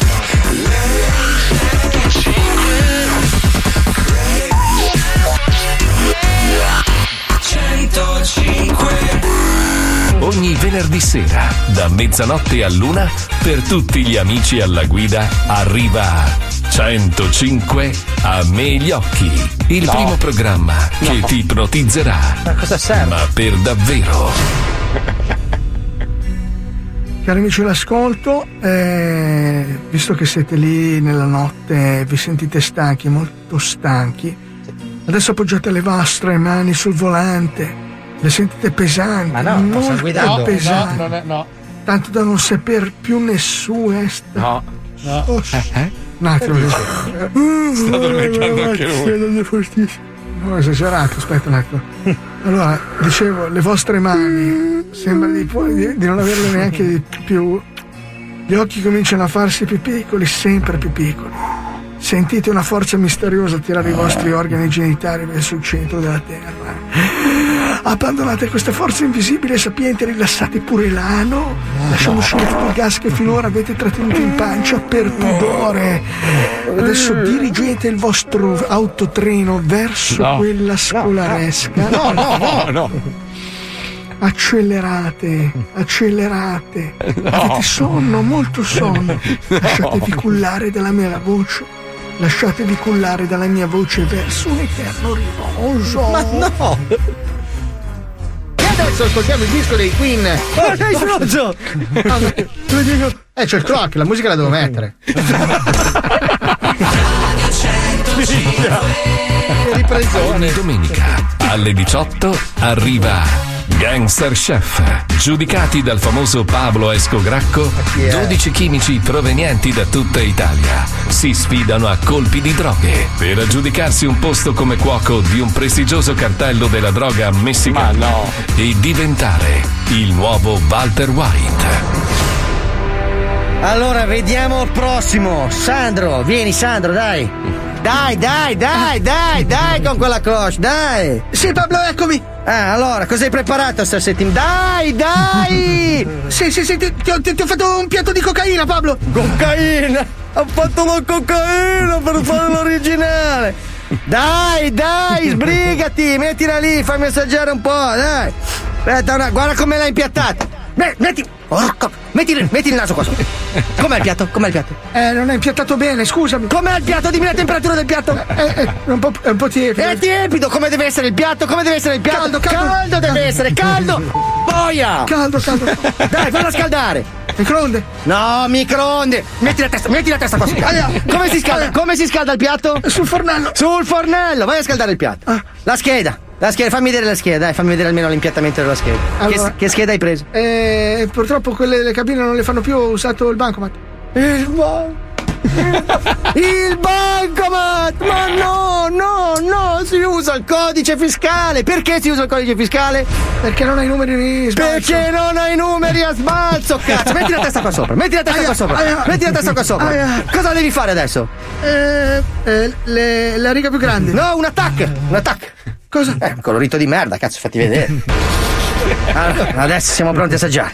B: Ogni venerdì sera, da mezzanotte a luna, per tutti gli amici alla guida, arriva centocinque a me gli occhi. Il
K: No.
B: primo programma che ti ipnotizzerà.
K: Ma cosa serve?
B: Ma per davvero.
J: Cari amici all'ascolto, eh, visto che siete lì nella notte, vi sentite stanchi, molto stanchi, adesso appoggiate le vostre mani sul volante, le sentite pesanti,
F: Ma no,
J: molto
F: sto guidando.
J: pesanti,
F: No, no, no.
J: tanto da non saper più nessuno.
A: No.
J: No. Oh,
A: Eh?
J: un attimo.
A: Sta addormentando anche lui.
J: Fortissimo. No, ho esagerato, aspetta un attimo. Allora, dicevo, le vostre mani sembra di, di, di non averle neanche di più. Gli occhi cominciano a farsi più piccoli, sempre più piccoli. Sentite una forza misteriosa tirare i vostri organi genitali verso il centro della terra. Abbandonate questa forza invisibile e sapiente, rilassate pure l'ano, lasciando uscire tutto il gas che finora avete trattenuto in pancia per pudore. Adesso dirigete il vostro autotreno verso
A: No.
J: quella scolaresca.
A: No, no, no, no.
J: Accelerate, accelerate.
A: No.
J: Avete sonno, molto sonno.
A: No.
J: Lasciatevi cullare dalla mia voce. Lasciatevi cullare dalla mia voce verso un eterno riposo.
C: Ma no! E adesso ascoltiamo il disco dei Queen.
J: Ma sei stronzo!
C: Eh, c'è il clock, la musica la devo mettere.
B: Ogni domenica alle diciotto arriva Gangster Chef, giudicati dal famoso Pablo Escogracco.
C: è?
B: dodici chimici provenienti da tutta Italia si sfidano a colpi di droghe per aggiudicarsi un posto come cuoco di un prestigioso cartello della droga messicana e diventare il nuovo Walter White.
Q: Allora, vediamo il prossimo. Sandro, vieni Sandro, dai. Dai, dai, dai, dai, dai con quella cloche, dai.
J: Sì, Pablo, eccomi.
Q: Ah, allora, cosa hai preparato sta settimana? Dai, dai!
J: Sì, sì, sì, ti, ti ho, ti ho fatto un piatto di cocaina, Pablo.
Q: Cocaina! Ho fatto la cocaina per fare l'originale. Dai, dai, sbrigati, mettila lì, fammi assaggiare un po', dai. Aspetta, una, guarda come l'hai impiattata. Beh, metti, porco, metti, metti il naso qua sopra. Com'è il piatto? Com'è il piatto?
J: Eh, non è impiattato bene, scusami.
Q: Com'è il piatto? Dimmi la temperatura del piatto.
J: Eh, eh, è un po', è un po' tiepido.
Q: È tiepido, come deve essere il piatto? Come deve essere il piatto?
J: Caldo, caldo.
Q: Caldo deve essere, caldo. Boia.
J: Caldo, caldo.
Q: Dai, fallo scaldare.
J: Microonde?
Q: No, microonde. Metti la testa, metti la testa qua sopra. Come si scalda? Come si scalda il piatto?
J: Sul fornello.
Q: Sul fornello, vai a scaldare il piatto.
J: Ah.
Q: La scheda. La scheda, fammi vedere la scheda, dai, fammi vedere almeno l'impiattamento della scheda.
J: Allora.
Q: Che, che scheda hai preso?
J: Eh, purtroppo quelle delle cabine non le fanno più, ho usato il bancomat.
Q: Il bancomat. Il bancomat! Ma no, no, no, si usa il codice fiscale. Perché si usa il codice fiscale?
J: Perché non hai i numeri sbalzo.
Q: Perché non hai i numeri a sbalzo, cazzo! Metti la testa qua sopra, metti la testa
J: Aia,
Q: qua sopra,
J: aia.
Q: metti la testa qua sopra.
J: Aia.
Q: Cosa devi fare adesso?
J: Eh, eh, le- la riga più grande.
Q: No, un attack! Un attack!
J: Cosa?
Q: Eh, un colorito di merda, cazzo, fatti vedere. Allora, adesso siamo pronti a assaggiare.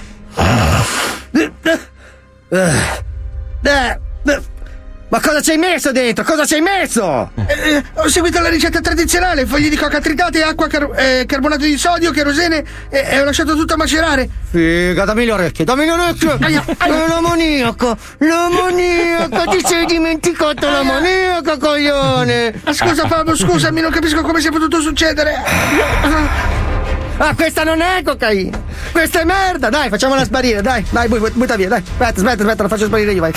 Q: Ma cosa ci hai messo dentro? Cosa ci hai messo?
J: Eh, eh, ho seguito la ricetta tradizionale, fogli di coca tritate, acqua, car- eh, carbonato di sodio, kerosene e, e ho lasciato tutto a macerare.
Q: Figa, dammi le orecchie, dammi le orecchie!
J: Aia, aia.
Q: Eh, l'ammoniaco! L'ammoniaco! Ti sei dimenticato l'ammoniaco, coglione!
J: Ah, scusa Pablo, scusami, non capisco come sia potuto succedere.
Q: Ah, questa non è cocaina! Questa è merda! Dai, facciamola sparire, dai, dai, bu- butta via, dai! Aspetta, aspetta, aspetta, la faccio sparire io, vai!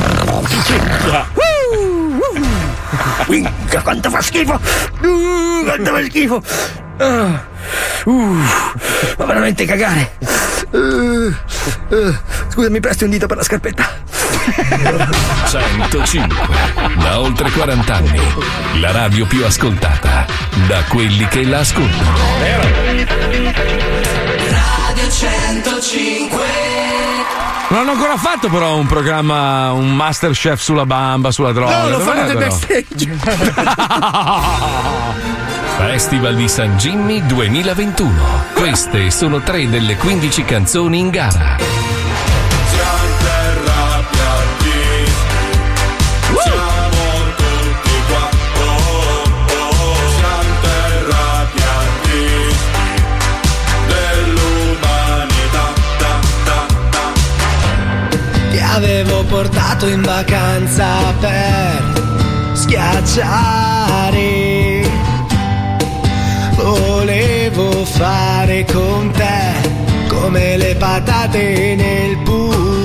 Q: Uh, uh. Minchia, quanto fa schifo! Uh, quanto fa schifo! Uh, uh, fa veramente cagare! Uh, uh, scusa, mi presti un dito per la scarpetta?
B: centocinque. Da oltre quaranta anni. La radio più ascoltata da quelli che la ascoltano.
E: Radio centocinque.
A: Non hanno ancora fatto però un programma, un Masterchef sulla bamba, sulla droga.
Q: No, lo fanno del
A: Dovrebbero.
Q: backstage!
B: Festival di San Jimmy duemilaventuno. Queste sono tre delle quindici canzoni in gara.
S: Ti avevo portato in vacanza per schiacciare. Volevo fare con te come le patate nel purè.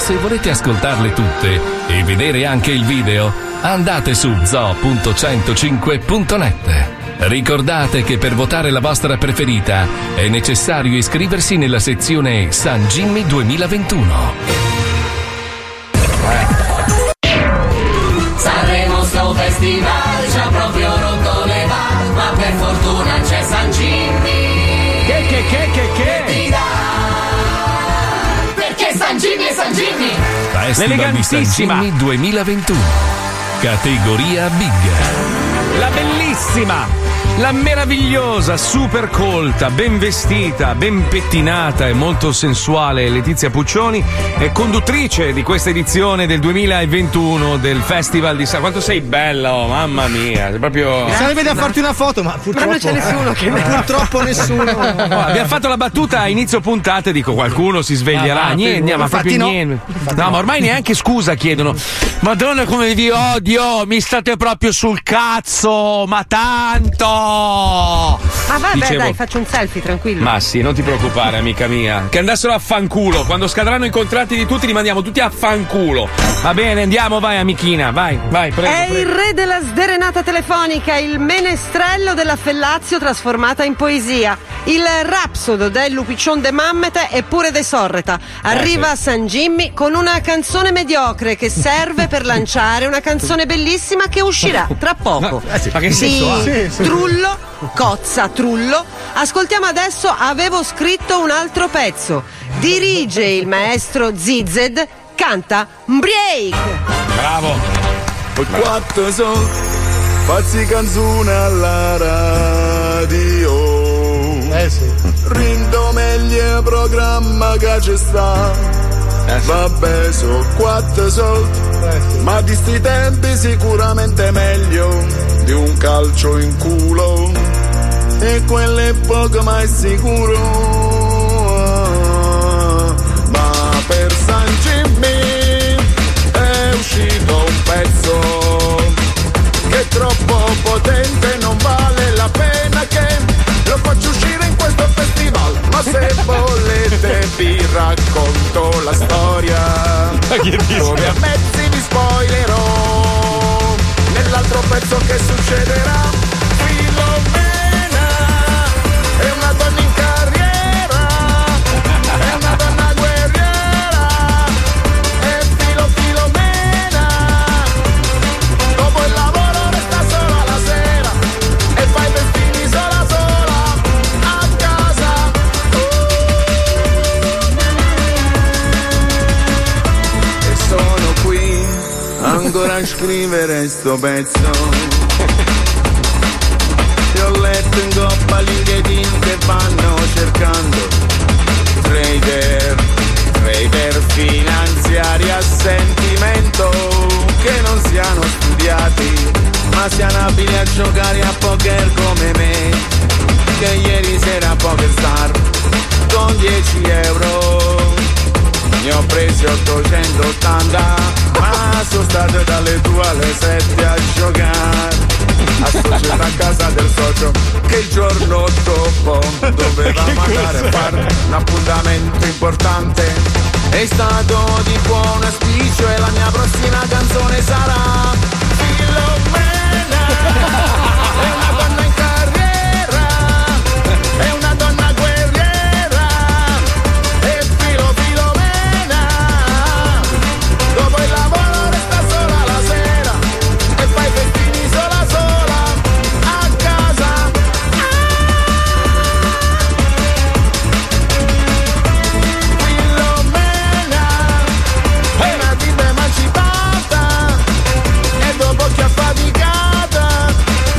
B: se volete ascoltarle tutte e vedere anche il video, andate su zoo punto centocinque punto net. Ricordate che per votare la vostra preferita è necessario iscriversi nella sezione San Jimmy duemilaventuno.
L: Sanremo sto festival ci ha proprio rotto le balle, ma per fortuna c'è San Jimmy.
A: Che che che che che?
L: Ti dà, perché San Jimmy è San Jimmy.
B: Festival di San Jimmy duemilaventuno. Categoria Big.
A: La bellissima, la meravigliosa, super colta, ben vestita, ben pettinata e molto sensuale Letizia Puccioni è conduttrice di questa edizione del duemilaventuno del Festival di San. Quanto sei bella, oh, mamma mia, è proprio.
K: Sarebbe da farti una foto, ma purtroppo
M: non c'è nessuno che ne
K: purtroppo nessuno.
A: Oh, abbiamo fatto la battuta a inizio puntata, dico qualcuno si sveglierà,
K: Ah, ah,
A: niente,
K: figura.
A: ma proprio
K: Infatti no.
A: niente.
K: Infatti
A: No,
K: no.
A: ma ormai neanche scusa chiedono. Madonna come vi odio, mi state proprio sul cazzo, ma tanto.
M: Ma vabbè,
A: Dicevo-
M: dai, faccio un selfie, tranquillo.
A: Ma sì, non ti preoccupare, amica mia. Che andassero a fanculo. Quando scadranno i contratti di tutti, li mandiamo tutti a fanculo. Va bene, andiamo, vai, amichina. Vai, vai, prego.
M: È
A: prego.
M: il re della sderenata telefonica, il menestrello della Fellazio trasformata in poesia, il rapsodo del Lupiccion de Mammete e pure de Sorreta. Arriva a San Jimmy con una canzone mediocre che serve per lanciare una canzone bellissima che uscirà tra poco.
A: Ma- eh sì, ma che senso ha? Sì, sì.
M: Trullo, cozza, trullo. Ascoltiamo adesso Avevo scritto un altro pezzo. Dirige il maestro Zized, canta Break.
A: Bravo.
G: Quattro so, fazzi canzone alla radio.
F: Eh sì.
G: Rindo meglio programma che ci sta. Vabbè, so quattro soldi, ma di sti tempi sicuramente meglio di un calcio in culo. E quello è poco ma è sicuro. Ma per San Jimmy è uscito un pezzo che è troppo potente, non vale la pena che lo faccio uscire in questo festival. Ma se volete vi racconto la storia, dove a mezzi vi spoilerò nell'altro pezzo che succederà. Filomena è una donna in carriera, è una donna guerriera, e Filo Filomena dopo il lavoro resta sola la sera e fa i vestiti sola sola a casa. E sono qui ancora a scrivere sto pezzo. Ti ho letto in coppa LinkedIn che vanno cercando trader, trader finanziari a sentimento, che non siano studiati ma siano abili a giocare a poker come me, che ieri sera a Poker Star con dieci euro ne ho presi ottocentottanta, ma sono stato dalle due alle sette a giocare a società a casa del socio, che il giorno dopo dovevamo andare a fare un appuntamento importante. È stato di buon auspicio e la mia prossima canzone sarà Filomena. È una donna in carriera, è una donna guerriera, e Filo Filomena dopo il lavoro resta sola la sera e fa i festini sola sola a casa. Filomena è una tipa emancipata e dopo che ha faticata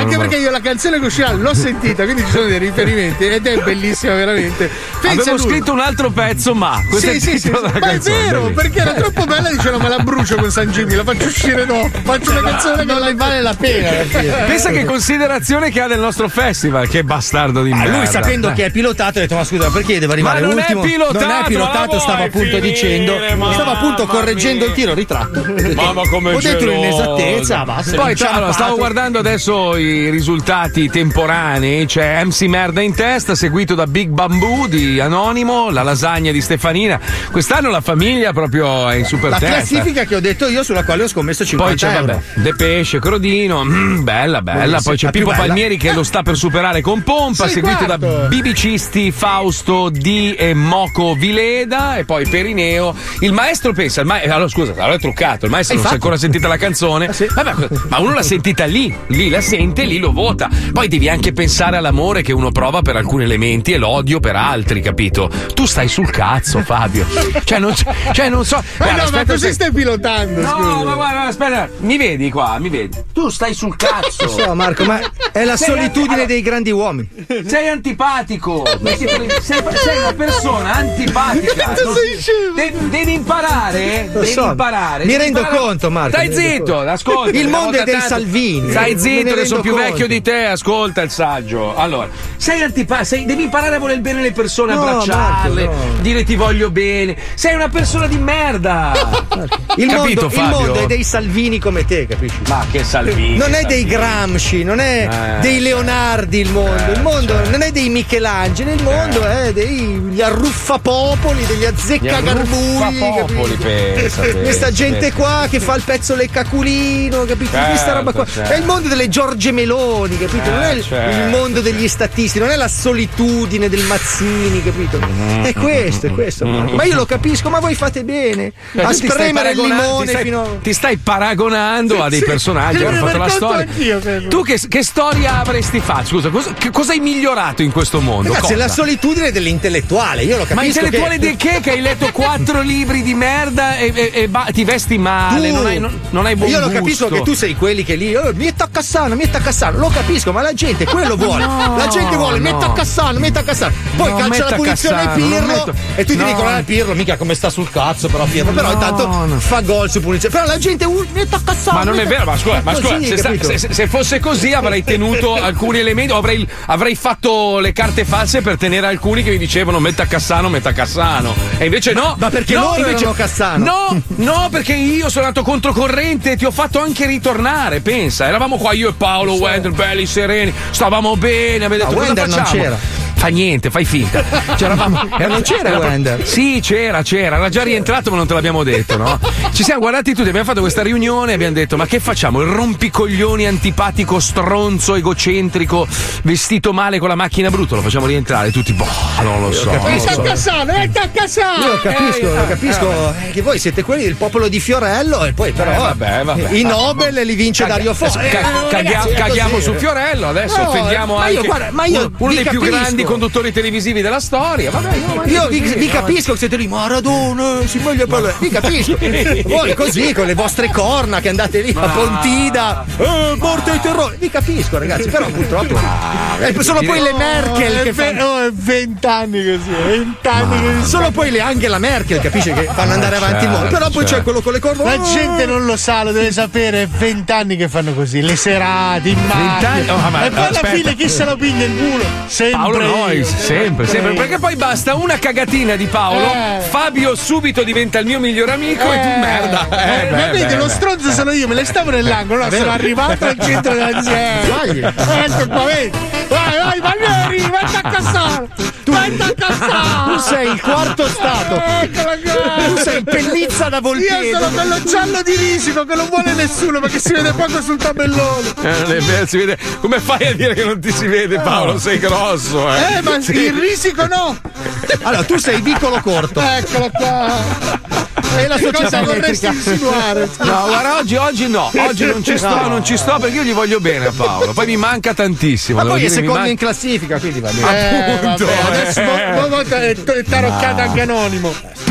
F: Anche
A: numero.
F: perché io la canzone che uscirà l'ho sentita, quindi ci sono dei riferimenti ed è bellissima veramente. Pensa
A: Avevo
F: lui.
A: scritto un altro pezzo, ma questo
F: Sì,
A: è il
F: sì, sì,
A: titolo
F: sì.
A: della
F: Ma è
A: canzone,
F: vero,
A: bellissimo.
F: perché era troppo bella, dicevo ma la brucio con San Jimmy, la faccio uscire dopo, faccio una canzone che non ne vale la pena.
A: Pensa che considerazione che ha del nostro festival, che bastardo di
H: Ah,
A: merda.
H: lui sapendo che è pilotato ha detto ma scusa perché deve arrivare
A: Ma non è
H: ultimo?
A: pilotato,
H: non è
A: ma
H: pilotato,
A: la
H: stava
A: vuoi
H: appunto
A: finire,
H: dicendo
A: mamma
H: stava appunto correggendo il tiro ritratto.
A: Mamma come
H: ho detto
A: geloso.
H: un'inesattezza, basta.
A: Poi tra- allora, stavo guardando adesso i risultati temporanei. C'è M C Merda in testa, seguito da Big Bamboo di Anonimo, la lasagna di Stefanina. Quest'anno la famiglia proprio è in super
H: la
A: testa.
H: classifica che ho detto io sulla quale ho scommesso
A: Poi
H: cinquanta
A: c'è
H: euro.
A: vabbè, De Pesce, Crodino, mm, bella, bella.
H: Buonissima,
A: Poi c'è
H: la più
A: Pippo
H: bella.
A: Palmieri che lo sta per superare con pompa,
H: Sei
A: seguito da
H: quarto.
A: Bibicisti, Fausto, Di e Moco Vileda. E poi Perineo. Il maestro pensa, il ma- allora scusa, allora è truccato. Il maestro
H: Hai
A: non si è
H: fatto?
A: ancora sentita la canzone. Vabbè, ma uno l'ha sentita lì, lì la sente, lì lo vota. Poi devi anche pensare all'amore che uno prova per alcuni elementi e l'odio per altri, capito? Tu stai sul cazzo, Fabio. Cioè, non, cioè, non so.
F: Ma
A: Guarda,
F: no, ma
A: aspetta,
F: così
A: aspetta.
F: stai pilotando,
A: No,
F: scusa.
A: ma guarda, aspetta, mi vedi qua, mi vedi. Tu stai sul cazzo.
H: Lo so Marco, ma è la
A: Sei
H: solitudine
A: anti-
H: dei grandi uomini.
A: Sei antipatico. sei, sei una persona antipatica.
H: Cazzo
A: Non-
H: sei scemo?
A: devi, devi imparare.
H: Lo
A: devi
H: so.
A: imparare.
H: Mi
A: devi
H: rendo
A: imparare-
H: conto, Marco,
A: Stai
H: mi rendo
A: zitto,
H: conto.
A: ascolta.
H: Il
A: una
H: mondo
A: volta
H: è dei
A: tanto-
H: Salvini.
A: Stai
H: Me
A: zitto,
H: ne
A: che
H: rendo
A: sono più
H: conto.
A: vecchio di te. Ascolta il saggio. Allora, sei antipatico. Sei, devi imparare a voler bene le persone,
H: No,
A: abbracciarle,
H: Marco, no.
A: dire ti voglio bene. Sei una persona di merda.
H: Il,
A: Capito,
H: mondo, il
A: Fabio?
H: mondo è dei Salvini come te, capisci?
A: Ma che Salvini?
H: Non è
A: Salvini.
H: dei Gramsci, non è
A: Eh,
H: dei Leonardi il mondo. Il mondo non è dei Michelangelo, il mondo è degli arruffapopoli, degli azzeccagarbugli.
A: Arruffapopoli,
H: capito?
A: pensa,
H: Questa
A: pensa,
H: gente
A: pensa.
H: qua che fa il pezzo leccaculino, capito?
A: Certo,
H: Questa roba qua.
A: certo.
H: È il mondo delle Giorge Meloni, capito? Non è il,
A: certo.
H: il mondo degli statisti, non è la solitudine del Mazzini, capito? È questo, è questo. Marco. Ma io lo capisco, ma voi fate bene
A: Cioè,
H: a
A: tu ti stai
H: spremere il
A: paragona-
H: limone
A: ti stai,
H: fino a.
A: ti stai paragonando a dei
H: Sì,
A: personaggi
H: sì,
A: che hanno
H: me
A: fatto
H: ne
A: la
H: racconto
A: storia.
H: anch'io, quello.
A: Tu che, che storia avresti fatto? Scusa, cosa, che cosa hai migliorato in questo mondo?
H: Ragazzi, è
A: Cosa?
H: la solitudine dell'intellettuale, io lo capisco.
A: Ma intellettuale
H: che...
A: di che? Che hai letto quattro libri di merda e, e- e ba- ti vesti male,
H: Tu-
A: non, hai, non, non hai buon
H: Io lo
A: gusto.
H: capisco che tu sei quelli che lì, oh, mi è Cassano, mi è Cassano, lo capisco, ma la gente quello vuole.
A: No,
H: la gente vuole,
A: no.
H: metta Cassano, metta Cassano. Poi
A: No,
H: calcia la
A: metta
H: punizione
A: Cassano,
H: Pirlo
A: non metto-
H: e tu ti
A: no.
H: dicono, ah, Pirlo, mica come sta sul cazzo, però Pirlo, però
A: No,
H: intanto
A: no.
H: fa gol su punizione. Però la gente uh, metta Cassano.
A: Ma non è
H: metta-
A: vero, ma scusa, ma scusa,
H: così,
A: se, sta-
H: capito?
A: se- se fosse così avrei tenuto alcuni elementi, o avrei, avrei fatto le carte false per tenere alcuni che mi dicevano metta Cassano, metta Cassano. E invece no.
H: Ma perché
A: no,
H: loro
A: invece,
H: erano Cassano?
A: No, no, perché io sono andato controcorrente e ti ho fatto anche ritornare, pensa. Eravamo qua io e Paolo, Wender, belli, sereni, stavamo bene, abbiamo detto
H: No,
A: cosa
H: Wender non
A: facciamo?
H: c'era.
A: Fa niente, fai finta. C'eravamo,
H: Ma non c'era
A: era-
H: Wender?
A: Sì, c'era, c'era, era già rientrato, ma non te l'abbiamo detto, no? Ci siamo guardati tutti, abbiamo fatto questa riunione e abbiamo detto: ma che facciamo? Il rompicoglioni antipatico, stronzo, egocentrico, vestito male con la macchina brutta, lo facciamo rientrare tutti, boh, non lo so. non lo
F: Metta
A: so.
F: Cassano, metta Cassano.
H: Io lo capisco,
A: Eh,
H: lo capisco
A: eh,
H: eh, che voi siete quelli del popolo di Fiorello e poi però
A: Eh, vabbè, vabbè.
H: i Nobel li vince
A: Caghi-
H: Dario Fo.
A: ca-
H: Eh,
A: caghi-
H: ragazzi, è
A: caghiamo
H: così.
A: su Fiorello, adesso
H: No,
A: offendiamo
H: ma io,
A: anche
H: guarda, ma io
A: uno, uno
H: vi
A: dei più
H: capisco.
A: grandi conduttori televisivi della storia. Vabbè, io, ma
H: Io
A: così,
H: vi, vi
A: no?
H: capisco che siete lì, Maradona, si meglio per vi capisco. Voi così con le vostre corna che andate lì a
A: Ma-
H: Pontida, eh, morte ai terrori. Vi capisco, ragazzi, però purtroppo eh, sono poi le Merkel
F: Oh,
H: che
F: è ve-
H: fanno.
F: oh, è vent'anni così, vent'anni così.
H: Sono poi le Angela Merkel, capisci, che fanno andare avanti il mondo. Però poi c'è quello con le corna.
F: La
H: oh,
F: gente non lo sa, lo deve sapere, è vent'anni che fanno così, le serate, in
A: Vent'anni?
F: macchina.
A: Oh, ma
F: e poi alla
A: aspetta.
F: fine chi se lo piglia il culo? Sempre
A: Paolo
F: io.
A: Nois, sempre, sempre.
F: io.
A: Perché poi basta una cagatina di Paolo,
F: Eh.
A: Fabio subito diventa il mio migliore amico e tu
F: Eh,
A: merda.
F: eh,
A: Eh,
F: ma
A: beh,
F: vedi,
A: beh,
F: lo
A: beh.
F: stronzo sono io, me le stavo nell'angolo, no, sono arrivato al centro dell'azienda.
H: Vai.
F: Ecco qua, vedi? Vai, vai, Valleri, vai a Cassano! Vai a Cassano!
H: Tu sei il quarto stato.
F: Eccola qua!
H: Tu sei il Pellizza da Volpiede.
F: Io sono quello giallo di Risico che non vuole nessuno perché si vede poco sul tabellone.
A: Eh, non è vero, si vede. Come fai a dire che non ti si vede, Paolo? Sei grosso, eh.
F: Eh, ma
A: Sì.
F: il Risico no!
H: Allora, tu sei vicolo corto.
F: Eccolo qua!
H: E la
F: Che
H: società
F: cosa vorresti
H: elettrica?
F: insinuare?
A: No, guarda, oggi, oggi no, oggi non ci sto,
H: No.
A: non ci sto perché io gli voglio bene a Paolo. Poi mi manca tantissimo.
H: Ma
A: devo
H: poi è
A: dire, mi
H: secondo
A: man-
H: in classifica, quindi va bene.
F: Eh,
A: Appunto,
F: vabbè, adesso
A: eh.
F: mo- mo- mo- è, è taroccata anche anonimo.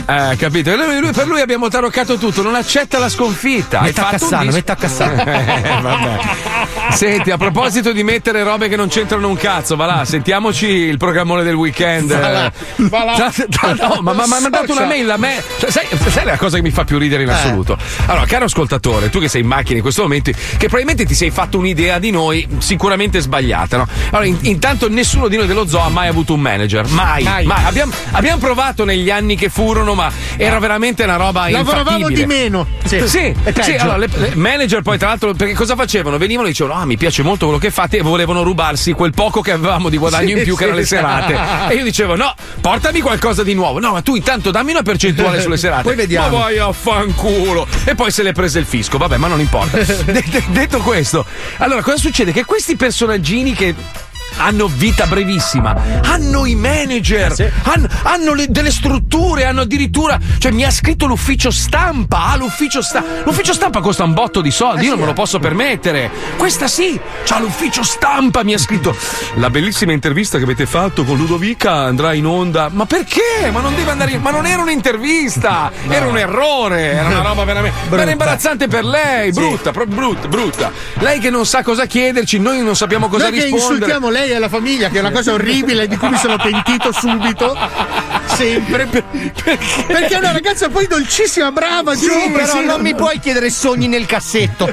A: Eh, capito? Lui, lui- per lui abbiamo taroccato tutto, non accetta la sconfitta. Hai
H: Metta a
A: fatto un
H: Cassano,
A: dis-
H: metta a Cassano.
A: Eh, vabbè. Senti, a proposito di mettere robe che non c'entrano un cazzo, va là, sentiamoci il programmone del weekend.
F: Va là, va là.
A: Tra- tra- no, ma mi ha mandato una mail a me. Cioè, sai, sai la cosa che mi fa più ridere in
F: Eh.
A: assoluto? Allora, caro ascoltatore, tu che sei in macchina in questo momento, che probabilmente ti sei fatto un'idea di noi sicuramente sbagliata, no? Allora, in- intanto nessuno di noi dello zoo ha mai avuto un manager. Mai, mai.
F: Mai.
A: Abbiamo, abbiamo provato negli anni che furono, ma era veramente una roba
F: Lavoravamo
A: infattibile.
F: di meno.
A: Sì, sì,
F: È peggio.
A: sì, allora, le, le manager poi tra l'altro perché cosa facevano? Venivano e dicevano ah mi piace molto quello che fate e volevano rubarsi quel poco che avevamo di guadagno
F: Sì,
A: in più che
F: sì.
A: erano le serate e io dicevo no portami qualcosa di nuovo, no ma tu intanto dammi una percentuale sulle serate,
H: Poi vediamo.
A: ma vai a fanculo e poi se l'è prese il fisco, vabbè ma non importa. De- de- detto questo, allora cosa succede? Che questi personaggini che hanno vita brevissima, hanno i manager, hanno, hanno le- delle strutture, hanno addirittura, cioè mi ha scritto l'ufficio stampa, ah, l'ufficio stampa, l'ufficio stampa costa un botto di soldi, io non me lo posso permettere. Questa sì, c'ha l'ufficio stampa, mi ha scritto la bellissima intervista che avete fatto con Ludovica andrà in onda. Ma perché? Ma non deve andare in... ma non era un'intervista, era un errore, era una roba veramente ma era imbarazzante per lei, brutta, proprio brutta, brutta. Lei che non sa cosa chiederci, noi non sappiamo cosa
F: Noi che
A: rispondere.
F: insultiamo lei e la famiglia, che è una cosa orribile di cui mi sono pentito subito. Sempre. Perché? Perché è una ragazza poi dolcissima, brava,
H: Sì,
F: giovane.
H: però
F: sì.
H: non mi puoi chiedere sogni nel cassetto.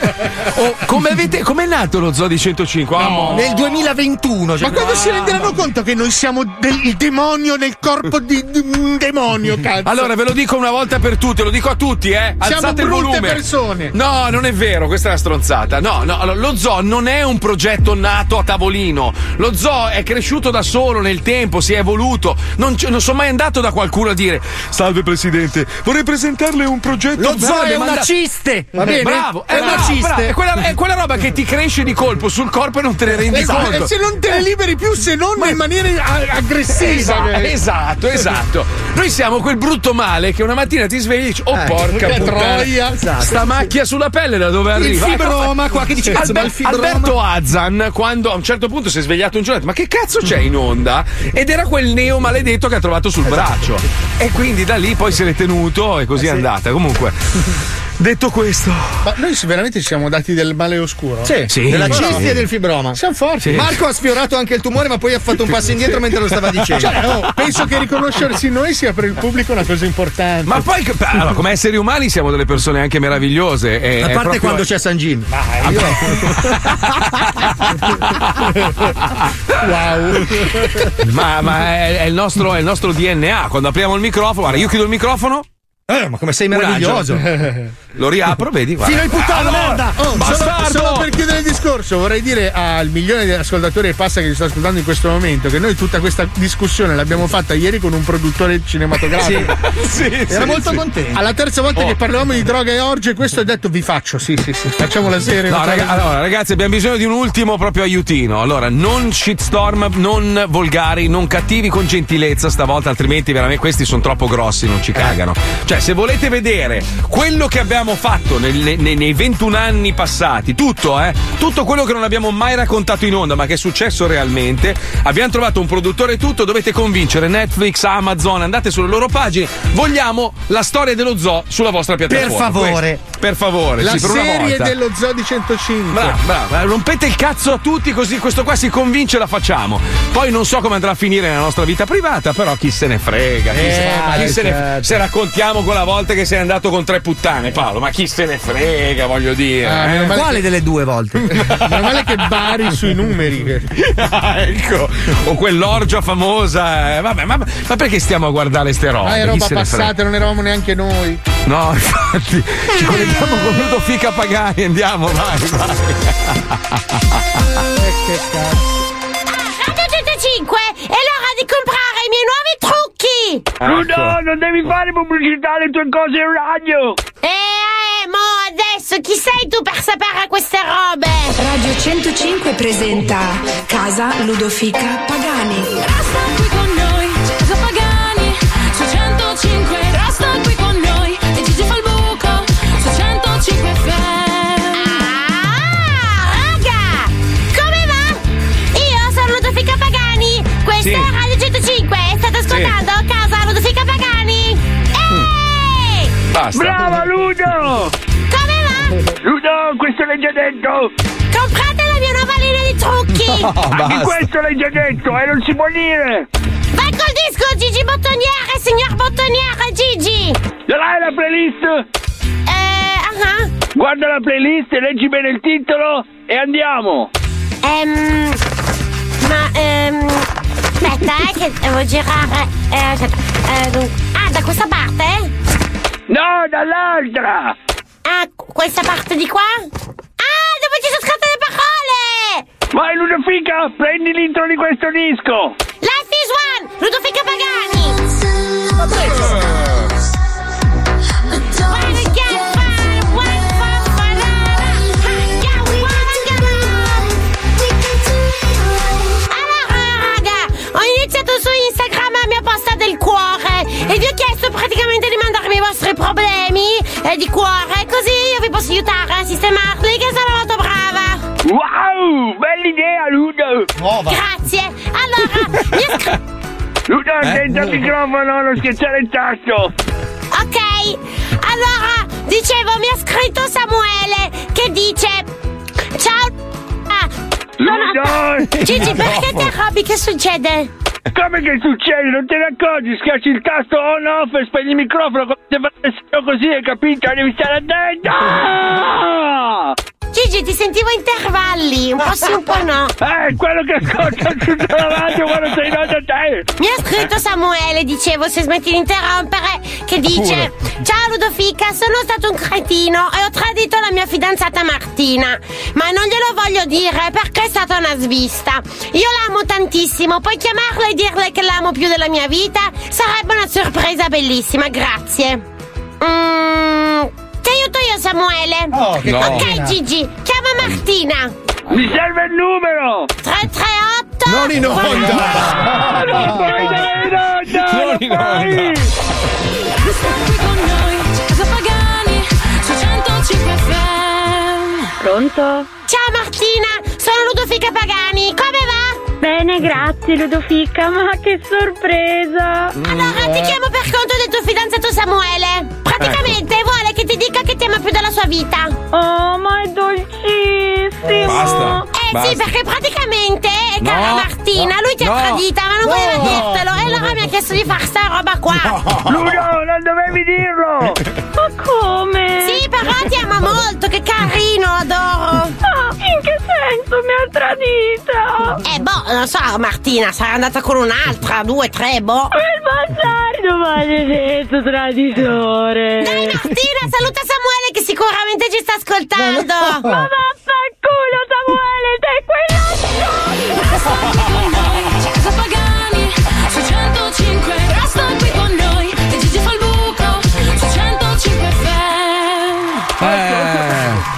A: Oh, come avete com'è nato lo Zoo di centocinque? Ah, mo-
H: Nel duemilaventuno. cioè-
F: Ma quando si renderanno conto che noi siamo del il demonio nel corpo di, di un demonio, cazzo?
A: Allora ve lo dico una volta per tutte, lo dico a tutti, eh.
F: Siamo
A: Alzate il
F: brutte
A: volume.
F: persone.
A: No, non è vero, questa è una stronzata. No, no, allora, lo zoo non è un progetto nato a tavolino. Lo zoo è cresciuto da solo nel tempo, si è evoluto. Non, c- non sono mai andato da qualcuno a dire: Salve presidente, vorrei presentarle un progetto.
H: Lo zoo
A: Vale,
H: è una
A: manda-
H: ciste.
F: Va bene?
A: Bravo,
F: È
A: è,
F: una
A: bravo,
F: ciste.
A: bravo. È, quella, è quella roba che ti cresce di colpo sul corpo e non te ne rendi
F: Esatto,
A: conto.
F: e se non te ne liberi più, se non in maniera a- aggressiva.
A: Esatto,
F: che-
A: esatto, esatto. Noi siamo quel brutto male che una mattina ti svegli e dici: Oh,
H: Eh,
A: porca
F: che
A: puttana,
F: troia.
H: Esatto.
A: sta macchia sulla pelle da dove arriva?
H: fibroma qua, che dici, cazzo, ma il fibroma?
A: Alberto Azzan, quando a un certo punto si è svegliato un giorno, ha detto, ma che cazzo c'è in onda? Ed era quel neo maledetto che ha trovato sul braccio. E quindi da lì poi se l'è tenuto e così è andata. Comunque, detto questo,
F: Ma noi sì, veramente ci siamo dati del male oscuro?
H: Sì,
A: Sì,
H: della
A: sì.
H: cisti e del fibroma.
F: Siamo forti.
H: Marco ha sfiorato anche il tumore, ma poi ha fatto un passo indietro mentre lo stava dicendo.
F: Cioè, oh, penso che riconoscersi noi sia per il pubblico una cosa importante.
A: ma poi allora, come esseri umani siamo delle persone anche meravigliose. E
H: A
A: è
H: parte
A: proprio-
H: quando c'è San Jim.
F: Wow.
A: Ma, ma è, è il nostro, è il nostro D N A. Quando apriamo il microfono, guarda, io chiudo il microfono,
H: Eh, ma come sei
A: Un
H: meraviglioso.
A: lo riapro, vedi? Guarda.
H: Fino al puttano,
A: Allora,
H: merda!
F: Oh, solo,
A: bastardo!
F: solo per chiudere il discorso, vorrei dire al milione di ascoltatori e passa che ci sta ascoltando in questo momento che noi tutta questa discussione l'abbiamo fatta ieri con un produttore cinematografico.
A: Sì,
H: Era
A: sì,
H: molto
A: sì.
H: contento.
F: Alla terza volta
A: Oh.
F: che parlavamo di droga e orge, questo ha detto vi faccio, sì, sì, sì, facciamo la serie.
A: No,
F: facciamo
A: raga-
F: la-
A: allora, ragazzi, abbiamo bisogno di un ultimo proprio aiutino. Allora, non shitstorm, non volgari, non cattivi con gentilezza stavolta, altrimenti veramente questi sono troppo grossi, non ci cagano. Cioè, se volete vedere quello che abbiamo fatto nel- nei, nei ventuno anni passati, tutto, eh, tutto quello che non abbiamo mai raccontato in onda, ma che è successo realmente, abbiamo trovato un produttore e tutto, dovete convincere Netflix, Amazon, andate sulle loro pagine, vogliamo la storia dello zoo sulla vostra piattaforma.
H: Per favore.
A: Questo. Per favore,
F: la
A: sì, per una
F: serie
A: volta.
F: dello Zoo di centocinque.
A: Bravo, bravo, eh, rompete il cazzo a tutti così questo qua si convince e la facciamo. Poi non so come andrà a finire nella nostra vita privata, però chi se ne frega. Chi,
H: Eh,
A: se,
H: ma
A: chi se ne
H: certo.
A: se raccontiamo quella volta che sei andato con tre puttane, Paolo, ma chi se ne frega, voglio dire.
F: Ah,
A: eh?
F: meno male
H: Quale
F: che-
H: delle due volte?
F: Meno male che bari sui numeri. che-
A: Ah, ecco, o quell'orgia famosa. eh, Vabbè, ma, ma perché stiamo a guardare ste robe?
F: Ah, è
A: Chi
F: roba
A: se ne frega?
F: passata, non eravamo neanche noi.
A: No, infatti, ci colleghiamo con Ludo Fica Pagani, andiamo, vai, vai.
F: Eh, che cazzo.
X: Radio centocinque, è l'ora di comprare i miei nuovi trucchi!
A: Ecco.
D: non devi fare pubblicità alle tue cose in radio!
X: Eh, eh, mo adesso chi sei tu per sapere queste robe?
O: Radio centocinque presenta Casa Ludofica Pagani.
E: Resta qui con noi, Casa Pagani, su centocinque. Resta qui con noi, e Gigi fa il buco, su centocinque F M.
X: Ah, raga! Come va? Io sono Ludofica Pagani, questa
A: Sì.
X: è Radio centocinque, state ascoltando Casa Ludofica Pagani.
A: basta.
D: Brava Ludo!
W: Come va?
D: Ludo, questo l'hai già detto!
W: Comprate la mia nuova linea di trucchi!
A: No,
D: Anche
A: basta.
D: questo l'hai già detto e non si può dire!
W: Vai col disco, Gigi Bottoniere, signor Bottoniere, Gigi!
D: Ce l'hai la playlist?
W: Eh, ah.
D: Guarda la playlist, leggi bene il titolo e andiamo!
W: Ehm, ma, ehm, aspetta, eh, che devo girare. Eh, aspetta, eh, dun- ah, da questa parte?
D: No, dall'altra!
W: Ah, questa parte di qua? Ah, dove ci sono scritte le parole!
D: Vai Ludofica, prendi l'intro di questo disco!
W: Life is one, Ludovica Pagani! Ho iniziato su Instagram la mia posta del cuore e vi ho chiesto praticamente di mandarmi i vostri problemi eh, di cuore, così io vi posso aiutare a sistemarli, che sono molto brava.
D: Wow, bella idea Ludo!
W: Grazie. Allora, mi ha scr-
D: Ludo, attento al microfono, non schiacciare il tasto!
W: ok, allora, dicevo, mi ha scritto Samuele che dice: ciao. Ah,
D: Ludo!
W: Gigi, perché ti arrabbi? Che succede?
D: Come che succede? Non te ne accorgi? Schiacci il tasto on off e spegni il microfono come se facessero così, hai capito? Devi stare attento!
W: Gigi, ti sentivo a intervalli, un po' sì, un po' no.
D: Eh, quello che ascolta tutta la radio quando sei in onda te!
W: Mi ha scritto Samuele, dicevo, se smetti di interrompere, che dice: ciao Ludofica, sono stato un cretino e ho tradito la mia fidanzata Martina, ma non glielo voglio dire perché è stata una svista. Io l'amo tantissimo, puoi chiamarla e dirle che l'amo più della mia vita? Sarebbe una sorpresa bellissima, grazie. Mm, ti aiuto io, Samuele.
D: Oh, che
W: ok,
D: carina.
W: Gigi, chiama Martina.
D: Mi serve il numero!
W: tre tre otto
D: Non in onda! No, non puoi dare in onda!
A: Non in onda!
E: Qui con noi, Casa Pagani, su centocinque F M.
W: Pronto? Ciao Martina, sono Ludofica Pagani, come va?
I: Bene, grazie Ludofica, ma che sorpresa!
W: Allora ti chiamo per conto del tuo fidanzato Samuele. Praticamente
A: Ecco.
W: vuole che ti dica che ti ama più della sua vita.
I: Oh, ma è dolcissimo!
A: Basta.
W: Eh
A: Basta.
W: sì, perché praticamente, cara
A: No,
W: Martina,
A: no,
W: lui ti ha
A: no,
W: tradita, ma non
A: no,
W: voleva
A: no.
W: dirtelo. E allora mi ha chiesto di fare sta roba qua.
D: Ludo, non dovevi dirlo!
I: Ma come?
W: Sì, però ti ama molto, che carino, adoro.
I: Ah, in che senso mi ha tradita?
W: Eh, boh, non so, Martina, sarà andata con un'altra, due, tre, boh.
I: Quel bastardo maledetto traditore!
W: Dai, Martina, saluta Samuele che sicuramente ci sta ascoltando.
I: Ma vaffanculo Samuele, sei quello!
E: Casa Pagani, su centocinque. Resta qui con noi e Gigi fa il buco, su centocinque F M.
A: Eh.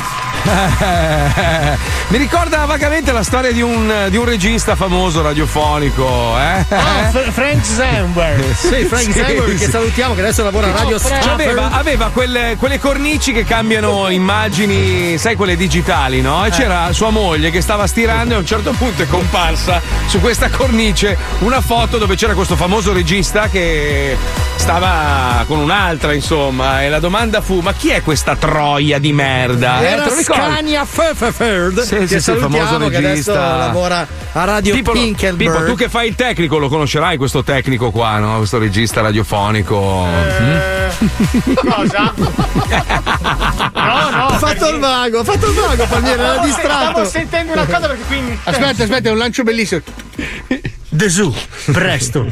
A: Eh, mi ricorda vagamente la storia di un, di un regista famoso radiofonico, eh?
H: Ah, F- Frank Zamber. Sì, Frank
A: Sì,
H: Zamber,
A: sì.
H: che salutiamo, che adesso lavora a Radio
A: Cioè,
H: Staffer.
A: aveva, aveva quelle, quelle cornici che cambiano immagini, sai, quelle digitali, no? E c'era sua moglie che stava stirando e a un certo punto è comparsa su questa cornice una foto dove c'era questo famoso regista che stava con un'altra, insomma. E la domanda fu: ma chi è questa troia di merda? Eh,
H: Era
A: te lo ricordi?
H: Scania Pfefferfeld,
A: Sì,
H: che
A: sì, sì,
H: salutiamo,
A: famoso
H: che adesso
A: regista.
H: lavora a Radio
A: Pippo,
H: Pinkelberg.
A: Pippo, tu che fai il tecnico lo conoscerai questo tecnico qua, no? Questo regista radiofonico. Mm?
F: Cosa? No, no.
H: Ha fatto il vago, ha fatto il vago, Palmieri, era
F: Stavo-
H: distratto.
F: Stavo sentendo una cosa perché qui. Aspetta, aspetta, è un lancio bellissimo.
H: Gesù, presto.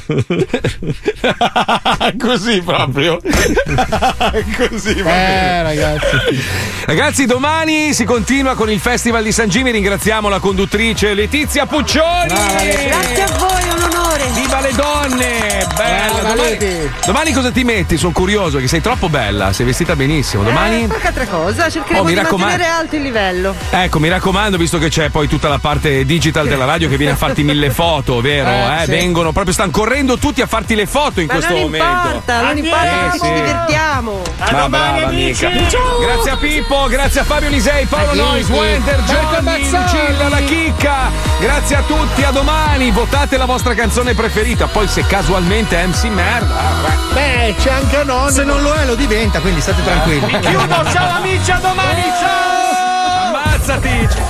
A: Così proprio. Così va
F: Eh,
A: bene.
F: ragazzi.
A: Ragazzi, domani si continua con il Festival di San Gimi. Ringraziamo la conduttrice Letizia Puccioni.
M: Grazie a voi, è un onore.
A: Viva le donne! Bella!
F: Brava,
A: Domani,
F: Leti.
A: domani cosa ti metti? Sono curioso, che sei troppo bella, sei vestita benissimo. Domani?
M: Eh, qualche altra cosa, cercheremo
A: Oh, mi
M: di
A: raccomando.
M: mantenere alto il livello.
A: Ecco, mi raccomando, visto che c'è poi tutta la parte digital della radio che viene a farti mille foto, vero?
M: Eh,
A: Eh,
M: sì.
A: Vengono proprio, stanno correndo tutti a farti le foto in
M: Ma
A: questo
M: non
A: momento.
M: importa, non importa,
A: Sì,
M: ci
A: sì.
M: divertiamo.
A: Ma brava amica. Grazie a Pippo, grazie a Fabio Lisei, Paolo
F: Amici.
A: Nois, Wender,
F: Marco
A: Gianni,
F: Mazzoli.
A: Lucilla, la chicca. Grazie a tutti, a domani. Votate la vostra vostra canzone preferita. Poi se casualmente è M C merda, beh.
F: Beh, c'è anche Anonimo.
K: Se non lo è, lo diventa, quindi state tranquilli.
A: Mi chiudo, ciao amici, a domani, ciao! Ammazzati!